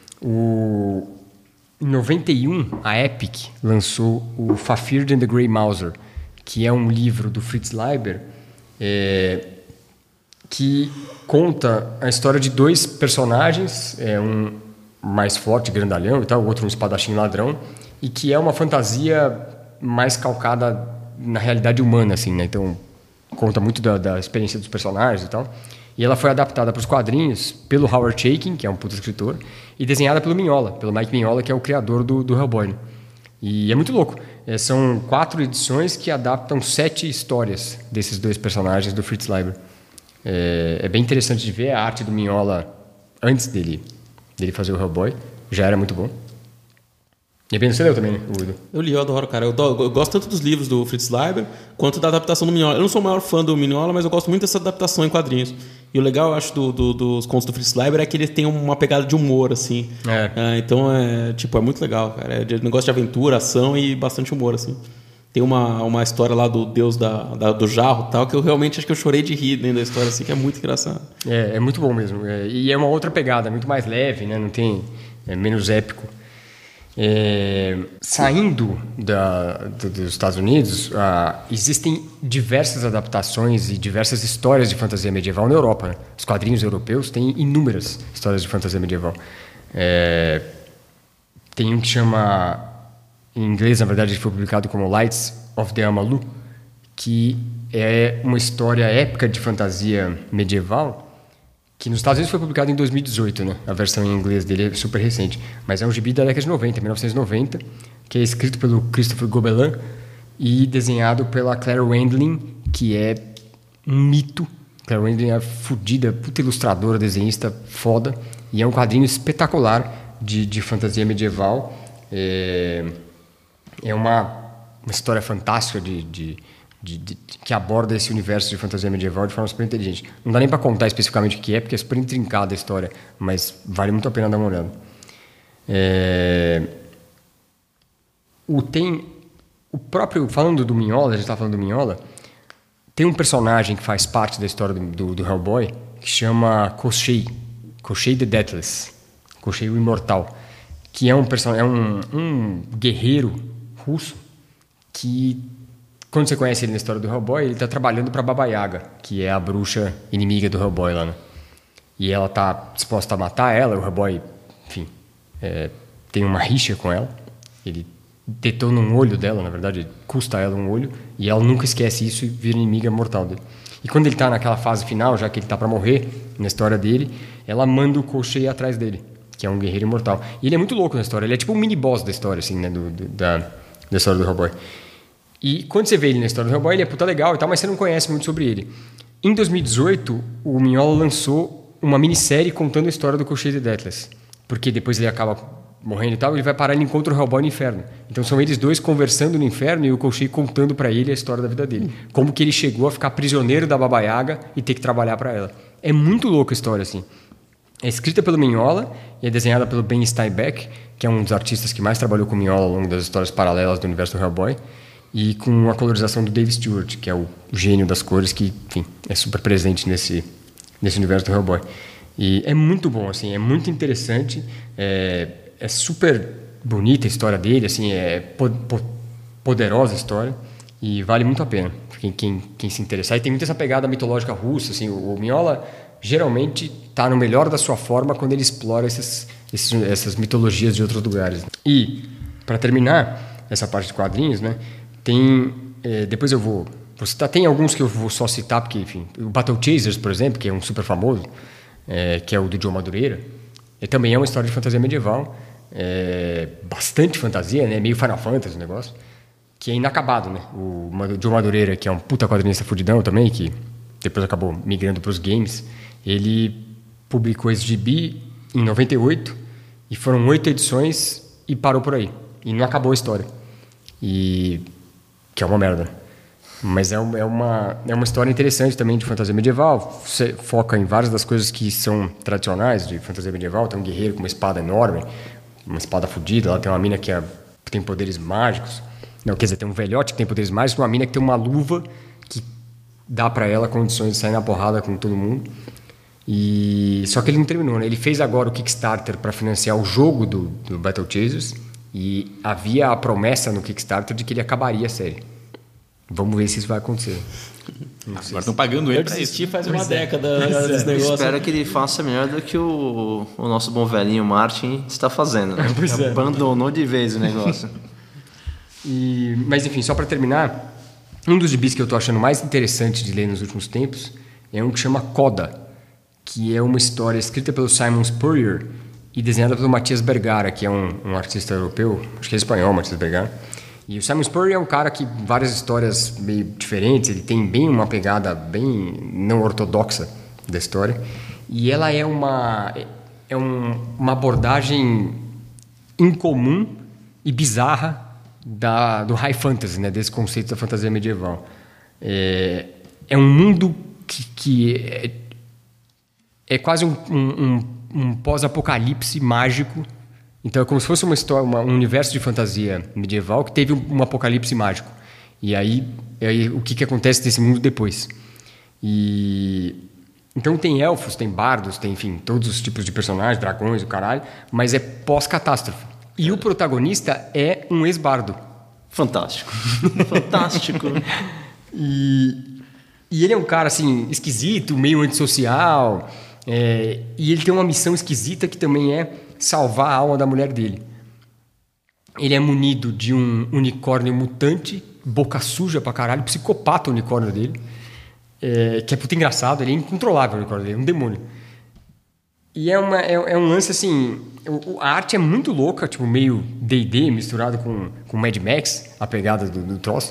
O, em noventa e um, a Epic lançou o Fafhrd and the Grey Mouser, que é um livro do Fritz Leiber, é, que conta a história de dois personagens, é, um mais forte, grandalhão e tal, o outro um espadachim ladrão, e que é uma fantasia mais calcada na realidade humana, assim, né? Então, conta muito da, da experiência dos personagens e tal. E ela foi adaptada para os quadrinhos pelo Howard Chaykin, que é um puta escritor, e desenhada pelo Mignola, pelo Mike Mignola, que é o criador do, do Hellboy. E é muito louco. É, são quatro edições que adaptam sete histórias desses dois personagens do Fritz Leiber. É, é bem interessante de ver a arte do Mignola antes dele, dele fazer o Hellboy. Já era muito bom. E bem, você leu também, né, o Udo? Eu li, eu adoro, cara. Eu, do, eu gosto tanto dos livros do Fritz Leiber quanto da adaptação do Mignola. Eu não sou o maior fã do Mignola, mas eu gosto muito dessa adaptação em quadrinhos. E o legal, eu acho, do, do, dos contos do Fritz Leiber é que ele tem uma pegada de humor, assim. É. É, então, é, tipo, é muito legal, cara. É de, negócio de aventura, ação e bastante humor, assim. Tem uma, uma história lá do deus da, da, do jarro e tal, que eu realmente acho que eu chorei de rir dentro da história, assim, que é muito engraçado. É, é muito bom mesmo. É, e é uma outra pegada, muito mais leve, né? Não tem... É menos épico. É, saindo da, do, dos Estados Unidos, ah, existem diversas adaptações e diversas histórias de fantasia medieval na Europa, né? Os quadrinhos europeus têm inúmeras histórias de fantasia medieval. É, tem um que chama, em inglês, na verdade, ele foi publicado como Lights of the Amalu, que é uma história épica de fantasia medieval, que nos Estados Unidos foi publicado em dois mil e dezoito, né? A versão em inglês dele é super recente. Mas é um gibi da década de noventa, mil novecentos e noventa, que é escrito pelo Christopher Gobelin e desenhado pela Claire Wendling, que é um mito. Claire Wendling é fodida, puta ilustradora, desenhista foda. E é um quadrinho espetacular de, de fantasia medieval. É, é uma, uma história fantástica de... de De, de, que aborda esse universo de fantasia medieval de forma super inteligente. Não dá nem para contar especificamente o que é, porque é super intrincada a história, mas vale muito a pena dar uma olhada. É... O, tem, o próprio, falando do Mignola, a gente estava falando do Mignola, tem um personagem que faz parte da história do, do, do Hellboy, que chama Koschei, Koschei the Deathless, Koschei o Imortal, que é um, person... é um, um guerreiro russo que... Quando você conhece ele na história do Hellboy, ele está trabalhando para Baba Yaga, que é a bruxa inimiga do Hellboy lá, né? E ela está disposta a matar ela, o Hellboy, enfim, é, tem uma rixa com ela. Ele detona um olho dela, na verdade, custa ela um olho, e ela nunca esquece isso e vira inimiga mortal dele. E quando ele está naquela fase final, já que ele está para morrer, na história dele, ela manda o Koschei atrás dele, que é um guerreiro imortal. E ele é muito louco na história, ele é tipo um mini-boss da história, assim, né, do, do, da, da história do Hellboy. E quando você vê ele na história do Hellboy, ele é puta legal e tal, mas você não conhece muito sobre ele. Em dois mil e dezoito, o Mignola lançou uma minissérie contando a história do Koschei the Deathless. Porque depois ele acaba morrendo e tal, ele vai parar e encontra o Hellboy no inferno. Então são eles dois conversando no inferno e o Koschei contando pra ele a história da vida dele. Como que ele chegou a ficar prisioneiro da Baba Yaga e ter que trabalhar pra ela. É muito louca a história, assim. É escrita pelo Mignola e é desenhada pelo Ben Steinbeck, que é um dos artistas que mais trabalhou com o Mignola ao longo das histórias paralelas do universo do Hellboy. E com a colorização do Dave Stewart, que é o gênio das cores, que, enfim, é super presente nesse, nesse universo do Hellboy. E é muito bom, assim, é muito interessante, é, é super bonita a história dele, assim, é po, po, poderosa a história, e vale muito a pena, quem, quem, quem se interessar. E tem muita essa pegada mitológica russa, assim, o, o Mignola geralmente está no melhor da sua forma quando ele explora esses, esses, essas mitologias de outros lugares. E, para terminar essa parte de quadrinhos, né, tem, é, depois eu vou, vou citar, tem alguns que eu vou só citar, porque, enfim, o Battle Chasers, por exemplo, que é um super famoso, é, que é o do Joe Madureira, e também é uma história de fantasia medieval, é, bastante fantasia, né, meio Final Fantasy o negócio, que é inacabado, né, o Joe Madureira, que é um puta quadrinista fudidão também, que depois acabou migrando para os games, ele publicou esse gibi em noventa e oito, e foram oito edições, e parou por aí, e não acabou a história. E... que é uma merda. Mas é, um- é, uma, é uma história interessante também de fantasia medieval. Você foca em várias das coisas que são tradicionais de fantasia medieval. Tem um guerreiro com uma espada enorme, uma espada fodida. Lá tem uma mina que, é, que tem poderes mágicos. Não, quer dizer, tem um velhote que tem poderes mágicos, uma mina que tem uma luva que dá pra ela condições de sair na porrada com todo mundo. E só que ele não terminou, né? Ele fez agora o Kickstarter para financiar o jogo do, do Battle Chasers e havia a promessa no Kickstarter de que ele acabaria a série. Vamos ver se isso vai acontecer. Agora estão pagando ele Eu pra desisti isso. faz uma década é. desse negócio. Espero que ele faça melhor do que o, o nosso bom velhinho Martin está fazendo. Né? Pois é. Abandonou de vez o negócio. E, mas enfim, só para terminar, um dos gibis que eu tô achando mais interessante de ler nos últimos tempos é um que chama Coda, que é uma história escrita pelo Simon Spurrier e desenhada pelo Matias Bergara, que é um, um artista europeu, acho que é espanhol, Matias Bergara. E o Simon Spurrier é um cara que várias histórias meio diferentes, ele tem bem uma pegada bem não ortodoxa da história. E ela é uma, é um, uma abordagem incomum e bizarra da, do high fantasy, né, desse conceito da fantasia medieval. É, é um mundo que, que é, é quase um, um, um, um pós-apocalipse mágico. Então é como se fosse uma história, uma, um universo de fantasia medieval que teve um, um apocalipse mágico. E aí, aí o que, que acontece nesse mundo depois? E então tem elfos, tem bardos, tem, enfim, todos os tipos de personagens, dragões, o caralho, mas é pós-catástrofe. E o protagonista é um ex-bardo. Fantástico. Fantástico. E, e ele é um cara, assim, esquisito, meio antissocial. É, e ele tem uma missão esquisita que também é salvar a alma da mulher dele. Ele é munido de um unicórnio mutante, boca suja pra caralho, psicopata o unicórnio dele. É, que é puta engraçado, ele é incontrolável o unicórnio dele, é um demônio. E é, uma, é, é um lance assim... O, a arte é muito louca, tipo meio D e D misturado com, com Mad Max, a pegada do, do troço.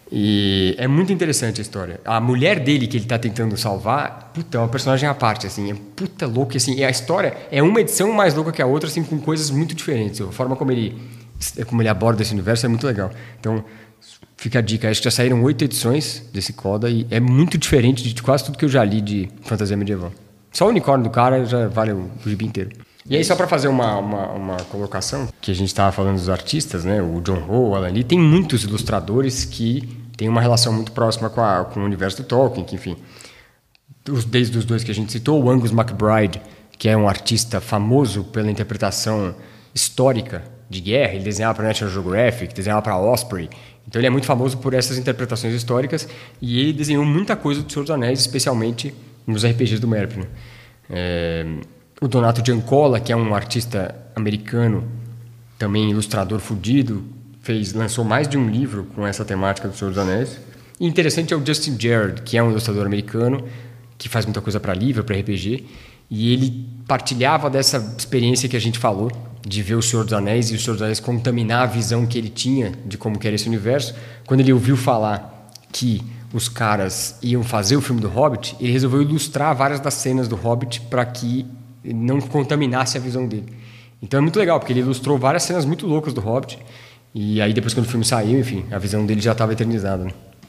E é muito interessante a história. A mulher dele que ele tá tentando salvar, puta, é uma personagem à parte, assim, é puta louca, assim. E a história é uma edição mais louca que a outra, assim, com coisas muito diferentes. A forma como ele, como ele aborda esse universo é muito legal. Então, fica a dica. Acho que já saíram oito edições desse Coda e é muito diferente de quase tudo que eu já li de fantasia medieval. Só o unicórnio do cara já vale o, o gibi inteiro. E aí, só para fazer uma, uma, uma colocação, que a gente estava falando dos artistas, né? O John Ho, o Alan Lee, tem muitos ilustradores que têm uma relação muito próxima com, a, com o universo do Tolkien, que, enfim, os, desde os dois que a gente citou, o Angus MacBride, que é um artista famoso pela interpretação histórica de guerra, ele desenhava para National Geographic, desenhava para Osprey, então ele é muito famoso por essas interpretações históricas e ele desenhou muita coisa do Senhor dos Anéis, especialmente nos R P Gs do Merp, né? É... O Donato Giancola, que é um artista americano, também ilustrador fudido, fez, lançou mais de um livro com essa temática do Senhor dos Anéis. E interessante é o Justin Jared, que é um ilustrador americano, que faz muita coisa para livro, para R P G, e ele partilhava dessa experiência que a gente falou, de ver o Senhor dos Anéis e o Senhor dos Anéis contaminar a visão que ele tinha de como que era esse universo. Quando ele ouviu falar que os caras iam fazer o filme do Hobbit, ele resolveu ilustrar várias das cenas do Hobbit para que não contaminasse a visão dele. Então é muito legal, porque ele ilustrou várias cenas muito loucas do Hobbit, e aí depois quando o filme saiu, enfim, a visão dele já estava eternizada, né?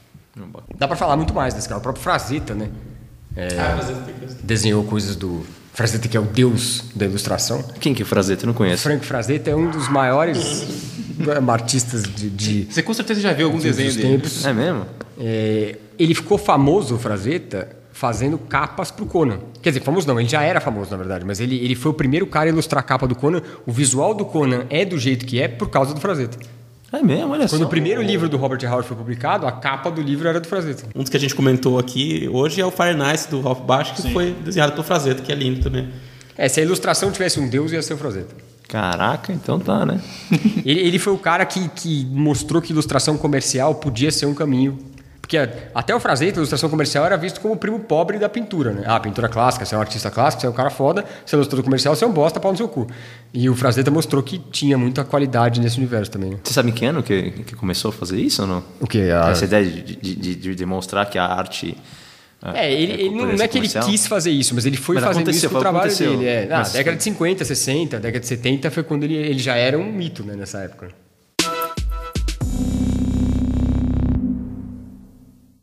Dá pra falar muito mais desse cara. O próprio Frazetta, né? É, ah, desenhou coisas do... Frazetta, que é o deus da ilustração. Quem que é Frazetta? Eu não conheço. Frank Frazetta é um dos maiores artistas de, de... Você com certeza já viu algum de desenho dos dele. tempos. É mesmo? É, ele ficou famoso, o Frazetta, fazendo capas pro Conan. Quer dizer, famoso não, ele já era famoso, na verdade, mas ele, ele foi o primeiro cara a ilustrar a capa do Conan. O visual do Conan é do jeito que é por causa do Frazetta. É mesmo, olha só. Quando o primeiro livro do Robert Howard foi publicado, a capa do livro era do Frazetta. Um dos que a gente comentou aqui hoje é o Fire Nice do Ralph Bakshi, que Sim. foi desenhado pelo Frazetta, que é lindo também. É, se a ilustração tivesse um deus, ia ser o Frazetta. Caraca, então tá, né? ele, ele foi o cara que, que mostrou que ilustração comercial podia ser um caminho. Porque até o Frazetta, a ilustração comercial, era visto como o primo pobre da pintura, né? Ah, pintura clássica, você é um artista clássico, você é um cara foda, você é ilustrador comercial, você é um bosta, pau no seu cu. E o Frazetta mostrou que tinha muita qualidade nesse universo também. Né? Você sabe que ano que, que começou a fazer isso ou não? O quê? A... Essa ideia de, de, de, de demonstrar que a arte... É, ele, é, ele não, não é que ele quis fazer isso, mas ele foi mas fazendo isso com o trabalho aconteceu. dele. É. Ah, mas... década de cinquenta, sessenta, década de setenta foi quando ele, ele já era um mito, né, nessa época.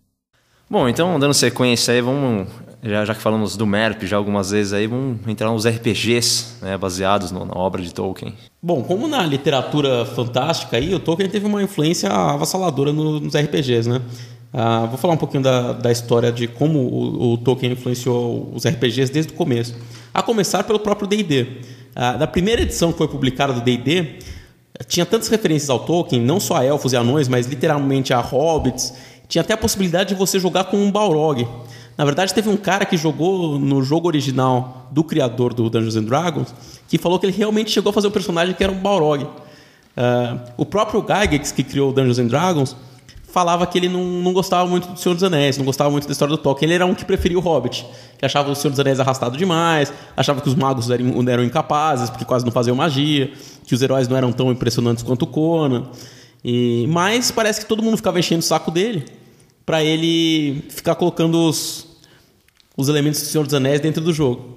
Bom, então, dando sequência aí, vamos... Já, já que falamos do MERP já algumas vezes aí, vamos entrar nos R P Gs, né, baseados no, na obra de Tolkien. Bom, como na literatura fantástica aí, o Tolkien teve uma influência avassaladora no, nos R P Gs, né? Ah, vou falar um pouquinho da, da história de como o, o Tolkien influenciou os R P Gs desde o começo. A começar pelo próprio D e D. Ah, na primeira edição que foi publicada do D e D, tinha tantas referências ao Tolkien, não só a elfos e anões, mas literalmente a hobbits. Tinha até a possibilidade de você jogar com um Balrog. Na verdade, teve um cara que jogou no jogo original do criador do Dungeons and Dragons que falou que ele realmente chegou a fazer um personagem que era um Balrog. Uh, o próprio Gygax, que criou o Dungeons and Dragons, falava que ele não, não gostava muito do Senhor dos Anéis, não gostava muito da história do Tolkien. Ele era um que preferia o Hobbit, que achava o Senhor dos Anéis arrastado demais, achava que os magos eram, eram incapazes, porque quase não faziam magia, que os heróis não eram tão impressionantes quanto o Conan. E, mas parece que todo mundo ficava enchendo o saco dele para ele ficar colocando os, os elementos do Senhor dos Anéis dentro do jogo.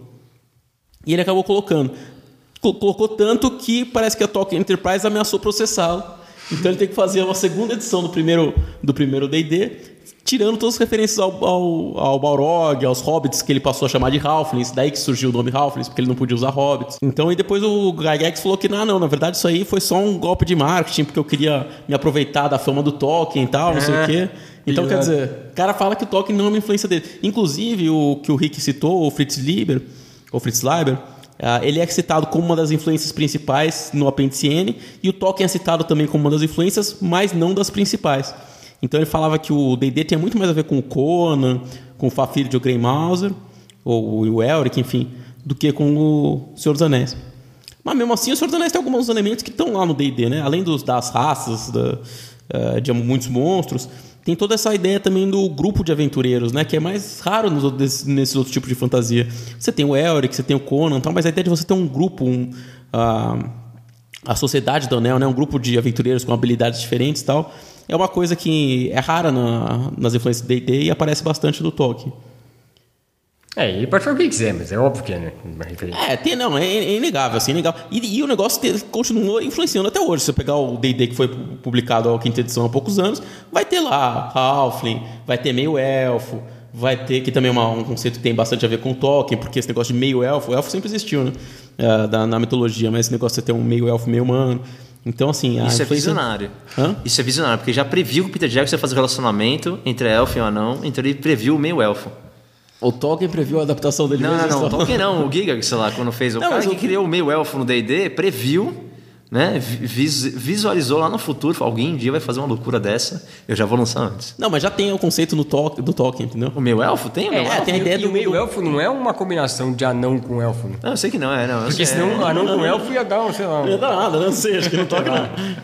E ele acabou colocando. Colocou tanto que parece que a Tolkien Enterprise ameaçou processá-lo. Então ele tem que fazer uma segunda edição do primeiro do primeiro D e D, tirando todas as referências ao, ao, ao Balrog, aos Hobbits, que ele passou a chamar de Halflings. Daí que surgiu o nome Halflings, porque ele não podia usar Hobbits. Então, e depois o Gygax falou que não, não, na verdade isso aí foi só um golpe de marketing, porque eu queria me aproveitar da fama do Tolkien e tal, não é, sei o quê. Então, quer dizer, o cara fala que o Tolkien não é uma influência dele. Inclusive, o que o Rick citou, o Fritz Leiber, ou Fritz Leiber, Uh, ele é citado como uma das influências principais no apêndice N, e o Tolkien é citado também como uma das influências, mas não das principais. Então ele falava que o D e D tinha muito mais a ver com o Conan, com o Fafnir de Grey Mouser, ou o Elric, enfim, do que com o Senhor dos Anéis. Mas mesmo assim, o Senhor dos Anéis tem alguns elementos que estão lá no D e D, né? Além dos, das raças, da, uh, de muitos monstros, tem toda essa ideia também do grupo de aventureiros, né? Que é mais raro nos outros, nesses outros tipos de fantasia. Você tem o Elric, você tem o Conan, tal, mas a ideia de você ter um grupo, um, uh, a Sociedade do Anel, né? Um grupo de aventureiros com habilidades diferentes e tal, é uma coisa que é rara na, nas influências do D e D e aparece bastante do Tolkien. É, ele pode falar o que quiser, mas é óbvio que é, né? Uma referência. É, tem, não, é, é inegável, assim, é inegável. E, e o negócio te, continuou influenciando até hoje. Se você pegar o D e D que foi publicado a quinta edição há poucos anos, vai ter lá Halfling, vai ter meio-elfo, vai ter, que também é uma, um conceito que tem bastante a ver com o Tolkien, porque esse negócio de meio-elfo, o elfo sempre existiu, né? É, da, na mitologia, mas esse negócio de ter um meio-elfo, meio-humano. Então, assim... Isso é visionário. Hã? Isso é visionário, porque já previu que o Peter Jackson ia fazer o relacionamento entre elfo e o anão, então ele previu o meio-elfo. O Tolkien previu a adaptação dele não, mesmo? Não, não, o Tolkien não. O Gygax, sei lá, quando fez... O não, cara que eu... criou o meio-elfo no D e D, previu, né, vis, visualizou lá no futuro, alguém um dia vai fazer uma loucura dessa, eu já vou lançar antes. Não, mas já tem o conceito no to- do Tolkien, entendeu? O meio-elfo? Tem o é, meio-elfo? É, tem a ideia do meio-elfo, não é uma combinação de anão com elfo. Né? Não, eu sei que não é, não. Porque senão é... anão com elfo ia dar, sei lá... Não ia dar nada, não sei, acho que não toca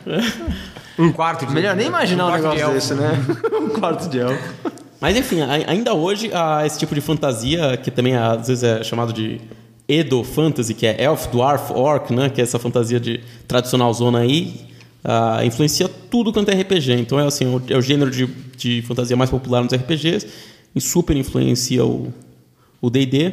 não. Um quarto de... Melhor nem imaginar um, um negócio de desse, né? Um quarto de elfo. Mas enfim, ainda hoje há esse tipo de fantasia, que também às vezes é chamado de Edo Fantasy, que é Elf, Dwarf, Orc, né? Que é essa fantasia de tradicional zona aí, uh, influencia tudo quanto é R P G. Então é assim, é o gênero de, de fantasia mais popular nos R P Gs, e super influencia o, o D e D,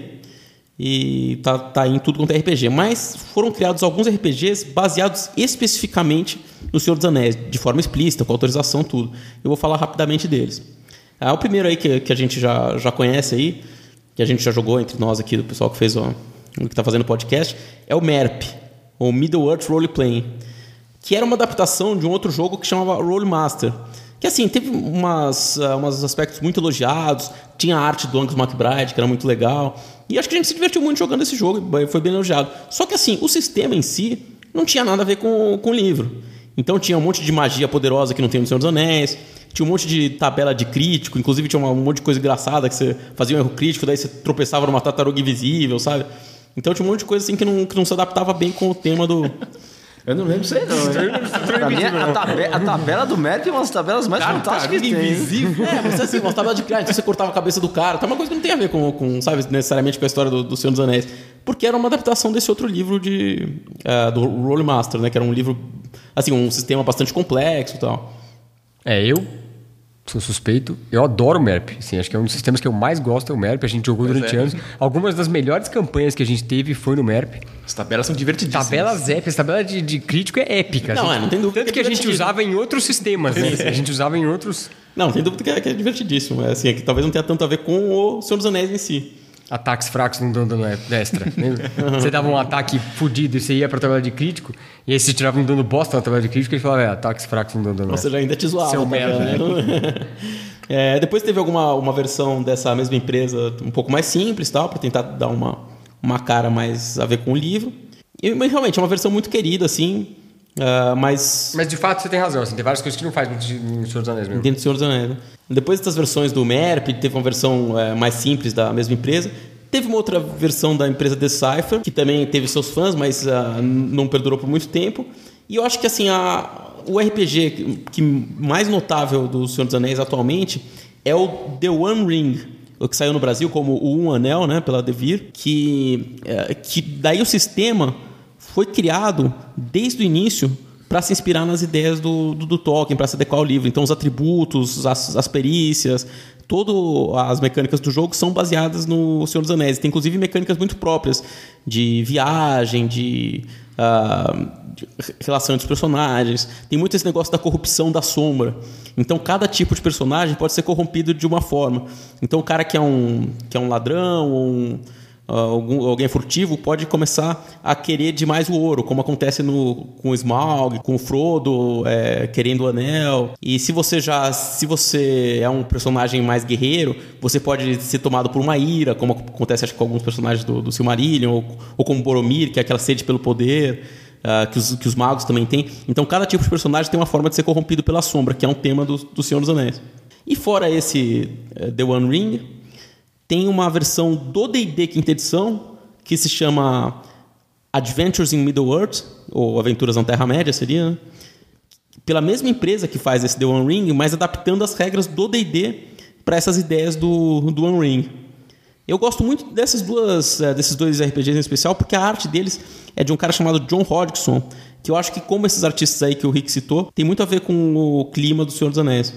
e tá, tá em tudo quanto é R P G. Mas foram criados alguns R P Gs baseados especificamente no Senhor dos Anéis, de forma explícita, com autorização, tudo. Eu vou falar rapidamente deles. Ah, o primeiro aí que, que a gente já, já conhece aí, que a gente já jogou entre nós aqui, do pessoal que fez o, que está fazendo o podcast, é o MERP, ou Middle-earth Role Playing, que era uma adaptação de um outro jogo que chamava Rolemaster. Que assim, teve umas, uh, uns aspectos muito elogiados, tinha a arte do Angus McBride, que era muito legal, e acho que a gente se divertiu muito jogando esse jogo, foi bem elogiado. Só que assim, o sistema em si não tinha nada a ver com, com o livro. Então tinha um monte de magia poderosa que não tem no Senhor dos Anéis, tinha um monte de tabela de crítico, inclusive tinha uma, um monte de coisa engraçada que você fazia um erro crítico, daí você tropeçava numa tartaruga invisível, sabe? Então tinha um monte de coisa assim que não, que não se adaptava bem com o tema do... Eu não lembro isso aí, não. Pra mim, a, tabe- a tabela do MERP é uma das tabelas mais Cara, fantásticas que tem. Invisível. É, mas assim, uma tabela de criar, então você cortava a cabeça do cara. Tá uma coisa que não tem a ver com, com sabe, necessariamente com a história do, do Senhor dos Anéis. Porque era uma adaptação desse outro livro de, uh, do Rolemaster, né? Que era um livro, assim, um sistema bastante complexo e tal. É, eu sou suspeito. Eu adoro o MERP. Assim, acho que é um dos sistemas que eu mais gosto é o MERP. A gente jogou pois durante é. anos. Algumas das melhores campanhas que a gente teve foi no MERP. As tabelas são divertidíssimas. Tabelas épicas. Tabela de, de crítico é épica. Não, assim. é, não tem dúvida. Tanto que, que a gente usava em outros sistemas. Né? A gente usava em outros... Não, tem dúvida que é, que é divertidíssimo. É, assim, é que talvez não tenha tanto a ver com o Senhor dos Anéis em si. Ataques fracos não dão dano extra. Lembra? Você dava um ataque fudido e você ia pra tabela de crítico, e aí você tirava um dano bosta na tabela de crítico e falava, é, ataques fracos não dão dano extra. Ou seja, ainda te zoava. Seu tá merda, né? É, depois teve alguma uma versão dessa mesma empresa um pouco mais simples, tal, para tentar dar uma, uma cara mais a ver com o livro. E, mas realmente é uma versão muito querida, assim, uh, mas... Mas de fato você tem razão, assim, tem várias coisas que não faz no Senhor dos Anéis mesmo. Dentro do Senhor dos Anéis, né? Depois dessas versões do Merp, teve uma versão é, mais simples da mesma empresa. Teve uma outra versão da empresa Decipher, que também teve seus fãs, mas uh, não perdurou por muito tempo. E eu acho que assim, a, o R P G que, que mais notável do Senhor dos Anéis atualmente é o The One Ring, o que saiu no Brasil como o Um Anel, né, pela Devir, que, é, que daí o sistema foi criado desde o início para se inspirar nas ideias do, do, do Tolkien, para se adequar ao livro. Então os atributos, as, as perícias, todas as mecânicas do jogo são baseadas no Senhor dos Anéis. Tem inclusive mecânicas muito próprias de viagem, de, uh, de relação entre os personagens. Tem muito esse negócio da corrupção da sombra. Então cada tipo de personagem pode ser corrompido de uma forma. Então o cara que é um, que é um ladrão ou um... Uh, algum, alguém furtivo pode começar a querer demais o ouro, como acontece no, com o Smaug, com o Frodo é, querendo o anel. E se você já se você é um personagem mais guerreiro, você pode ser tomado por uma ira, como acontece acho, com alguns personagens do, do Silmarillion, ou, ou como Boromir, que é aquela sede pelo poder, uh, que, os, que os magos também têm. Então cada tipo de personagem tem uma forma de ser corrompido pela sombra, que é um tema do, do Senhor dos Anéis. E fora esse uh, The One Ring, tem uma versão do D e D quinta edição, que se chama Adventures in Middle-earth, ou Aventuras na Terra-média, seria, né? Pela mesma empresa que faz esse The One Ring, mas adaptando as regras do D e D para essas ideias do, do One Ring. Eu gosto muito dessas duas, desses dois R P Gs em especial, porque a arte deles é de um cara chamado John Hodgson, que eu acho que, como esses artistas aí que o Rick citou, tem muito a ver com o clima do Senhor dos Anéis.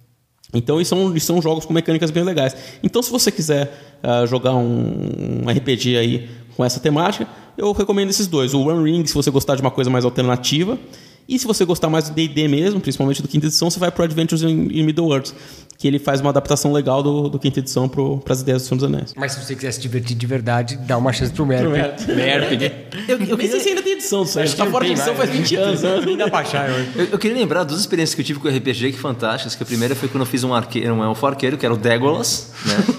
Então, isso são, isso são jogos com mecânicas bem legais. Então, se você quiser uh, jogar um, um R P G aí com essa temática, eu recomendo esses dois. O One Ring, se você gostar de uma coisa mais alternativa. E se você gostar mais do D e D mesmo, principalmente do quinta edição, você vai para o Adventures in, in Middle-earth, que ele faz uma adaptação legal do, do quinta edição para as ideias do Senhor dos Anéis. Mas se você quiser se divertir de verdade, dá uma chance pro Merp. Merp, né? Eu, eu nem sei se ainda tem edição disso aí. Acho que tá fora de edição faz vinte anos. Nem dá pra achar. Eu, eu queria lembrar duas experiências que eu tive com o R P G que fantásticas. Que a primeira foi quando eu fiz um arqueiro, um elfo arqueiro, que era o Legolas,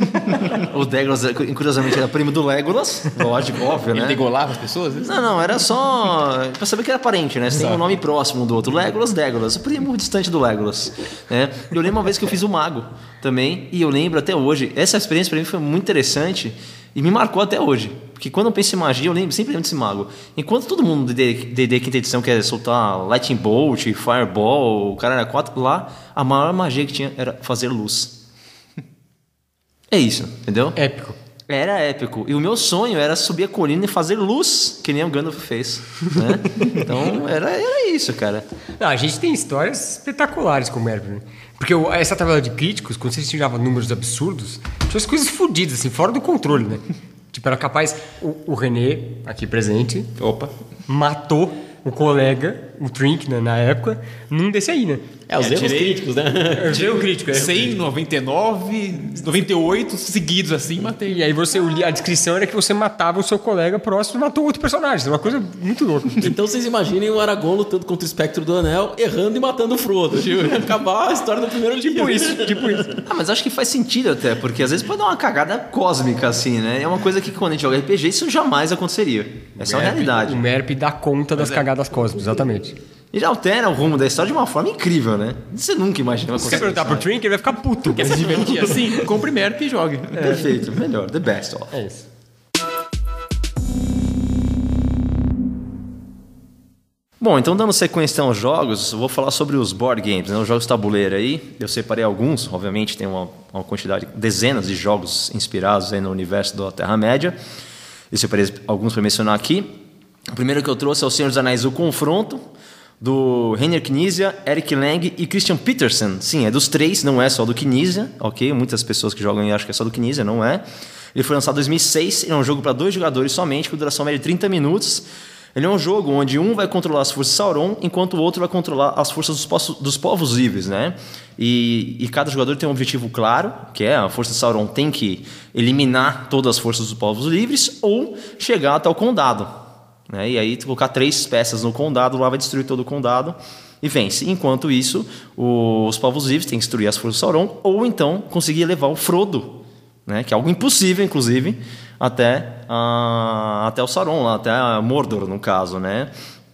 né? O Legolas, curiosamente, era primo do Legolas. Lógico, óbvio, né? Ele degolava as pessoas? Isso? Não, não, era só pra saber que era parente, né? Você tem um nome próximo do outro. Legolas, Legolas, o primo distante do Legolas, né? Eu lembro uma vez que eu fiz o mago também, e eu lembro até hoje, essa experiência pra mim foi muito interessante e me marcou até hoje, porque quando eu penso em magia, eu lembro, sempre lembro desse mago. Enquanto todo mundo do D e D quinta edição quer soltar Lightning Bolt, Fireball, o cara era quatro, lá a maior magia que tinha era fazer luz. É isso, entendeu? Épico. Era épico. E o meu sonho era subir a colina e fazer luz, que nem o Gandalf fez, né? Então, era, era isso, cara. Não, a gente tem histórias espetaculares com o Merp, né? Porque o- essa tabela de críticos, quando você tirava números absurdos, tinha as coisas fodidas, assim, fora do controle, né? Tipo, era capaz... O, o René, aqui presente, Opa. matou o colega, o Trink, né, na época, num desse aí, né? É, os É, erros tirei- críticos, né? Eu o crítico, é. cem, noventa e nove, noventa e oito seguidos assim, matei. E aí você, o li- a descrição era que você matava o seu colega próximo e matou outro personagem. É uma coisa muito louca. Então vocês imaginem o Aragorn lutando contra o Espectro do Anel, errando e matando o Frodo. Tipo, ia acabar a história do primeiro livro. Tipo isso, tipo isso. Ah, mas acho que faz sentido até, porque às vezes pode dar uma cagada cósmica, assim, né? É uma coisa que quando a gente joga R P G, isso jamais aconteceria. Essa é a realidade. O Merp dá conta das cagadas cósmicas, exatamente. E já altera o rumo da história de uma forma incrível, né? Você nunca imagina. Se você perguntar pro Trink, ele vai ficar puto. Quer se divertir assim? Compre Merp e jogue. Perfeito, melhor, the best of. É isso. Bom, então dando sequência aos jogos, eu vou falar sobre os board games, né? Os jogos tabuleiro aí. Eu separei alguns, obviamente tem uma, uma quantidade, dezenas de jogos inspirados aí no universo da Terra-média. Eu separei alguns para mencionar aqui. O primeiro que eu trouxe é o Senhor dos Anéis, O Confronto, do Reiner Knizia, Eric Lang e Christian Peterson. Sim, é dos três, não é só do Knizia, ok? Muitas pessoas que jogam acham que é só do Knizia, não é. Ele foi lançado em dois mil e seis, é um jogo para dois jogadores somente, com duração média de trinta minutos. Ele é um jogo onde um vai controlar as forças de Sauron, enquanto o outro vai controlar as forças dos, po- dos povos livres, né? E, e cada jogador tem um objetivo claro, que é a força de Sauron tem que eliminar todas as forças dos povos livres ou chegar até o condado, né? E aí colocar três peças no condado, lá vai destruir todo o condado e vence. Enquanto isso, os povos livres têm que destruir as forças de Sauron ou então conseguir levar o Frodo, né? Que é algo impossível, inclusive, até, uh, até o Sauron, até a Mordor, no caso, né?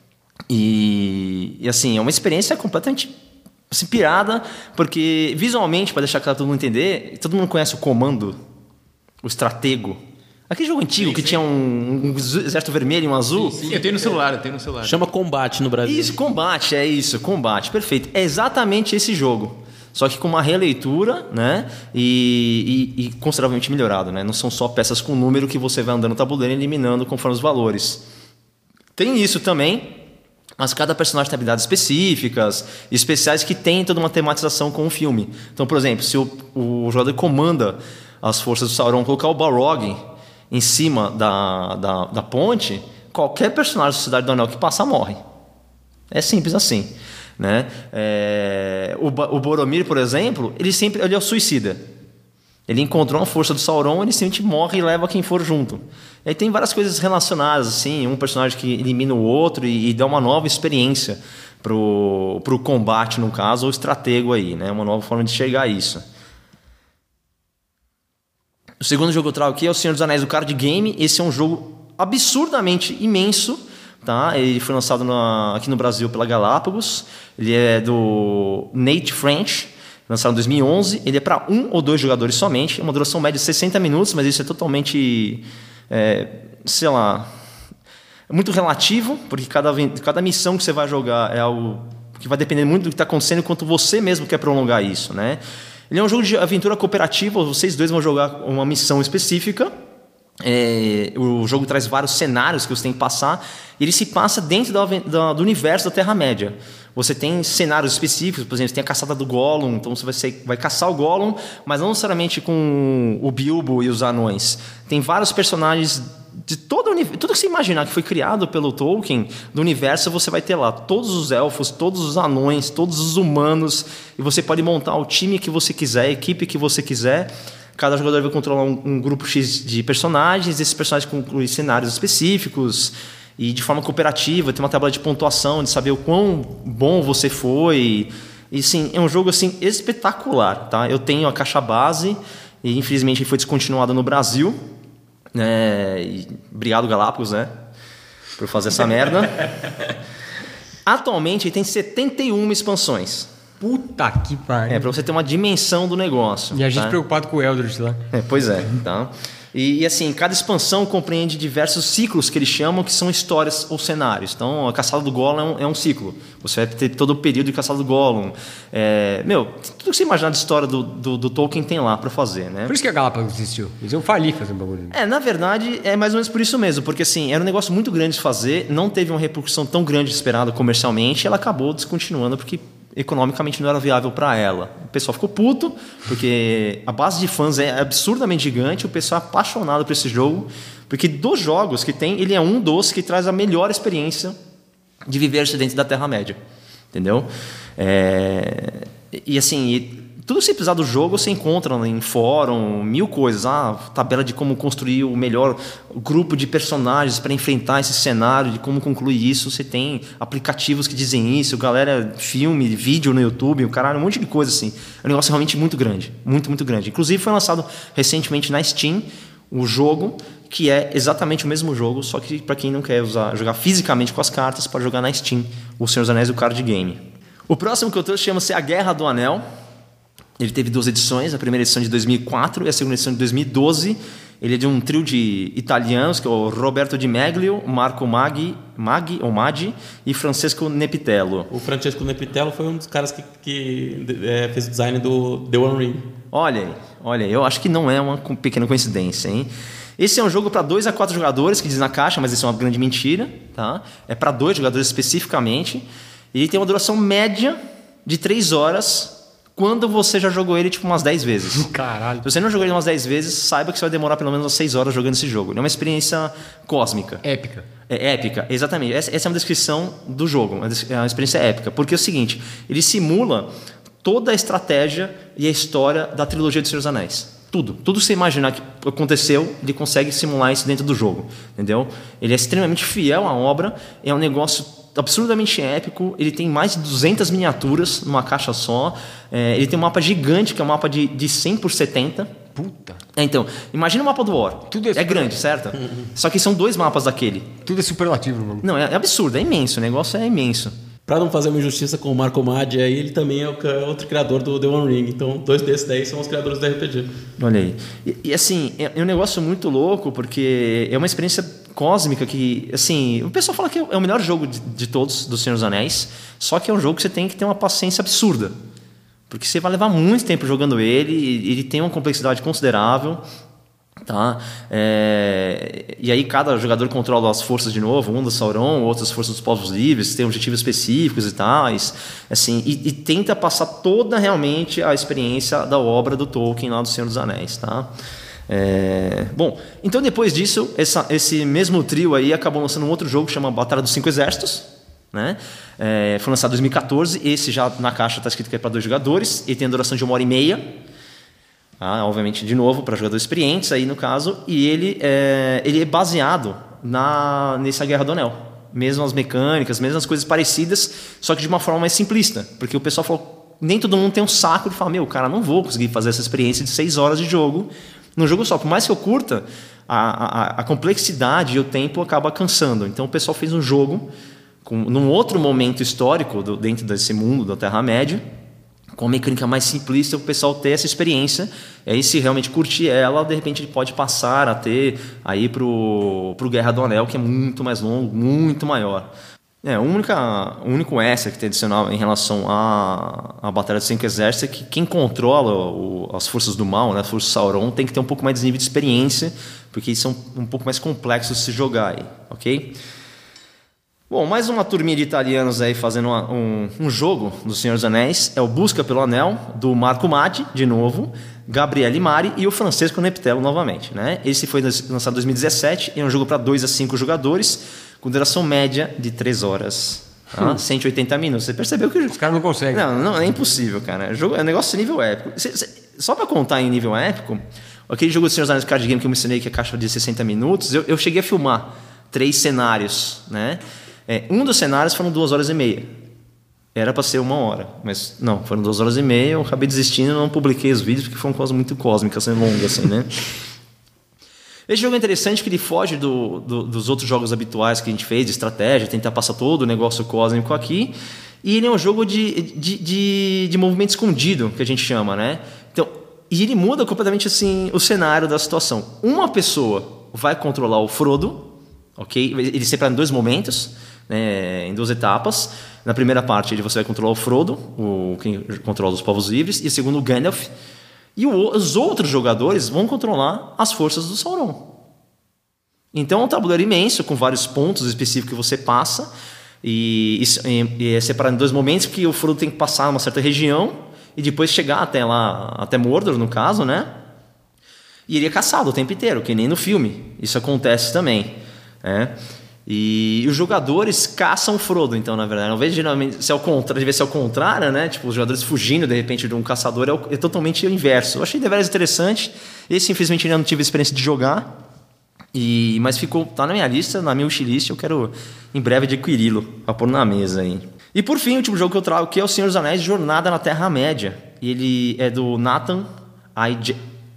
E, e assim, é uma experiência completamente assim, pirada, porque visualmente, para deixar claro todo mundo entender, todo mundo conhece o Comando, o Stratego. Aquele jogo antigo sim, que sim. tinha um, um exército vermelho e um azul. Sim, sim, eu tenho no celular, eu tenho no celular. Chama Combate no Brasil. Isso, Combate, é isso, Combate, perfeito. É exatamente esse jogo. Só que com uma releitura, né? E, e, e consideravelmente melhorado, né? Não são só peças com número que você vai andando no tabuleiro e eliminando conforme os valores. Tem isso também, mas cada personagem tem habilidades específicas, especiais que tem toda uma tematização com o filme. Então, por exemplo, se o, o jogador comanda as forças do Sauron, colocar o Balrog em cima da, da, da ponte, qualquer personagem da Sociedade do Anel que passa morre. É simples assim. Né? É, o, o Boromir, por exemplo, ele sempre ele é o suicida. Ele encontrou uma força do Sauron, ele sempre morre e leva quem for junto. E aí tem várias coisas relacionadas, assim, um personagem que elimina o outro e, e dá uma nova experiência pro, pro combate, no caso, ou estratego aí, né? Uma nova forma de chegar a isso. O segundo jogo que eu trago aqui é o Senhor dos Anéis, o card game. Esse é um jogo absurdamente imenso. Tá? Ele foi lançado na, aqui no Brasil pela Galápagos. Ele é do Nate French, lançado em dois mil e onze. Ele é para um ou dois jogadores somente. É uma duração média de sessenta minutos, mas isso é totalmente, é, sei lá, é muito relativo, porque cada, cada missão que você vai jogar é algo que vai depender muito do que está acontecendo, enquanto você mesmo quer prolongar isso, né? Ele é um jogo de aventura cooperativa. Vocês dois vão jogar uma missão específica. É, o jogo traz vários cenários que você tem que passar e ele se passa dentro do, do, do universo da Terra-média. Você tem cenários específicos, por exemplo, você tem a caçada do Gollum, então você vai, ser, vai caçar o Gollum, mas não necessariamente com o Bilbo e os anões. Tem vários personagens de todo o universo, tudo que você imaginar que foi criado pelo Tolkien do universo, você vai ter lá todos os elfos, todos os anões, todos os humanos, e você pode montar o time que você quiser, a equipe que você quiser. Cada jogador vai controlar um, um grupo X de personagens, esses personagens concluem cenários específicos e de forma cooperativa, tem uma tabela de pontuação, de saber o quão bom você foi. E sim, é um jogo assim, espetacular. Tá? Eu tenho a caixa base e infelizmente ele foi descontinuado no Brasil. Né? E, obrigado, Galápagos, né? Por fazer essa merda. Atualmente ele tem setenta e uma expansões. Puta que pariu. É, pra você ter uma dimensão do negócio. E a gente tá? preocupado com o Eldritch lá. É, pois é, tá? E, e assim, cada expansão compreende diversos ciclos que eles chamam, que são histórias ou cenários. Então, a Caçada do Gollum é um, é um ciclo. Você vai ter todo o período de Caçada do Gollum. É, meu, tudo que você imaginar de história do, do, do Tolkien tem lá pra fazer, né? Por isso que a Galápagos existiu. Eles iam falir fazendo bagulho. É, na verdade, é mais ou menos por isso mesmo. Porque, assim, era um negócio muito grande de fazer, não teve uma repercussão tão grande esperada comercialmente, e ela acabou descontinuando porque economicamente não era viável para ela. O pessoal ficou puto, porque a base de fãs é absurdamente gigante, o pessoal é apaixonado por esse jogo, porque dos jogos que tem, ele é um dos que traz a melhor experiência de viver-se dentro da Terra-média. Entendeu? É... E assim, e tudo que você precisar do jogo você encontra em fórum, mil coisas. Ah, tabela de como construir o melhor grupo de personagens para enfrentar esse cenário, de como concluir isso. Você tem aplicativos que dizem isso, galera, filme, vídeo no YouTube, o caralho, um monte de coisa assim. É um negócio realmente muito grande, muito, muito grande. Inclusive foi lançado recentemente na Steam o jogo, que é exatamente o mesmo jogo, só que para quem não quer usar, jogar fisicamente com as cartas, pode jogar na Steam, o Senhor dos Anéis, o card game. O próximo que eu trouxe chama-se A Guerra do Anel. Ele teve duas edições, a primeira edição de dois mil e quatro e a segunda edição de dois mil e doze. Ele é de um trio de italianos, que é o Roberto Di Meglio, Marco Maggi, Maggi ou Maggi e Francesco Nepitello. O Francesco Nepitello foi um dos caras que, que é, fez o design do The One Ring. Olha aí, olha aí, eu acho que não é uma pequena coincidência, hein? Esse é um jogo para dois a quatro jogadores, que diz na caixa, mas isso é uma grande mentira, tá? É para dois jogadores especificamente. Ele tem uma duração média de três horas quando você já jogou ele tipo umas dez vezes. Caralho. Se você não jogou ele umas dez vezes, saiba que você vai demorar pelo menos umas seis horas jogando esse jogo. Ele é uma experiência cósmica. Épica. É épica, exatamente. Essa, essa é uma descrição do jogo, é uma experiência épica. Porque é o seguinte, ele simula toda a estratégia e a história da trilogia de Senhor dos Anéis. Tudo. Tudo que você imaginar que aconteceu, ele consegue simular isso dentro do jogo. Entendeu? Ele é extremamente fiel à obra, é um negócio absurdamente épico, ele tem mais de duzentas miniaturas numa caixa só, é, ele tem um mapa gigante, que é um mapa de, de cem por setenta. Puta. É, então, imagina o mapa do War. Tudo é é super- grande, certo? Só que são dois mapas daquele. Tudo é superlativo, mano. Não, é, é absurdo, é imenso, o negócio é imenso. Pra não fazer uma injustiça com o Marco Madi, aí ele também é o ca- outro criador do The One Ring. Então, dois desses daí são os criadores do R P G. Olha aí. E, e, assim, é, é um negócio muito louco, porque é uma experiência cósmica que, assim, o pessoal fala que é o melhor jogo de, de todos, do Senhor dos Anéis, só que é um jogo que você tem que ter uma paciência absurda. Porque você vai levar muito tempo jogando ele, e ele tem uma complexidade considerável, tá? É, e aí cada jogador controla as forças de novo, um do Sauron, outras forças dos povos livres, tem objetivos específicos e tais, assim, e, e tenta passar toda realmente a experiência da obra do Tolkien lá do Senhor dos Anéis, tá? É, bom, então depois disso, essa, esse mesmo trio aí acabou lançando um outro jogo que chama Batalha dos Cinco Exércitos, né? É, foi lançado em dois mil e catorze. Esse já na caixa está escrito que é para dois jogadores e tem a duração de uma hora e meia. Ah, obviamente, de novo, para jogadores experientes aí no caso. E ele é, ele é baseado na, nessa Guerra do Anel. Mesmo as mecânicas, mesmo as coisas parecidas, só que de uma forma mais simplista. Porque o pessoal falou, nem todo mundo tem um saco de falar, meu, cara, não vou conseguir fazer essa experiência de seis horas de jogo num jogo só. Por mais que eu curta, a, a, a complexidade e o tempo acaba cansando. Então o pessoal fez um jogo com, num outro momento histórico do, dentro desse mundo da Terra-média, com uma mecânica mais simplista, o pessoal ter essa experiência. E aí, se realmente curtir ela, de repente ele pode passar a ter aí pro, pro Guerra do Anel, que é muito mais longo, muito maior. É, o único, o único extra que tem adicional em relação à, à Batalha dos Cinco Exércitos é que quem controla o, as forças do mal, né, as forças do Sauron, tem que ter um pouco mais de nível de experiência, porque eles são um pouco mais complexos de se jogar aí, ok? Bom, mais uma turminha de italianos aí fazendo uma, um, um jogo do Senhor dos Anéis. É o Busca pelo Anel, do Marco Madi, de novo, Gabriele Mari e o Francesco Neptello novamente, né? Esse foi lançado em dois mil e dezessete, é um jogo para dois a cinco jogadores, com duração média de três horas. Tá? Hum. cento e oitenta minutos. Você percebeu que o jogo... Os caras não conseguem. Não, não, é impossível, cara. O jogo é um negócio de nível épico. Cê, cê, só para contar em nível épico, aquele jogo do Senhor dos Anéis Card Game que eu mencionei, que é a caixa de sessenta minutos, eu, eu cheguei a filmar três cenários, né? É, um dos cenários foram duas horas e meia. Era para ser uma hora, mas não, foram duas horas e meia. Eu acabei desistindo e não publiquei os vídeos porque foi uma coisa muito cósmica, assim, longa, assim, né? Esse jogo é interessante que ele foge do, do, dos outros jogos habituais que a gente fez, de estratégia, tentar passar todo o negócio cósmico aqui. E ele é um jogo de, de, de, de movimento escondido, que a gente chama, né? Então, e ele muda completamente assim, o cenário da situação. Uma pessoa vai controlar o Frodo, ok? Ele se separa em dois momentos, né, em duas etapas. Na primeira parte, ele, você vai controlar o Frodo, o, quem controla os povos livres, e segundo o Gandalf. E o, os outros jogadores vão controlar as forças do Sauron. Então é um tabuleiro imenso, com vários pontos específicos que você passa, e, e, e é separado em dois momentos, que o Frodo tem que passar uma certa região, e depois chegar até lá, até Mordor, no caso, né? E ele é caçado o tempo inteiro, que nem no filme. Isso acontece também. É. E os jogadores caçam o Frodo, então, na verdade. Ao invés de geralmente ser ao contrário, deve ser ao contrário, né? Tipo, os jogadores fugindo, de repente, de um caçador, é, o, é totalmente o inverso. Eu achei deveras interessante. Esse, infelizmente, ainda não tive a experiência de jogar. E, mas ficou, tá na minha lista, na minha wishlist. Eu quero, em breve, adquiri-lo para pôr na mesa aí. E, por fim, o último jogo que eu trago, que é o Senhor dos Anéis Jornada na Terra-média. Ele é do Nathan I.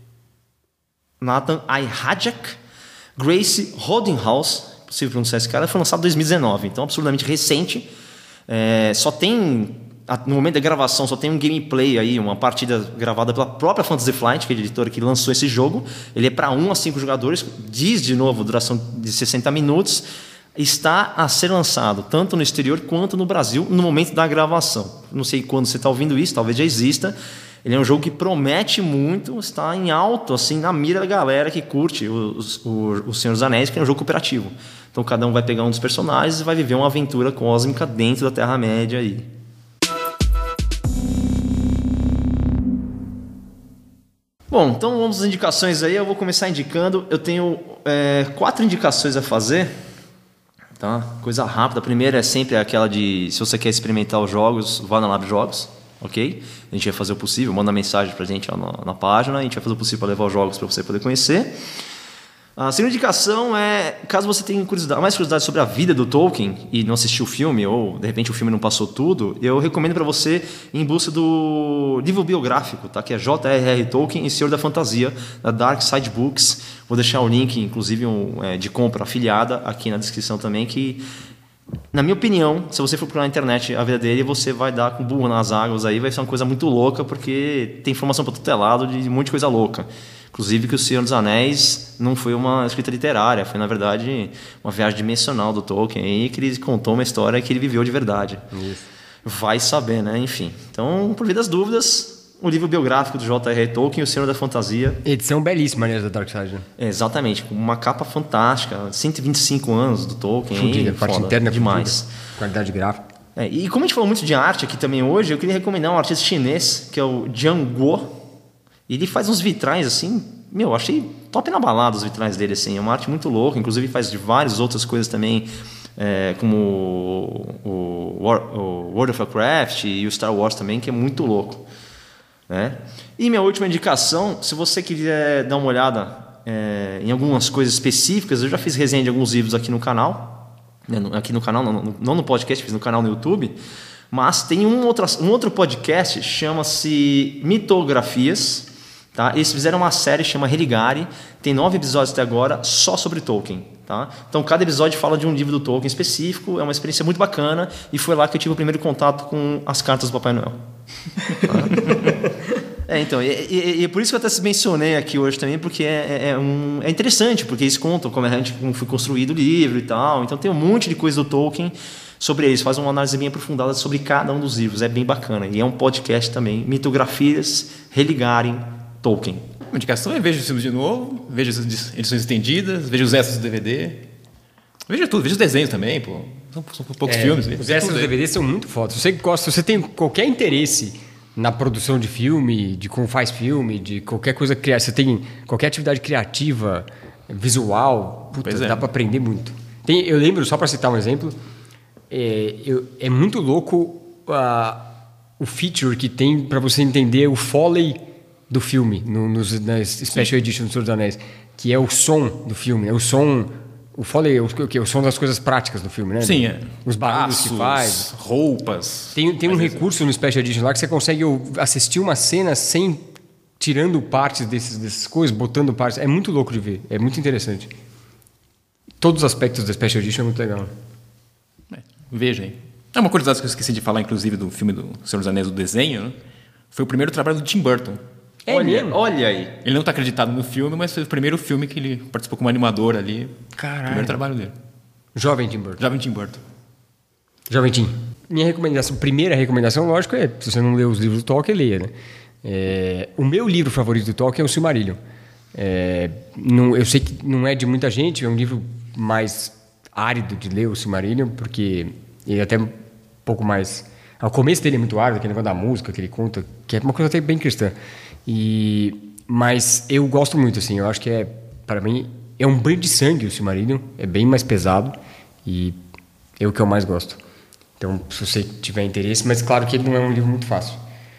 Nathan I. Hajek, Grace Holdinghouse, possível pronunciar esse cara, foi lançado em dois mil e dezenove, então absurdamente recente. É, só tem, no momento da gravação, só tem um gameplay aí, uma partida gravada pela própria Fantasy Flight, que é a editora que lançou esse jogo. Ele é para um a cinco jogadores, diz de novo, duração de sessenta minutos. Está a ser lançado tanto no exterior quanto no Brasil no momento da gravação. Não sei quando você está ouvindo isso, talvez já exista. Ele é um jogo que promete muito, está em alto, assim, na mira da galera que curte o, o, o Senhor dos Anéis, que é um jogo cooperativo. Então cada um vai pegar um dos personagens e vai viver uma aventura cósmica dentro da Terra-média aí. Bom, então vamos às indicações aí. Eu vou começar indicando. Eu tenho é, quatro indicações a fazer. Tá? Coisa rápida. A primeira é sempre aquela de, se você quer experimentar os jogos, vá na Lab Jogos, ok? A gente vai fazer o possível, manda mensagem pra gente lá na, na página, a gente vai fazer o possível para levar os jogos para você poder conhecer. A segunda indicação é, caso você tenha curiosidade, mais curiosidade sobre a vida do Tolkien e não assistiu o filme, ou de repente o filme não passou tudo, eu recomendo para você ir em busca do livro biográfico, tá? Que é J R R Tolkien e Senhor da Fantasia, da Dark Side Books. Vou deixar o link, inclusive, um, é, de compra afiliada aqui na descrição também, que, na minha opinião, se você for procurar na internet a vida dele, você vai dar com burro nas águas aí, vai ser uma coisa muito louca, porque tem informação para todo lado de um monte de coisa louca. Inclusive que o Senhor dos Anéis não foi uma escrita literária, foi na verdade uma viagem dimensional do Tolkien aí, que ele contou uma história que ele viveu de verdade. Isso. Vai saber, né? Enfim. Então, por via das dúvidas, o livro biográfico do J R R Tolkien, O Senhor da Fantasia. Edição belíssima, né, da Dark Side. É, exatamente, com uma capa fantástica, cento e vinte e cinco anos do Tolkien. Fudida, parte foda, interna demais. Fudida, qualidade gráfica. É, e como a gente falou muito de arte aqui também hoje, eu queria recomendar um artista chinês, que é o Jiang Guo. Ele faz uns vitrais assim, meu, achei top na balada os vitrais dele, assim, é uma arte muito louca, inclusive faz de várias outras coisas também, é, como o, o, o World of Warcraft e o Star Wars também, que é muito louco, né? E minha última indicação, se você quiser dar uma olhada é, em algumas coisas específicas, eu já fiz resenha de alguns livros aqui no canal, né, aqui no canal, não, não no podcast, fiz no canal no YouTube, mas tem um outro, um outro podcast, chama-se Mitografias. Tá? Eles fizeram uma série que chama Religare, tem nove episódios até agora, só sobre Tolkien. Tá? Então cada episódio fala de um livro do Tolkien específico, é uma experiência muito bacana, e foi lá que eu tive o primeiro contato com as cartas do Papai Noel. Tá? É, então, e, e, e é por isso que eu até mencionei aqui hoje também, porque é, é, um, é interessante, porque eles contam como, a gente, como foi construído o livro e tal, então tem um monte de coisa do Tolkien sobre eles, faz uma análise bem aprofundada sobre cada um dos livros, é bem bacana, e é um podcast também, Mitografias, Religare, Tolkien. Uma indicação é veja os filmes de novo, veja as edições estendidas, veja os extras do D V D. Veja tudo, veja os desenhos também, pô. São, são poucos é, filmes. Os extras do D V D são muito fodas. Se você gosta, se você tem qualquer interesse na produção de filme, de como faz filme, de qualquer coisa criar, você tem qualquer atividade criativa, visual, puta, é. dá para aprender muito. Tem, eu lembro, só para citar um exemplo, é, eu, é muito louco uh, o feature que tem para você entender o Foley do filme, no, nos, nas Special Edition do Senhor dos Anéis, que é o som do filme, é o som, o Foley é o, o, o som das coisas práticas do filme, né? Sim, é. Os barulhos Aços, que faz. Roupas. Tem, tem um Mas recurso no Special Edition lá que você consegue assistir uma cena sem, tirando partes desses, dessas coisas, botando partes, é muito louco de ver, é muito interessante. Todos os aspectos da Special Edition é muito legal. É, veja aí. É uma curiosidade que eu esqueci de falar, inclusive, do filme do Senhor dos Anéis, do desenho, né? Foi o primeiro trabalho do Tim Burton. É olha, mesmo? olha aí. Ele não está acreditado no filme, mas foi o primeiro filme que ele participou como animador ali. Caralho. Primeiro trabalho dele. Jovem Tim Burton. Jovem Tim Burton. Jovem Tim. Minha recomendação, primeira recomendação, lógico, é se você não leu os livros do Tolkien, leia, né? É, o meu livro favorito do Tolkien é o Silmarillion. É, não, eu sei que não é de muita gente, é um livro mais árido de ler o Silmarillion, porque ele é até um pouco mais... O começo dele é muito árido, aquele negócio da música que ele conta, que é uma coisa até bem cristã. E, mas eu gosto muito, assim, eu acho que é, para mim, é um banho de sangue o Silmarillion, é bem mais pesado e é o que eu mais gosto. Então, se você tiver interesse, mas claro que ele não é um livro muito fácil.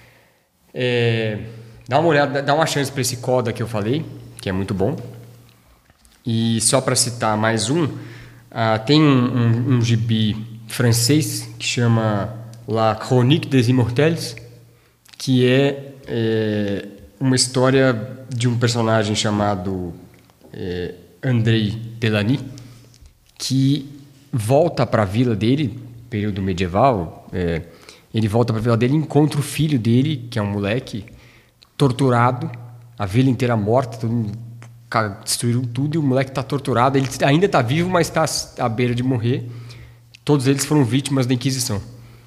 É, dá uma olhada, dá uma chance para esse Coda que eu falei, que é muito bom. E só para citar mais um, uh, tem um, um, um gibi francês que chama La Chronique des Immortels, que é, é uma história de um personagem chamado é, André Delany, que volta para a vila dele, período medieval, é, ele volta para a vila dele e encontra o filho dele, que é um moleque, torturado, a vila inteira morta, todo mundo destruíram tudo e o moleque está torturado, ele ainda está vivo, mas está à beira de morrer. Todos eles foram vítimas da Inquisição.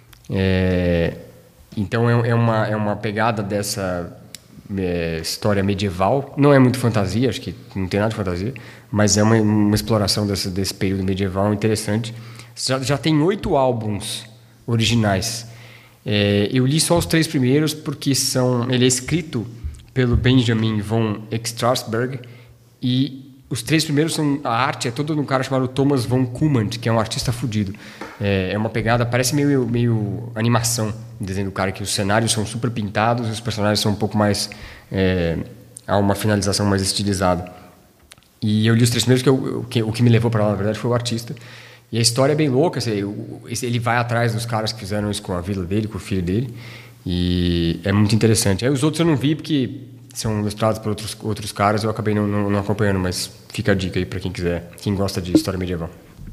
É, então é, é, uma, é uma pegada dessa é, história medieval. Não é muito fantasia, acho que não tem nada de fantasia, mas é uma, uma exploração desse, desse período medieval interessante. Já, já tem oito álbuns originais. É, eu li só os três primeiros porque são, ele é escrito pelo Benjamin von Strassberg. E os três primeiros são... A arte é toda de um cara chamado Thomas von Kumant, que é um artista fudido. É, é uma pegada... Parece meio, meio animação, o desenho do cara, que os cenários são super pintados e os personagens são um pouco mais... É, há uma finalização mais estilizada. E eu li os três primeiros, que, eu, o, que o que me levou para lá, na verdade, foi o artista. E a história é bem louca. Assim, ele vai atrás dos caras que fizeram isso com a vila dele, com o filho dele. E é muito interessante. Aí os outros eu não vi, porque são ilustrados por outros, outros caras, eu acabei não, não, não acompanhando, mas fica a dica aí para quem quiser, quem gosta de história medieval.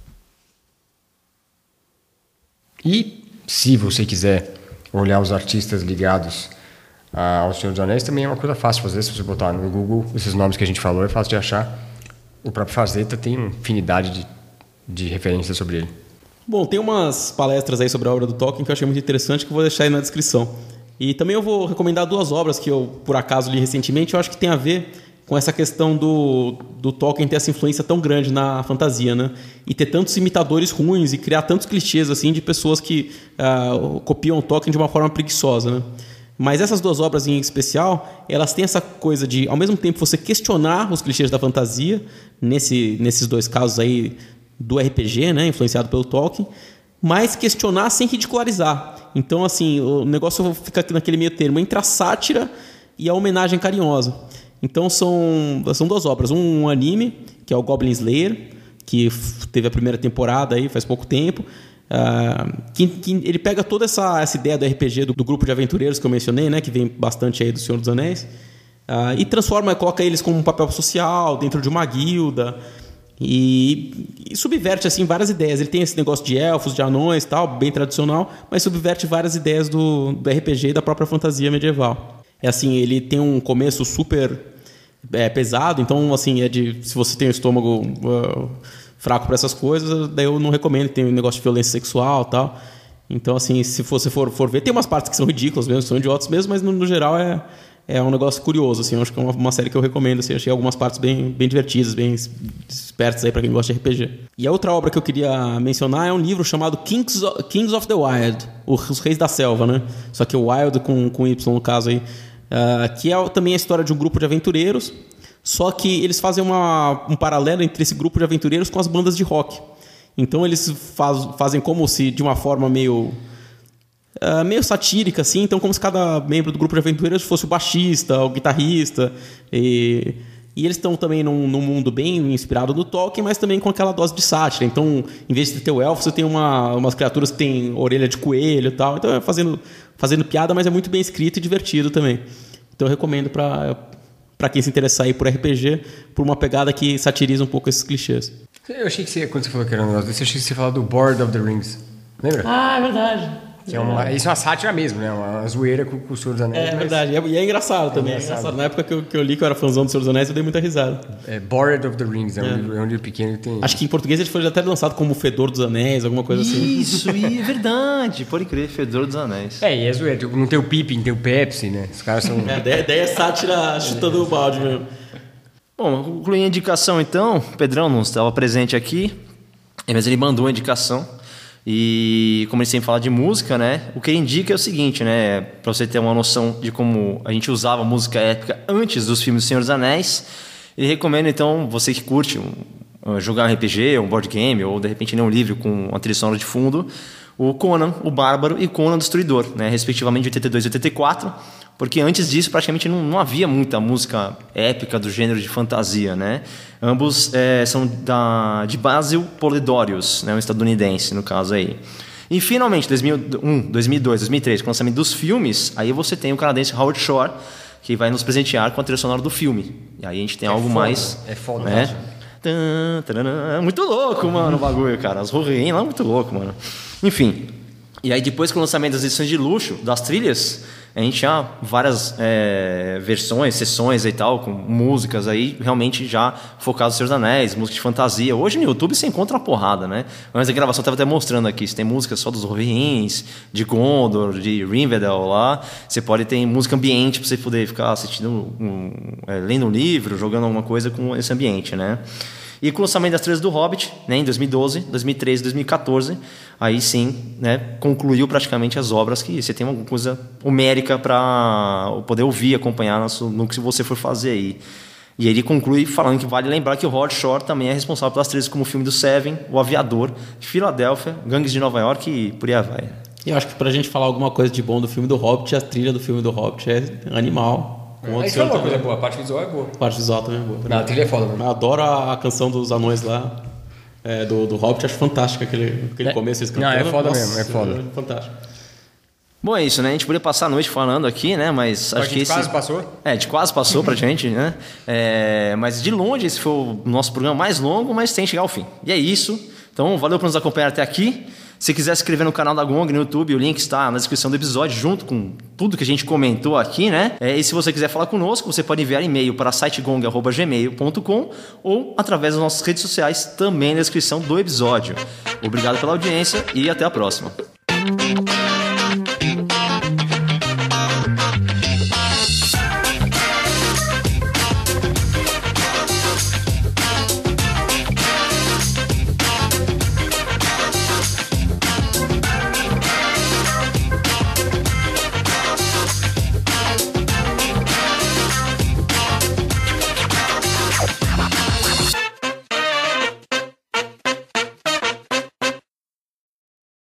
E se você quiser olhar os artistas ligados ao Senhor dos Anéis, também é uma coisa fácil de fazer. Se você botar no Google esses nomes que a gente falou, é fácil de achar. O próprio Fazetta tem uma infinidade de, de referências sobre ele. Bom, tem umas palestras aí sobre a obra do Tolkien que eu achei muito interessante, que eu vou deixar aí na descrição. E também eu vou recomendar duas obras que eu, por acaso, li recentemente. Eu acho que tem a ver com essa questão do, do Tolkien ter essa influência tão grande na fantasia, né? E ter tantos imitadores ruins e criar tantos clichês assim de pessoas que uh, copiam o Tolkien de uma forma preguiçosa, né? Mas essas duas obras em especial, elas têm essa coisa de, ao mesmo tempo, você questionar os clichês da fantasia, nesse, nesses dois casos aí do R P G, né, influenciado pelo Tolkien, mas questionar sem ridicularizar. Então, assim, o negócio fica naquele meio termo entre a sátira e a homenagem carinhosa. Então, são, são duas obras. Um, um anime, que é o Goblin Slayer, que teve a primeira temporada aí faz pouco tempo. Uh, que, que ele pega toda essa, essa ideia do R P G, do, do grupo de aventureiros que eu mencionei, né, que vem bastante aí do Senhor dos Anéis, uh, e transforma, coloca eles como um papel social dentro de uma guilda e, e subverte assim, várias ideias. Ele tem esse negócio de elfos, de anões, tal, bem tradicional, mas subverte várias ideias do, do R P G e da própria fantasia medieval. É assim, ele tem um começo super é, pesado, então assim, é de, se você tem o estômago... Uh, fraco para essas coisas, daí eu não recomendo. Tem um negócio de violência sexual e tal. Então, assim, se você for, for ver, tem umas partes que são ridículas mesmo, são idiotas mesmo, mas no, no geral é, é um negócio curioso, assim. Eu acho que é uma, uma série que eu recomendo, assim. Achei algumas partes bem, bem divertidas, bem espertas aí para quem gosta de R P G. E a outra obra que eu queria mencionar é um livro chamado Kings of, Kings of the Wild, Os Reis da Selva, né? Só que o Wild com, com Y no caso aí. Uh, que é também a história de um grupo de aventureiros. Só que eles fazem uma, um paralelo entre esse grupo de aventureiros com as bandas de rock. Então eles faz, fazem como se, de uma forma meio, uh, meio satírica, assim. Então como se cada membro do grupo de aventureiros fosse o baixista, o guitarrista. E, e eles estão também num, num mundo bem inspirado no Tolkien, mas também com aquela dose de sátira. Então, em vez de ter o elfo, você tem uma, umas criaturas que têm orelha de coelho e tal. Então é fazendo, fazendo piada, mas é muito bem escrito e divertido também. Então eu recomendo para... para quem se interessar aí por R P G, por uma pegada que satiriza um pouco esses clichês. Eu achei que você, quando você falou que era um negócio desse, eu achei que você ia falar do Lord of the Rings. Lembra? Ah, é verdade. Que é uma, isso é uma sátira mesmo, né? Uma zoeira com, com o Senhor dos Anéis. É mas... verdade. E é engraçado também. É engraçado. É engraçado. Na época que eu, que eu li, que eu era fãzão do Senhor dos Anéis, eu dei muita risada. É Lord of the Rings, é, é. Um, livro, é um livro pequeno que tem... Acho que em português ele foi até lançado como Fedor dos Anéis, alguma coisa assim. Isso, e é verdade. Pode crer, Fedor dos Anéis. É, e é zoeira. Não tem o Pippin, tem o Pepsi, né? Os caras são... É, daí, daí é sátira chutando o balde mesmo. Bom, concluindo a indicação então, o Pedrão não estava presente aqui, mas ele mandou a indicação. E como ele sempre fala de música, né? O que ele indica é o seguinte, né? Para você ter uma noção de como a gente usava música épica antes dos filmes do Senhor dos Anéis, ele recomenda então, você que curte um, jogar um R P G, um board game, ou de repente ler um livro com uma trilha sonora de fundo, o Conan, o Bárbaro e Conan o Destruidor, né? Respectivamente de oitenta e dois e oitenta e quatro. Porque antes disso praticamente não, não havia muita música épica do gênero de fantasia, né? Ambos é, são da, de Basil Polidorius, né? Um estadunidense no caso aí. E finalmente, dois mil e um, dois mil e dois, dois mil e três, com o lançamento dos filmes, aí você tem o canadense Howard Shore, que vai nos presentear com a trilha sonora do filme. E aí a gente tem é algo foda, mais... É foda, né? Muito louco, mano, o bagulho, cara. As Rohirrim lá, muito louco, mano. Enfim. E aí depois com o lançamento das edições de luxo, das trilhas... A gente tinha várias é, versões, sessões e tal, com músicas aí realmente já focadas nos Senhor dos Anéis, música de fantasia. Hoje no YouTube você encontra uma porrada, né? Mas a gravação estava até mostrando aqui, você tem música só dos Rohirrims, de Gondor, de Rivendell lá. Você pode ter música ambiente para você poder ficar assistindo, um, é, lendo um livro, jogando alguma coisa com esse ambiente, né? E com o lançamento das trilhas do Hobbit, né, em dois mil e doze, dois mil e treze, dois mil e quatorze, aí sim, né, concluiu praticamente as obras que você tem alguma coisa homérica para poder ouvir, acompanhar no, no que você for fazer aí. E ele conclui falando que vale lembrar que o Howard Shore também é responsável pelas trilhas como o filme do Seven, O Aviador, Filadélfia, Gangues de Nova York e por aí vai. E eu acho que pra gente falar alguma coisa de bom do filme do Hobbit, a trilha do filme do Hobbit é animal. É, aí falou uma coisa boa, a parte visual é boa. A parte visual também é boa. Não, a trilha é foda, mano. Eu adoro a, a canção dos anões lá, é, do, do Hobbit, acho fantástica aquele, aquele É. começo eles Não, é cantando. foda Nossa, mesmo, é foda. É fantástico. Bom, é isso, né? A gente poderia passar a noite falando aqui, né? Mas A acho que gente esse... quase passou. É, de quase passou pra gente, né? É, mas de longe esse foi o nosso programa mais longo, mas tem que chegar ao fim. E é isso. Então, valeu por nos acompanhar até aqui. Se quiser se inscrever no canal da Gong no YouTube, o link está na descrição do episódio, junto com tudo que a gente comentou aqui, né? É, e se você quiser falar conosco, você pode enviar e-mail para sitegong arroba gmail ponto com ou através das nossas redes sociais, também na descrição do episódio. Obrigado pela audiência e até a próxima.